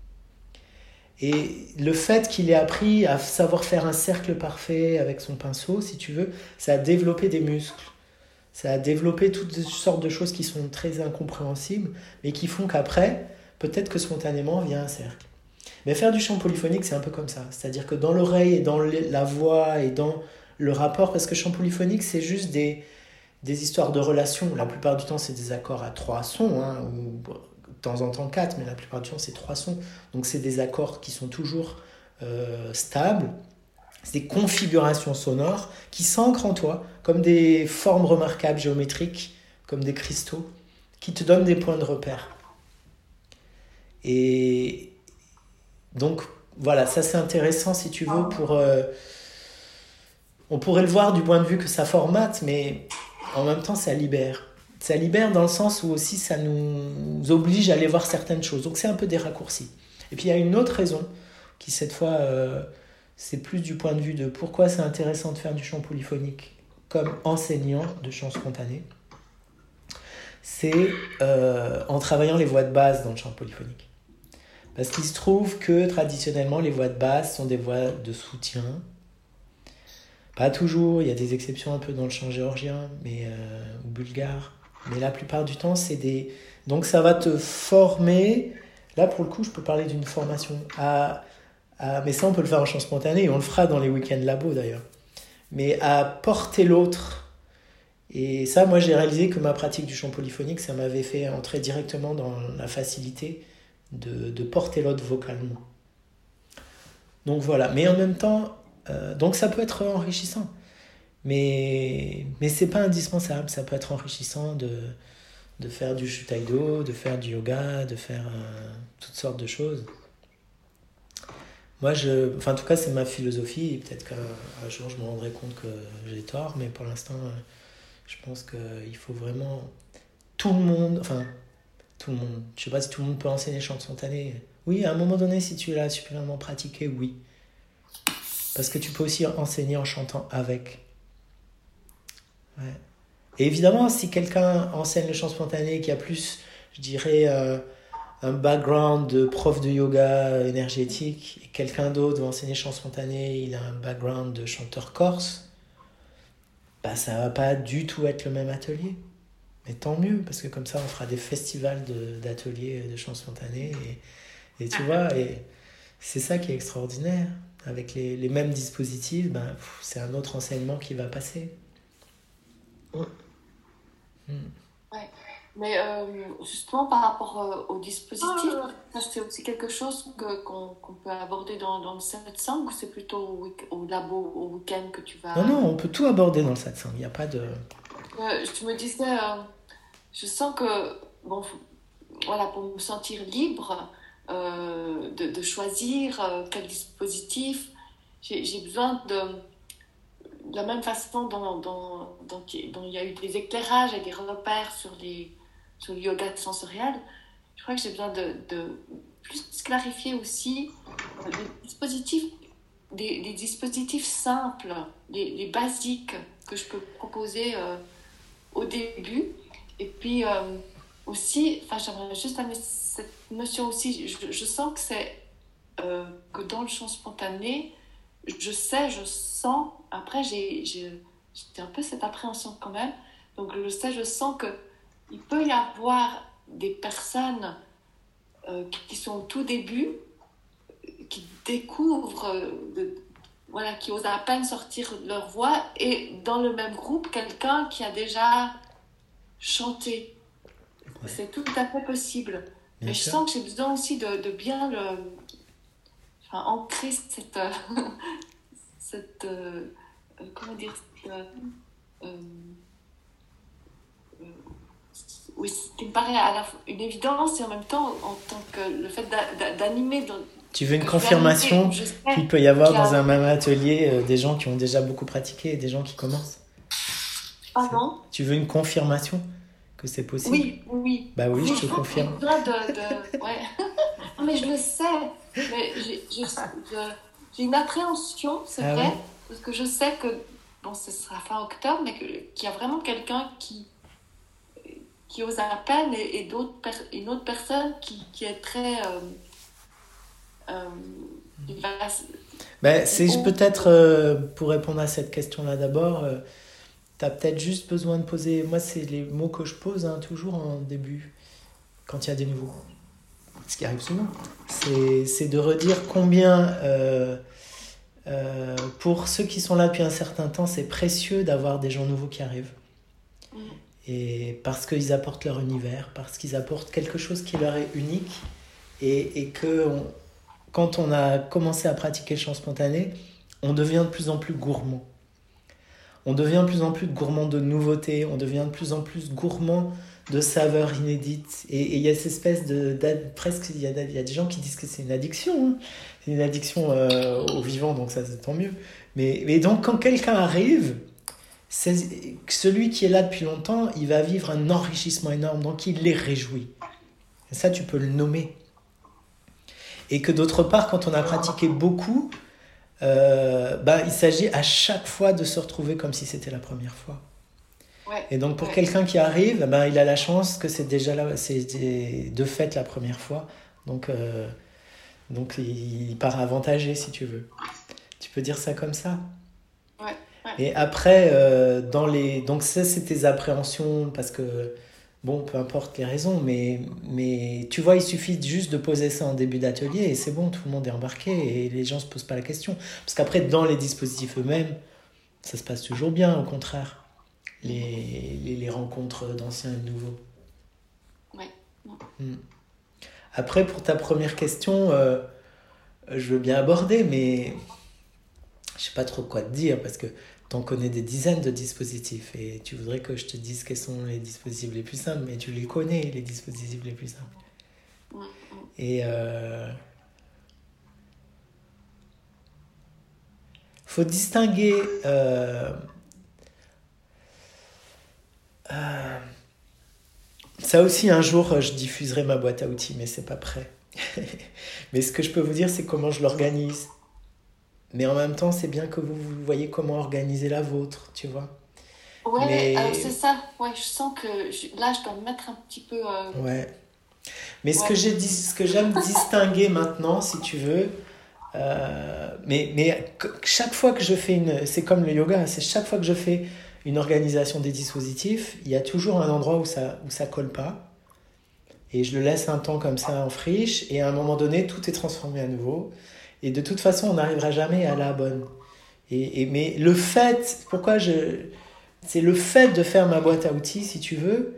Et le fait qu'il ait appris à savoir faire un cercle parfait avec son pinceau, si tu veux, ça a développé des muscles, ça a développé toutes sortes de choses qui sont très incompréhensibles, mais qui font qu'après, peut-être que spontanément vient un cercle. Mais faire du chant polyphonique, c'est un peu comme ça. C'est-à-dire que dans l'oreille et dans la voix et dans le rapport, parce que chant polyphonique, c'est juste des histoires de relations. La plupart du temps, c'est des accords à 3 sons, hein, ou temps en temps 4, mais la plupart du temps c'est 3 sons. Donc c'est des accords qui sont toujours stables. C'est des configurations sonores qui s'ancrent en toi, comme des formes remarquables géométriques, comme des cristaux, qui te donnent des points de repère. Et donc voilà, ça c'est intéressant si tu veux pour... on pourrait le voir du point de vue que ça formate, mais en même temps ça libère. Ça libère dans le sens où aussi ça nous oblige à aller voir certaines choses. Donc c'est un peu des raccourcis. Et puis il y a une autre raison qui cette fois, c'est plus du point de vue de pourquoi c'est intéressant de faire du chant polyphonique comme enseignant de chant spontané. C'est en travaillant les voix de basse dans le chant polyphonique. Parce qu'il se trouve que traditionnellement les voix de basse sont des voix de soutien. Pas toujours, il y a des exceptions un peu dans le chant géorgien ou bulgare. Mais la plupart du temps, c'est des... Donc ça va te former... Là, pour le coup, je peux parler d'une formation mais ça, on peut le faire en chant spontané et on le fera dans les week-ends labo d'ailleurs. Mais à porter l'autre. Et ça, moi, j'ai réalisé que ma pratique du chant polyphonique, ça m'avait fait entrer directement dans la facilité de porter l'autre vocalement. Donc voilà. Mais en même temps, donc ça peut être enrichissant. Mais c'est pas indispensable. Ça peut être enrichissant de faire du shutaido, de faire du yoga, de faire toutes sortes de choses. Moi, en tout cas, c'est ma philosophie. Et peut-être qu'un jour, je me rendrai compte que j'ai tort. Mais pour l'instant, je pense qu'il faut vraiment... Tout le monde... Je ne sais pas si tout le monde peut enseigner le chant spontané. Oui, à un moment donné, si tu l'as suffisamment pratiqué, oui. Parce que tu peux aussi enseigner en chantant avec. Ouais. Et évidemment, si quelqu'un enseigne le chant spontané qui a plus, je dirais, un background de prof de yoga énergétique, et quelqu'un d'autre va enseigner le chant spontané, il a un background de chanteur corse, ça ne va pas du tout être le même atelier. Mais tant mieux, parce que comme ça, on fera des festivals d'ateliers de chant spontané. Et tu vois, et c'est ça qui est extraordinaire. Avec les mêmes dispositifs, c'est un autre enseignement qui va passer. Ouais. Mais justement, par rapport au dispositif, c'est aussi quelque chose qu'on peut aborder dans le satsang, ou c'est plutôt au labo, au week-end que tu vas... Non, on peut tout aborder dans le satsang, il n'y a pas de... je me disais, je sens que, voilà, pour me sentir libre de choisir quel dispositif, j'ai besoin de la même façon dont il y a eu des éclairages et des repères sur le yoga sensoriel. Je crois que j'ai besoin de plus clarifier aussi des dispositifs simples, les basiques que je peux proposer au début. Et puis aussi, j'aimerais juste amener cette notion aussi. Je sens que c'est que dans le chant spontané, je sens, après j'ai un peu cette appréhension quand même, donc je sens qu'il peut y avoir des personnes qui sont au tout début, qui découvrent, qui osent à peine sortir leur voix, et dans le même groupe, quelqu'un qui a déjà chanté. Ouais. C'est tout à fait possible. Bien Mais sûr. Je sens que j'ai besoin aussi de bien ancrer cette comment dire, oui, ce qui me paraît à la fois une évidence, et en même temps, en tant que le fait d'animer. Tu veux une confirmation qu'il peut y avoir dans un même atelier des gens qui ont déjà beaucoup pratiqué et des gens qui commencent? Pardon? Tu veux une confirmation que c'est possible? Oui. Oui, je te confirme. Ouais. Non, mais je le sais. Mais j'ai une appréhension, c'est vrai, ouais. Parce que je sais que, ce sera fin octobre, mais qu'il y a vraiment quelqu'un qui ose à peine, et une autre personne qui est très... c'est peut-être, pour répondre à cette question-là d'abord, tu as peut-être juste besoin de poser... Moi, c'est les mots que je pose toujours en début, quand il y a des nouveaux. Ce qui arrive souvent. C'est de redire combien... pour ceux qui sont là depuis un certain temps, c'est précieux d'avoir des gens nouveaux qui arrivent. Et parce qu'ils apportent leur univers, parce qu'ils apportent quelque chose qui leur est unique, et que quand on a commencé à pratiquer le chant spontané, on devient de plus en plus gourmand. On devient de plus en plus gourmand de nouveautés, on devient de plus en plus gourmand de saveurs inédites. Et il y a cette espèce presque, il y a des gens qui disent que c'est une addiction. Hein. C'est une addiction au vivant, donc ça c'est tant mieux. Mais donc quand quelqu'un arrive, celui qui est là depuis longtemps, il va vivre un enrichissement énorme, donc il les réjouit. Et ça, tu peux le nommer. Et que d'autre part, quand on a pratiqué beaucoup, il s'agit à chaque fois de se retrouver comme si c'était la première fois. Ouais, et donc pour quelqu'un qui arrive, il a la chance que c'est déjà là, c'est de fait la première fois. Donc il part avantagé, si tu veux. Tu peux dire ça comme ça. Ouais. Et après, donc ça, c'est tes appréhensions, parce que, bon, peu importe les raisons, mais tu vois, il suffit juste de poser ça en début d'atelier et c'est bon, tout le monde est embarqué et les gens ne se posent pas la question. Parce qu'après, dans les dispositifs eux-mêmes, ça se passe toujours bien, au contraire, les rencontres d'anciens et de nouveaux. Ouais. Après, pour ta première question, je veux bien aborder, mais je ne sais pas trop quoi te dire, parce que tu en connais des dizaines de dispositifs et tu voudrais que je te dise quels sont les dispositifs les plus simples, mais tu les connais, les dispositifs les plus simples. Et faut distinguer ça aussi, un jour je diffuserai ma boîte à outils, mais c'est pas prêt. Mais ce que je peux vous dire, c'est comment je l'organise. Mais en même temps, c'est bien que vous voyez comment organiser la vôtre, tu vois. Ouais, c'est ça. Ouais, je sens que là, je dois me mettre un petit peu... Ouais. Mais ce que j'aime distinguer maintenant, si tu veux, mais chaque fois que je fais c'est comme le yoga, c'est chaque fois que je fais une organisation des dispositifs, il y a toujours un endroit où ça colle pas. Et je le laisse un temps comme ça en friche, et à un moment donné, tout est transformé à nouveau. Et de toute façon, on n'arrivera jamais à la bonne. Mais le fait, c'est le fait de faire ma boîte à outils, si tu veux,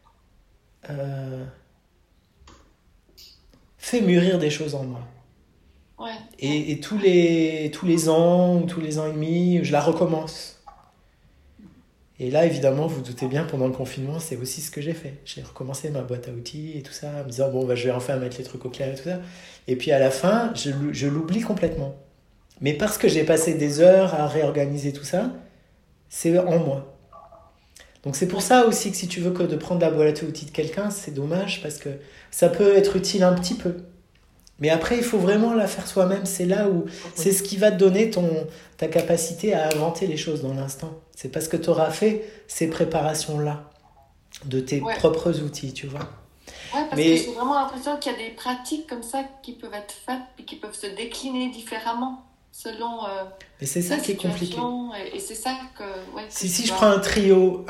fait mûrir des choses en moi. Ouais. Et tous les ans, ou tous les ans et demi, je la recommence. Et là, évidemment, vous vous doutez bien, pendant le confinement, c'est aussi ce que j'ai fait. J'ai recommencé ma boîte à outils et tout ça, en me disant, je vais enfin mettre les trucs au clair et tout ça. Et puis à la fin, je l'oublie complètement. Mais parce que j'ai passé des heures à réorganiser tout ça, c'est en moi. Donc c'est pour ça aussi que si tu veux que de prendre la boîte à outils de quelqu'un, c'est dommage, parce que ça peut être utile un petit peu. Mais après, il faut vraiment la faire soi-même. C'est là où c'est ce qui va te donner ta capacité à inventer les choses dans l'instant. C'est parce que tu auras fait ces préparations-là de tes propres outils, tu vois. Ouais, parce que j'ai vraiment l'impression qu'il y a des pratiques comme ça qui peuvent être faites et qui peuvent se décliner différemment selon mais c'est ça qui est compliqué. Et c'est ça que... Ouais, si je prends un trio,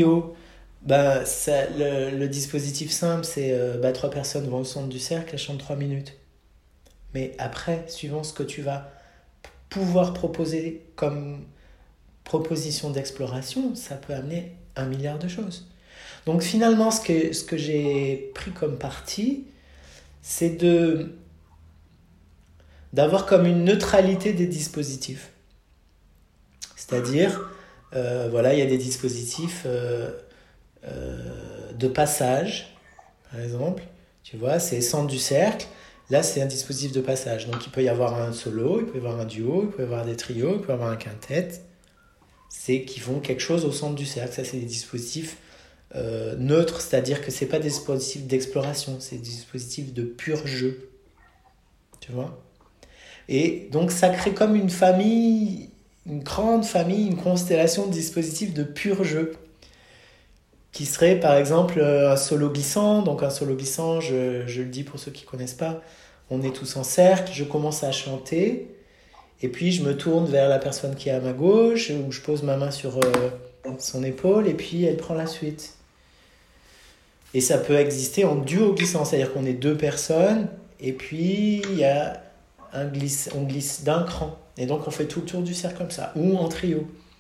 le dispositif simple, c'est 3 personnes vont au centre du cercle, elles chantent 3 minutes. Mais après, suivant ce que tu vas pouvoir proposer comme proposition d'exploration, ça peut amener 1 milliard de choses. Donc finalement, ce que j'ai pris comme parti, c'est d'avoir comme une neutralité des dispositifs. C'est-à-dire, il y a des dispositifs de passage, par exemple. Tu vois, c'est centre du cercle. Là, c'est un dispositif de passage. Donc, il peut y avoir un solo, il peut y avoir un duo, il peut y avoir des trios, il peut y avoir un quintet. C'est qui font quelque chose au centre du cercle. Ça, c'est des dispositifs neutres, c'est-à-dire que ce n'est pas des dispositifs d'exploration, c'est des dispositifs de pur jeu. Tu vois ? Et donc, ça crée comme une famille, une grande famille, une constellation de dispositifs de pur jeu. Qui serait par exemple un solo glissant. Donc un solo glissant, je le dis pour ceux qui ne connaissent pas, on est tous en cercle, je commence à chanter, et puis je me tourne vers la personne qui est à ma gauche, où je pose ma main sur son épaule, et puis elle prend la suite. Et ça peut exister en duo glissant, c'est-à-dire qu'on est 2 personnes, et puis il y a on glisse d'un cran, et donc on fait tout le tour du cercle comme ça, ou en trio.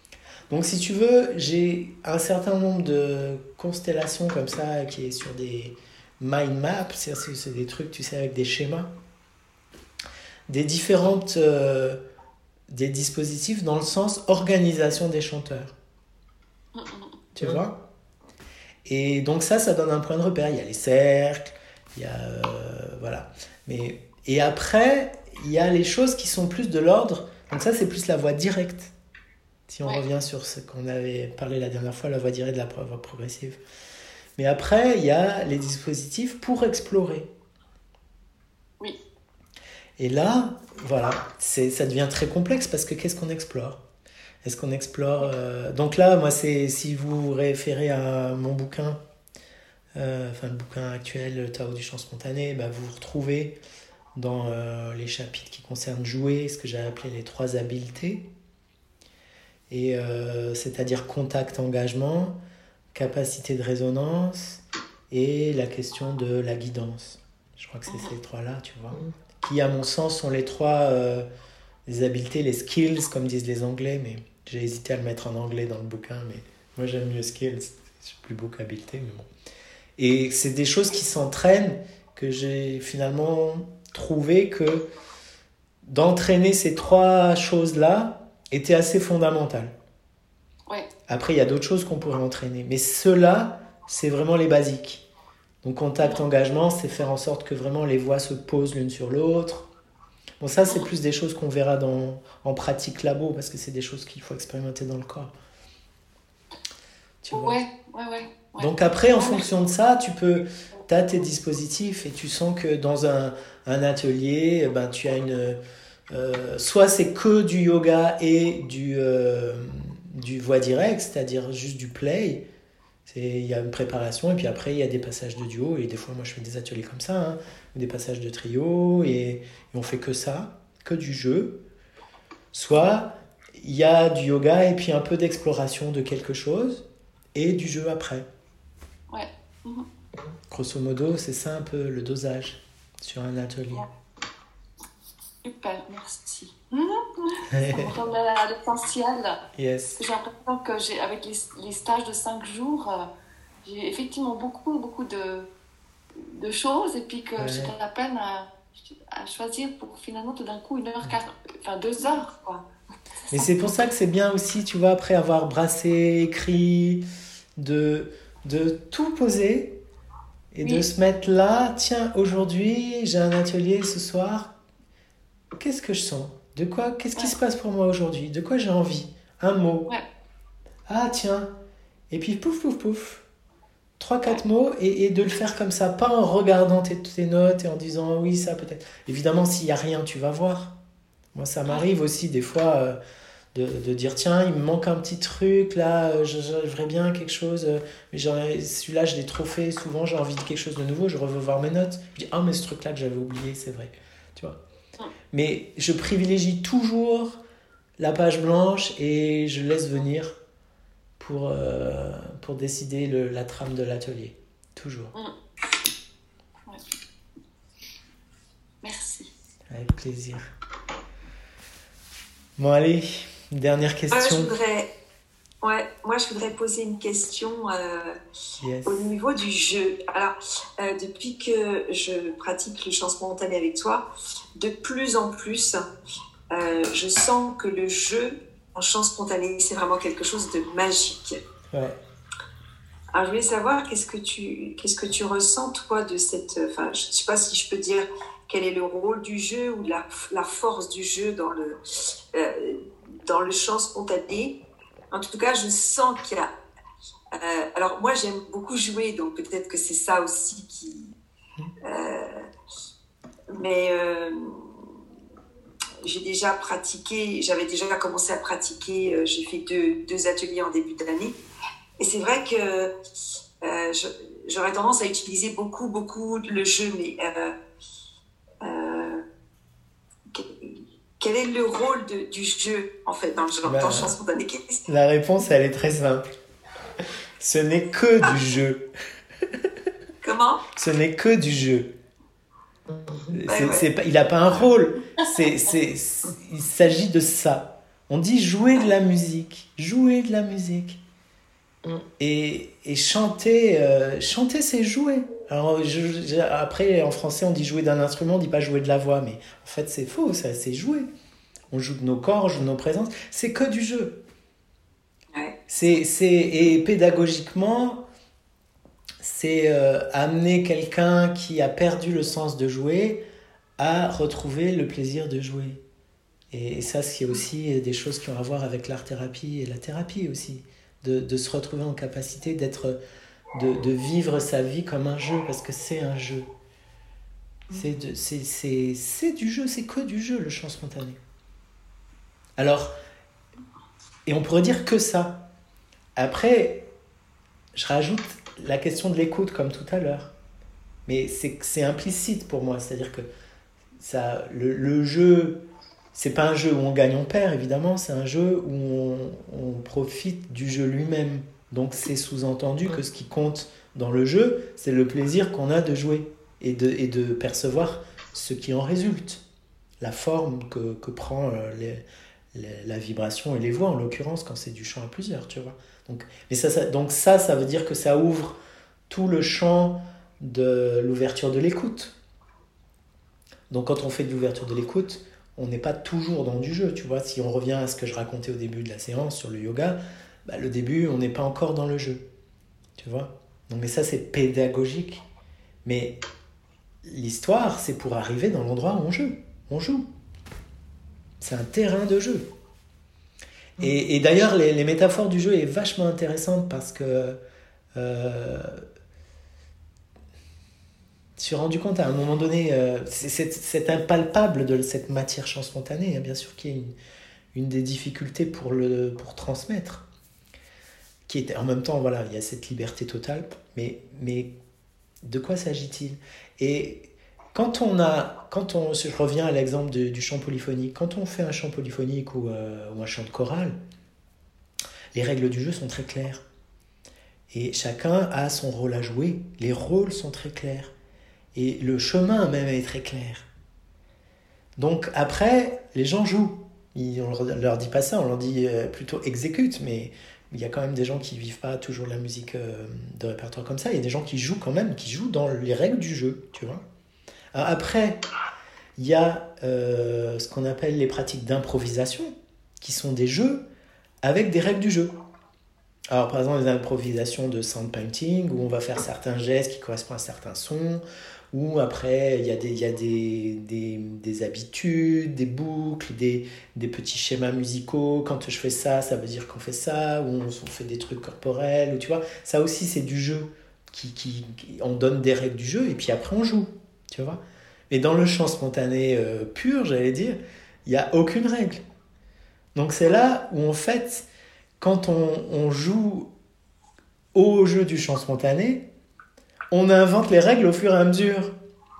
Donc si tu veux, j'ai un certain nombre de constellations comme ça qui est sur des mind maps, c'est des trucs, tu sais, avec des schémas, des différentes des dispositifs dans le sens organisation des chanteurs. Tu vois? Et donc ça donne un point de repère. Il y a les cercles, il y a voilà. Et après, il y a les choses qui sont plus de l'ordre. Donc ça, c'est plus la voie directe. Si on revient sur ce qu'on avait parlé la dernière fois, la voie directe de la voie progressive. Mais après, il y a les dispositifs pour explorer. Oui. Et là, voilà, ça devient très complexe parce que qu'est-ce qu'on explore? Est-ce qu'on explore... Donc là, moi, si vous vous référez à mon bouquin, le bouquin actuel, le Tao du chant spontané, vous vous retrouvez dans les chapitres qui concernent jouer, ce que j'ai appelé les 3 habiletés. Et c'est-à-dire contact, engagement, capacité de résonance et la question de la guidance. Je crois que c'est ces 3-là, tu vois. Qui, à mon sens, sont les 3 les habiletés, les skills, comme disent les Anglais, mais j'ai hésité à le mettre en anglais dans le bouquin, mais moi j'aime mieux skills, c'est plus beau qu'habileté, mais bon. Et c'est des choses qui s'entraînent, que j'ai finalement trouvé que d'entraîner ces 3 choses-là était assez fondamental. Ouais. Après, il y a d'autres choses qu'on pourrait entraîner, mais ceux-là, c'est vraiment les basiques. Donc contact, engagement, c'est faire en sorte que vraiment les voix se posent l'une sur l'autre. Bon, ça, c'est plus des choses qu'on verra en pratique labo, parce que c'est des choses qu'il faut expérimenter dans le corps. Tu vois ? Ouais. Donc après, en fonction de ça, tu as tes dispositifs et tu sens que dans un atelier, tu as soit c'est que du yoga et du voix directe, c'est-à-dire juste du play. Il y a une préparation et puis après il y a des passages de duo et des fois moi je fais des ateliers comme ça, des passages de trio et on fait que ça, que du jeu. Soit il y a du yoga et puis un peu d'exploration de quelque chose et du jeu après. Ouais. Grosso modo, c'est ça un peu le dosage sur un atelier. Super, merci. Ça me donne l'essentiel. Yes. J'ai l'impression que avec les stages de 5 jours, j'ai effectivement beaucoup de choses et puis que j'ai de la peine à choisir pour finalement tout d'un coup 2 heures, quoi. Mais c'est pour ça que c'est bien aussi, tu vois, après avoir brassé, écrit, de tout poser et de se mettre là. Tiens, aujourd'hui, j'ai un atelier ce soir. Qu'est-ce que je sens ? Qu'est-ce qui se passe pour moi aujourd'hui ? De quoi j'ai envie ? Un mot. Ouais. Ah, tiens. Et puis, pouf, pouf, pouf. 3-4 mots et de le faire comme ça. Pas en regardant tes notes et en disant oui, ça peut-être. Évidemment, s'il n'y a rien, tu vas voir. Moi, ça m'arrive aussi des fois de dire tiens, il me manque un petit truc là, j'aimerais bien quelque chose. Mais celui-là, je l'ai trop fait. Souvent, j'ai envie de quelque chose de nouveau. Je revois voir mes notes. Je dis mais ce truc-là que j'avais oublié, c'est vrai. Tu vois. Mais je privilégie toujours la page blanche et je laisse venir pour décider la trame de l'atelier. Toujours. Ouais. Merci. Avec plaisir. Bon, allez, dernière question. Moi, je voudrais poser une question Yes. au niveau du jeu. Alors, depuis que je pratique le chant spontané avec toi, de plus en plus, je sens que le jeu en chant spontané, c'est vraiment quelque chose de magique. Ouais. Alors, je voulais savoir qu'est-ce que tu ressens, toi, de cette... Enfin, je ne sais pas si je peux dire quel est le rôle du jeu ou la force du jeu dans le chant spontané. En tout cas, je sens qu'il y a... alors, moi, j'aime beaucoup jouer, donc peut-être que c'est ça aussi qui... j'ai déjà pratiqué, j'avais déjà commencé à pratiquer, j'ai fait deux ateliers en début d'année. Et c'est vrai que j'aurais tendance à utiliser beaucoup le jeu, mais quel est le rôle du jeu, en fait, dans le chant spontané ? La réponse, elle est très simple. Ce n'est que du jeu. Comment ? Ce n'est que du jeu. Il n'a pas un rôle. Il s'agit de ça. On dit jouer de la musique. Jouer de la musique. Et chanter, chanter, c'est jouer. Alors, après, en français, on dit jouer d'un instrument, on dit pas jouer de la voix. Mais en fait, c'est faux, ça, c'est jouer. On joue de nos corps, on joue de nos présences. C'est que du jeu. Ouais. Et pédagogiquement, c'est amener quelqu'un qui a perdu le sens de jouer à retrouver le plaisir de jouer. Et ça, c'est aussi des choses qui ont à voir avec l'art-thérapie et la thérapie aussi. De se retrouver en capacité de vivre sa vie comme un jeu, parce que c'est un jeu. C'est du jeu, c'est que du jeu, le chant spontané. Alors, et on pourrait dire que ça. Après, je rajoute la question de l'écoute, comme tout à l'heure. Mais c'est implicite pour moi, c'est-à-dire que ça, le jeu... C'est pas un jeu où on gagne, on perd, évidemment. C'est un jeu où on profite du jeu lui-même. Donc, c'est sous-entendu que ce qui compte dans le jeu, c'est le plaisir qu'on a de jouer et de percevoir ce qui en résulte. La forme que prend la vibration et les voix, en l'occurrence, quand c'est du chant à plusieurs, tu vois. Donc ça veut dire que ça ouvre tout le champ de l'ouverture de l'écoute. Donc, quand on fait de l'ouverture de l'écoute, on n'est pas toujours dans du jeu, tu vois. Si on revient à ce que je racontais au début de la séance sur le yoga, le début, on n'est pas encore dans le jeu, tu vois. Donc, mais ça, c'est pédagogique. Mais l'histoire, c'est pour arriver dans l'endroit où on joue. C'est un terrain de jeu. Et d'ailleurs, les métaphores du jeu est vachement intéressante parce que je me suis rendu compte à un moment donné, c'est impalpable de cette matière chant spontanée, hein, bien sûr qu'il y a une des difficultés pour transmettre, qui est en même temps, voilà, il y a cette liberté totale, mais de quoi s'agit-il? Et je reviens à l'exemple du chant polyphonique, quand on fait un chant polyphonique ou un chant de chorale, les règles du jeu sont très claires. Et chacun a son rôle à jouer, les rôles sont très clairs. Et le chemin même est très clair. Donc après, les gens jouent. On ne leur dit pas ça, on leur dit plutôt exécute, mais il y a quand même des gens qui ne vivent pas toujours la musique de répertoire comme ça. Il y a des gens qui jouent quand même, qui jouent dans les règles du jeu, tu vois. Alors après, il y a ce qu'on appelle les pratiques d'improvisation, qui sont des jeux avec des règles du jeu. Alors par exemple, les improvisations de sound painting, où on va faire certains gestes qui correspondent à certains sons, ou après il y a des habitudes, des boucles, des petits schémas musicaux. Quand je fais ça, ça veut dire qu'on fait ça, ou on fait des trucs corporels, ou tu vois, ça aussi c'est du jeu, on donne des règles du jeu et puis après on joue, tu vois. Mais dans le chant spontané pur, j'allais dire, il n'y a aucune règle. Donc c'est là où en fait, quand on joue au jeu du chant spontané, on invente les règles au fur et à mesure.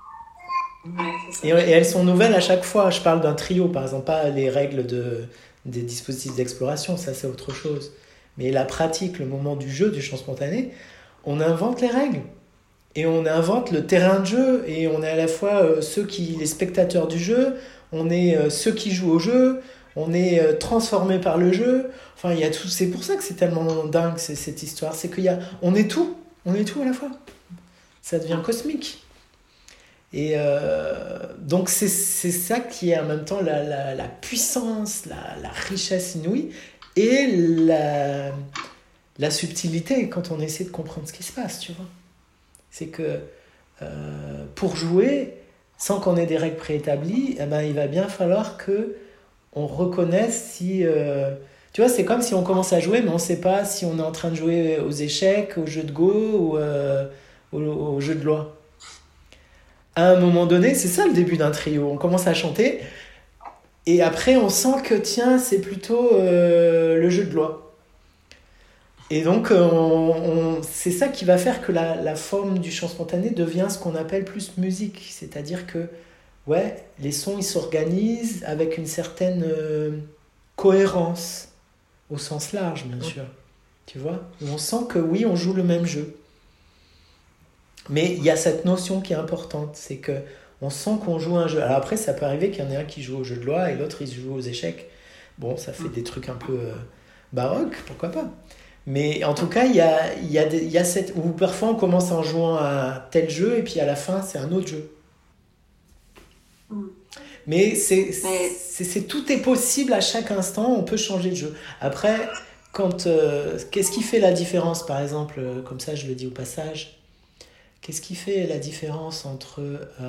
Et elles sont nouvelles à chaque fois. Je parle d'un trio, par exemple, pas les règles des dispositifs d'exploration, ça c'est autre chose. Mais la pratique, le moment du jeu, du chant spontané, on invente les règles. Et on invente le terrain de jeu. Et on est à la fois les spectateurs du jeu, on est ceux qui jouent au jeu, on est transformé par le jeu. Enfin, il y a tout. C'est pour ça que c'est tellement dingue, cette histoire. C'est on est tout à la fois. Ça devient cosmique. Et donc c'est ça qui est en même temps la puissance, la richesse inouïe et la subtilité quand on essaie de comprendre ce qui se passe, tu vois. C'est que pour jouer, sans qu'on ait des règles préétablies, il va bien falloir qu'on reconnaisse si... tu vois, c'est comme si on commence à jouer, mais on ne sait pas si on est en train de jouer aux échecs, au jeu de Go ou au jeu de loi. À un moment donné, c'est ça le début d'un trio. On commence à chanter et après on sent que tiens, c'est plutôt le jeu de loi. Et donc c'est ça qui va faire que la forme du chant spontané devient ce qu'on appelle plus musique. C'est-à-dire que les sons ils s'organisent avec une certaine cohérence au sens large, bien sûr. Tu vois, on sent que oui, on joue le même jeu. Mais il y a cette notion qui est importante, c'est qu'on sent qu'on joue un jeu. Alors après, ça peut arriver qu'il y en ait un qui joue au jeu de loi et l'autre, il joue aux échecs. Bon, ça fait des trucs un peu baroques, pourquoi pas. Mais en tout cas, il y a cette... Ou parfois, on commence en jouant à tel jeu, et puis à la fin, c'est un autre jeu. Mais tout est possible à chaque instant, on peut changer de jeu. Après, qu'est-ce qui fait la différence, par exemple, comme ça je le dis au passage, qu'est-ce qui fait la différence entre...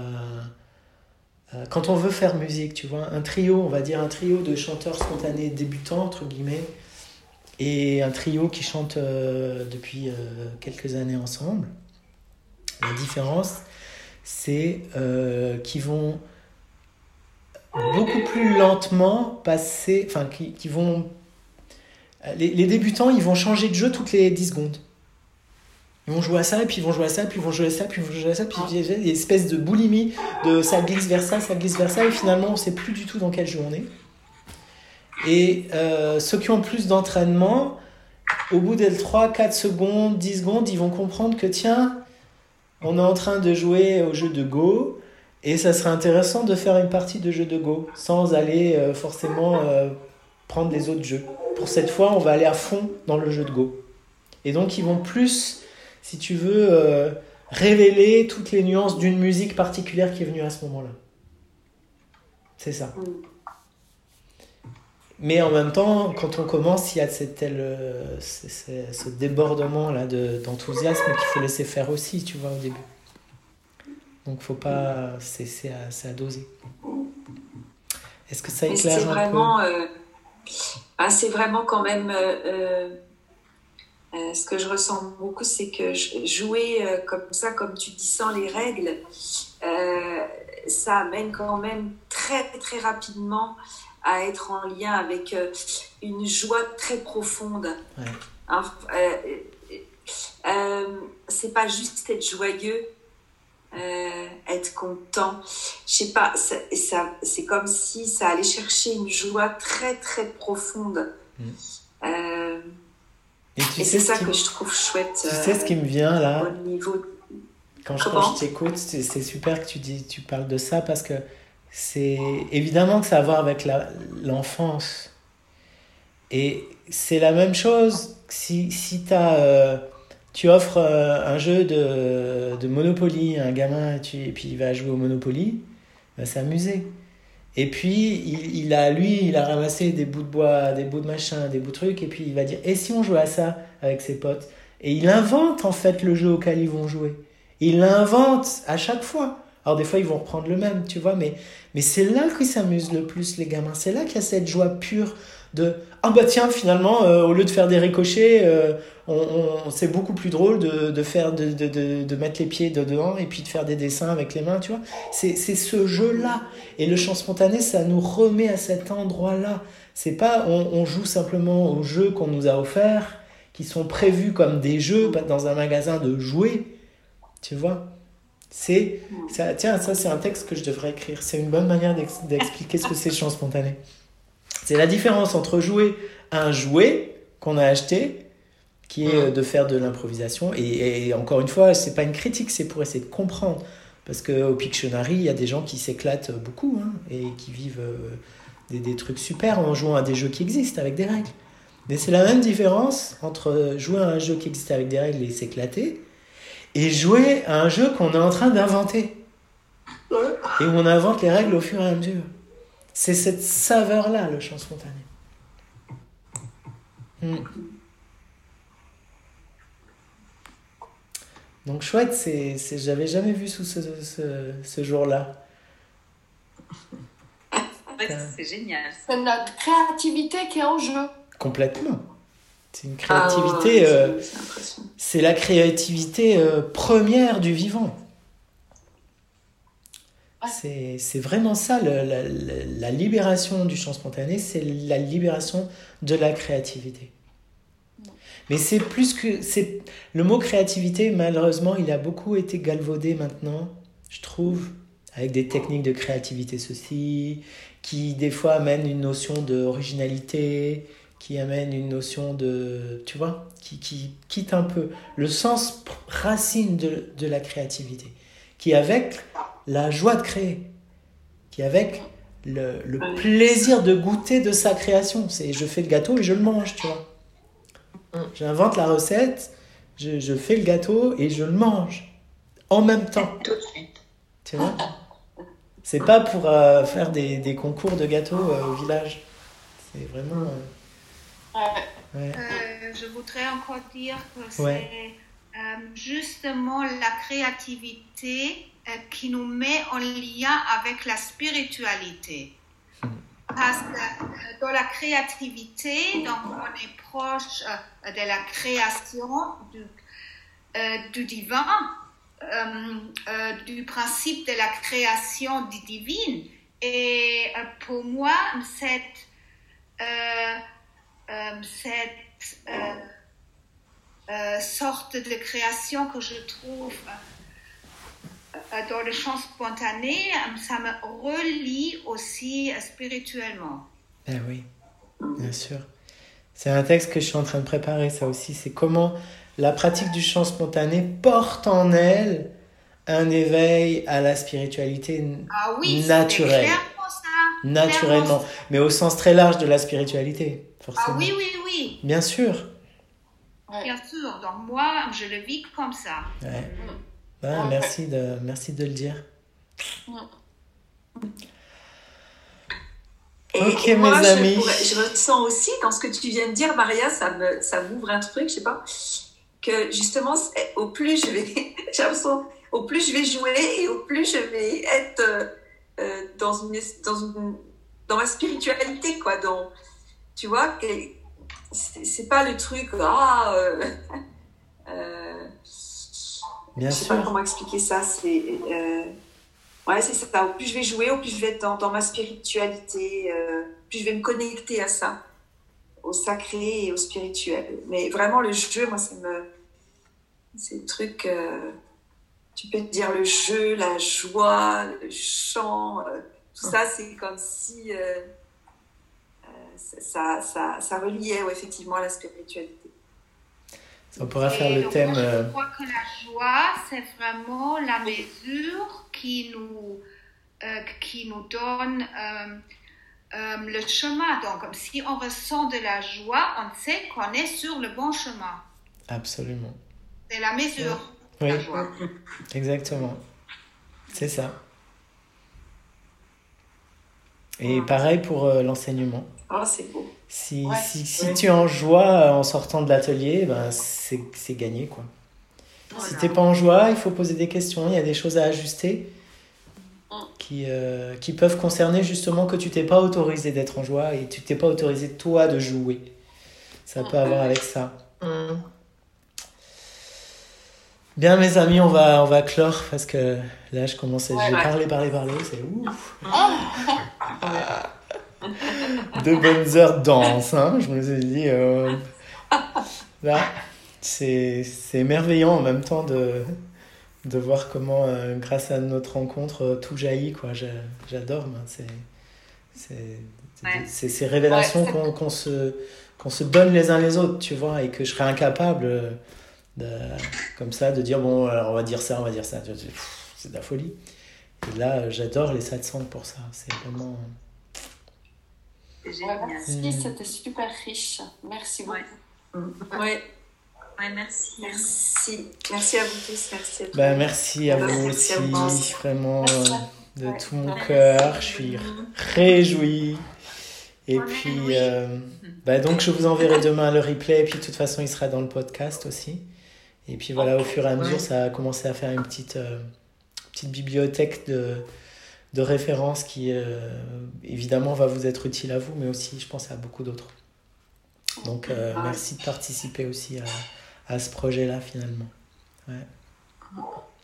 quand on veut faire musique, tu vois, un trio, on va dire un trio de chanteurs spontanés débutants, entre guillemets, et un trio qui chante depuis quelques années ensemble, la différence, c'est qu'ils vont beaucoup plus lentement passer, enfin, qui vont... Les débutants, ils vont changer de jeu toutes les 10 secondes. Ils vont jouer à ça, et puis ils vont jouer à ça, puis ils vont jouer à ça, puis ils vont jouer à ça, puis il y a une espèce de boulimie, de ça glisse vers ça, et finalement, on ne sait plus du tout dans quel jeu on est. Et ceux qui ont plus d'entraînement, au bout des 3, 4 secondes, 10 secondes, ils vont comprendre que tiens, on est en train de jouer au jeu de Go, et ça serait intéressant de faire une partie de jeu de Go, sans aller forcément prendre les autres jeux. Pour cette fois, on va aller à fond dans le jeu de Go. Et donc, ils vont plus, si tu veux, révéler toutes les nuances d'une musique particulière qui est venue à ce moment-là. C'est ça. Mais en même temps, quand on commence, il y a ce débordement-là d'enthousiasme qu'il faut laisser faire aussi, tu vois, au début. Donc, faut pas... C'est à doser. Est-ce que ça éclaire un peu ? C'est vraiment quand même... ce que je ressens beaucoup, c'est que jouer comme ça, comme tu dis, sans les règles, ça amène quand même très, très rapidement à être en lien avec une joie très profonde. Ouais. C'est pas juste être joyeux, être content. Je sais pas, c'est comme si ça allait chercher une joie très, très profonde. Et c'est ça que je trouve chouette. Tu sais ce qui me vient là au niveau... Quand je t'écoute, c'est super que tu parles de ça, parce que c'est évidemment que ça a à voir avec l'enfance. Et c'est la même chose si tu offres un jeu de Monopoly à un gamin, et puis il va jouer au Monopoly, il va s'amuser. Et puis il a ramassé des bouts de bois, des bouts de machin, des bouts de trucs, et puis il va dire et si on jouait à ça avec ses potes? Et il invente en fait le jeu auquel ils vont jouer. Il l'invente à chaque fois. Alors des fois ils vont reprendre le même, tu vois, mais c'est là qu'ils s'amusent le plus, les gamins. C'est là qu'il y a cette joie pure de ah bah tiens, finalement au lieu de faire des ricochets, c'est beaucoup plus drôle de mettre les pieds dedans et puis de faire des dessins avec les mains, tu vois. C'est ce jeu-là. Et le chant spontané, ça nous remet à cet endroit-là. C'est pas on joue simplement aux jeux qu'on nous a offerts, qui sont prévus comme des jeux dans un magasin de jouets, tu vois. Tiens, ça c'est un texte que je devrais écrire. C'est une bonne manière d'expliquer ce que c'est le chant spontané. C'est la différence entre jouer à un jouet qu'on a acheté, qui est de faire de l'improvisation, et encore une fois, c'est pas une critique, c'est pour essayer de comprendre. Parce qu'au Pictionary, il y a des gens qui s'éclatent beaucoup, et qui vivent des trucs super en jouant à des jeux qui existent avec des règles. Mais c'est la même différence entre jouer à un jeu qui existe avec des règles et s'éclater, et jouer à un jeu qu'on est en train d'inventer. Et où on invente les règles au fur et à mesure. C'est cette saveur-là, le chant spontané. Donc chouette, j'avais jamais vu sous ce jour-là. C'est génial. C'est notre créativité qui est en jeu. Complètement. C'est une créativité... c'est la créativité première du vivant. C'est vraiment ça, la libération du chant spontané, c'est la libération de la créativité. Mais c'est plus que... Le mot créativité, malheureusement, il a beaucoup été galvaudé maintenant, je trouve, avec des techniques de créativité ceci, qui des fois amènent une notion d'originalité, qui amènent une notion de... Tu vois, qui quitte un peu le sens racine de la créativité, qui est avec la joie de créer, qui est avec le plaisir de goûter de sa création. Je fais le gâteau et je le mange, tu vois. J'invente la recette, je fais le gâteau et je le mange en même temps. Tout de suite. Tu vois ? C'est pas pour faire des concours de gâteaux au village. C'est vraiment... Ouais. Je voudrais encore dire que c'est justement la créativité qui nous met en lien avec la spiritualité. Parce que dans la créativité, donc on est proche de la création du divin, du principe de la création divine. Et pour moi, cette sorte de création que je trouve dans le chant spontané, ça me relie aussi spirituellement. Ben oui, bien sûr. C'est un texte que je suis en train de préparer, ça aussi. C'est comment la pratique du chant spontané porte en elle un éveil à la spiritualité naturelle. Naturellement, mais au sens très large de la spiritualité, forcément. Ah oui. Bien sûr. Bien sûr, donc moi, je le vis comme ça. Ouais. Ah, merci de le dire. Et moi, mes amis. Je ressens aussi, dans ce que tu viens de dire, Maria, ça m'ouvre un truc, je sais pas, que justement, au plus je vais, j'ai l'impression, au plus je vais jouer et au plus je vais être dans ma spiritualité, quoi. Tu vois, c'est pas le truc, Bien je sais sûr. pas comment expliquer ça. C'est ça. Au plus je vais jouer, au plus je vais être dans ma spiritualité, plus je vais me connecter à ça, au sacré et au spirituel. Mais vraiment, le jeu, moi, c'est le truc. Tu peux te dire le jeu, la joie, le chant, tout ça, c'est comme si ça reliait effectivement à la spiritualité. On pourra faire le thème. Je crois que la joie, c'est vraiment la mesure qui nous donne le chemin. Donc, si on ressent de la joie, on sait qu'on est sur le bon chemin. Absolument. C'est la mesure de Oui. la joie. Exactement. C'est ça. Et pareil pour l'enseignement. Oh, c'est beau. Si tu es en joie en sortant de l'atelier, ben c'est gagné, quoi. Voilà. Si tu n'es pas en joie, il faut poser des questions. Il y a des choses à ajuster qui peuvent concerner justement que tu t'es pas autorisé d'être en joie et tu t'es pas autorisé toi de jouer. Ça peut avoir avec ça. Bien, mes amis, on va clore parce que là je commence j'ai parlé, c'est ouf. 2 bonnes heures de danse, hein. Je me suis dit là, c'est émerveillant en même temps de voir comment grâce à notre rencontre tout jaillit, quoi. J'adore, c'est ces révélations qu'on se donne les uns les autres, tu vois, et que je serais incapable comme ça de dire bon, alors on va dire ça, c'est de la folie. Et là j'adore les satsangs pour ça, c'est vraiment merci, c'était super riche. Merci beaucoup. Merci à vous tous. Merci à tous. Merci à vous aussi, vraiment de tout mon cœur. Je suis réjouie. Et puis, donc je vous enverrai demain le replay. Et puis, de toute façon, il sera dans le podcast aussi. Et puis voilà, au fur et à mesure, ça a commencé à faire une petite bibliothèque de références qui, évidemment, va vous être utile à vous, mais aussi, je pense, à beaucoup d'autres. Donc, merci de participer aussi à ce projet-là, finalement. Ouais.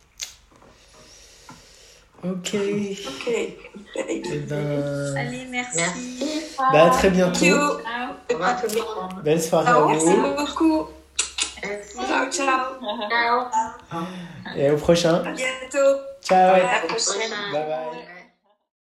Ok. Et allez, merci. À très bientôt. Belle soirée à vous. Merci beaucoup. Ciao. Et au prochain. À bientôt. Ciao. À la prochaine. Bye bye.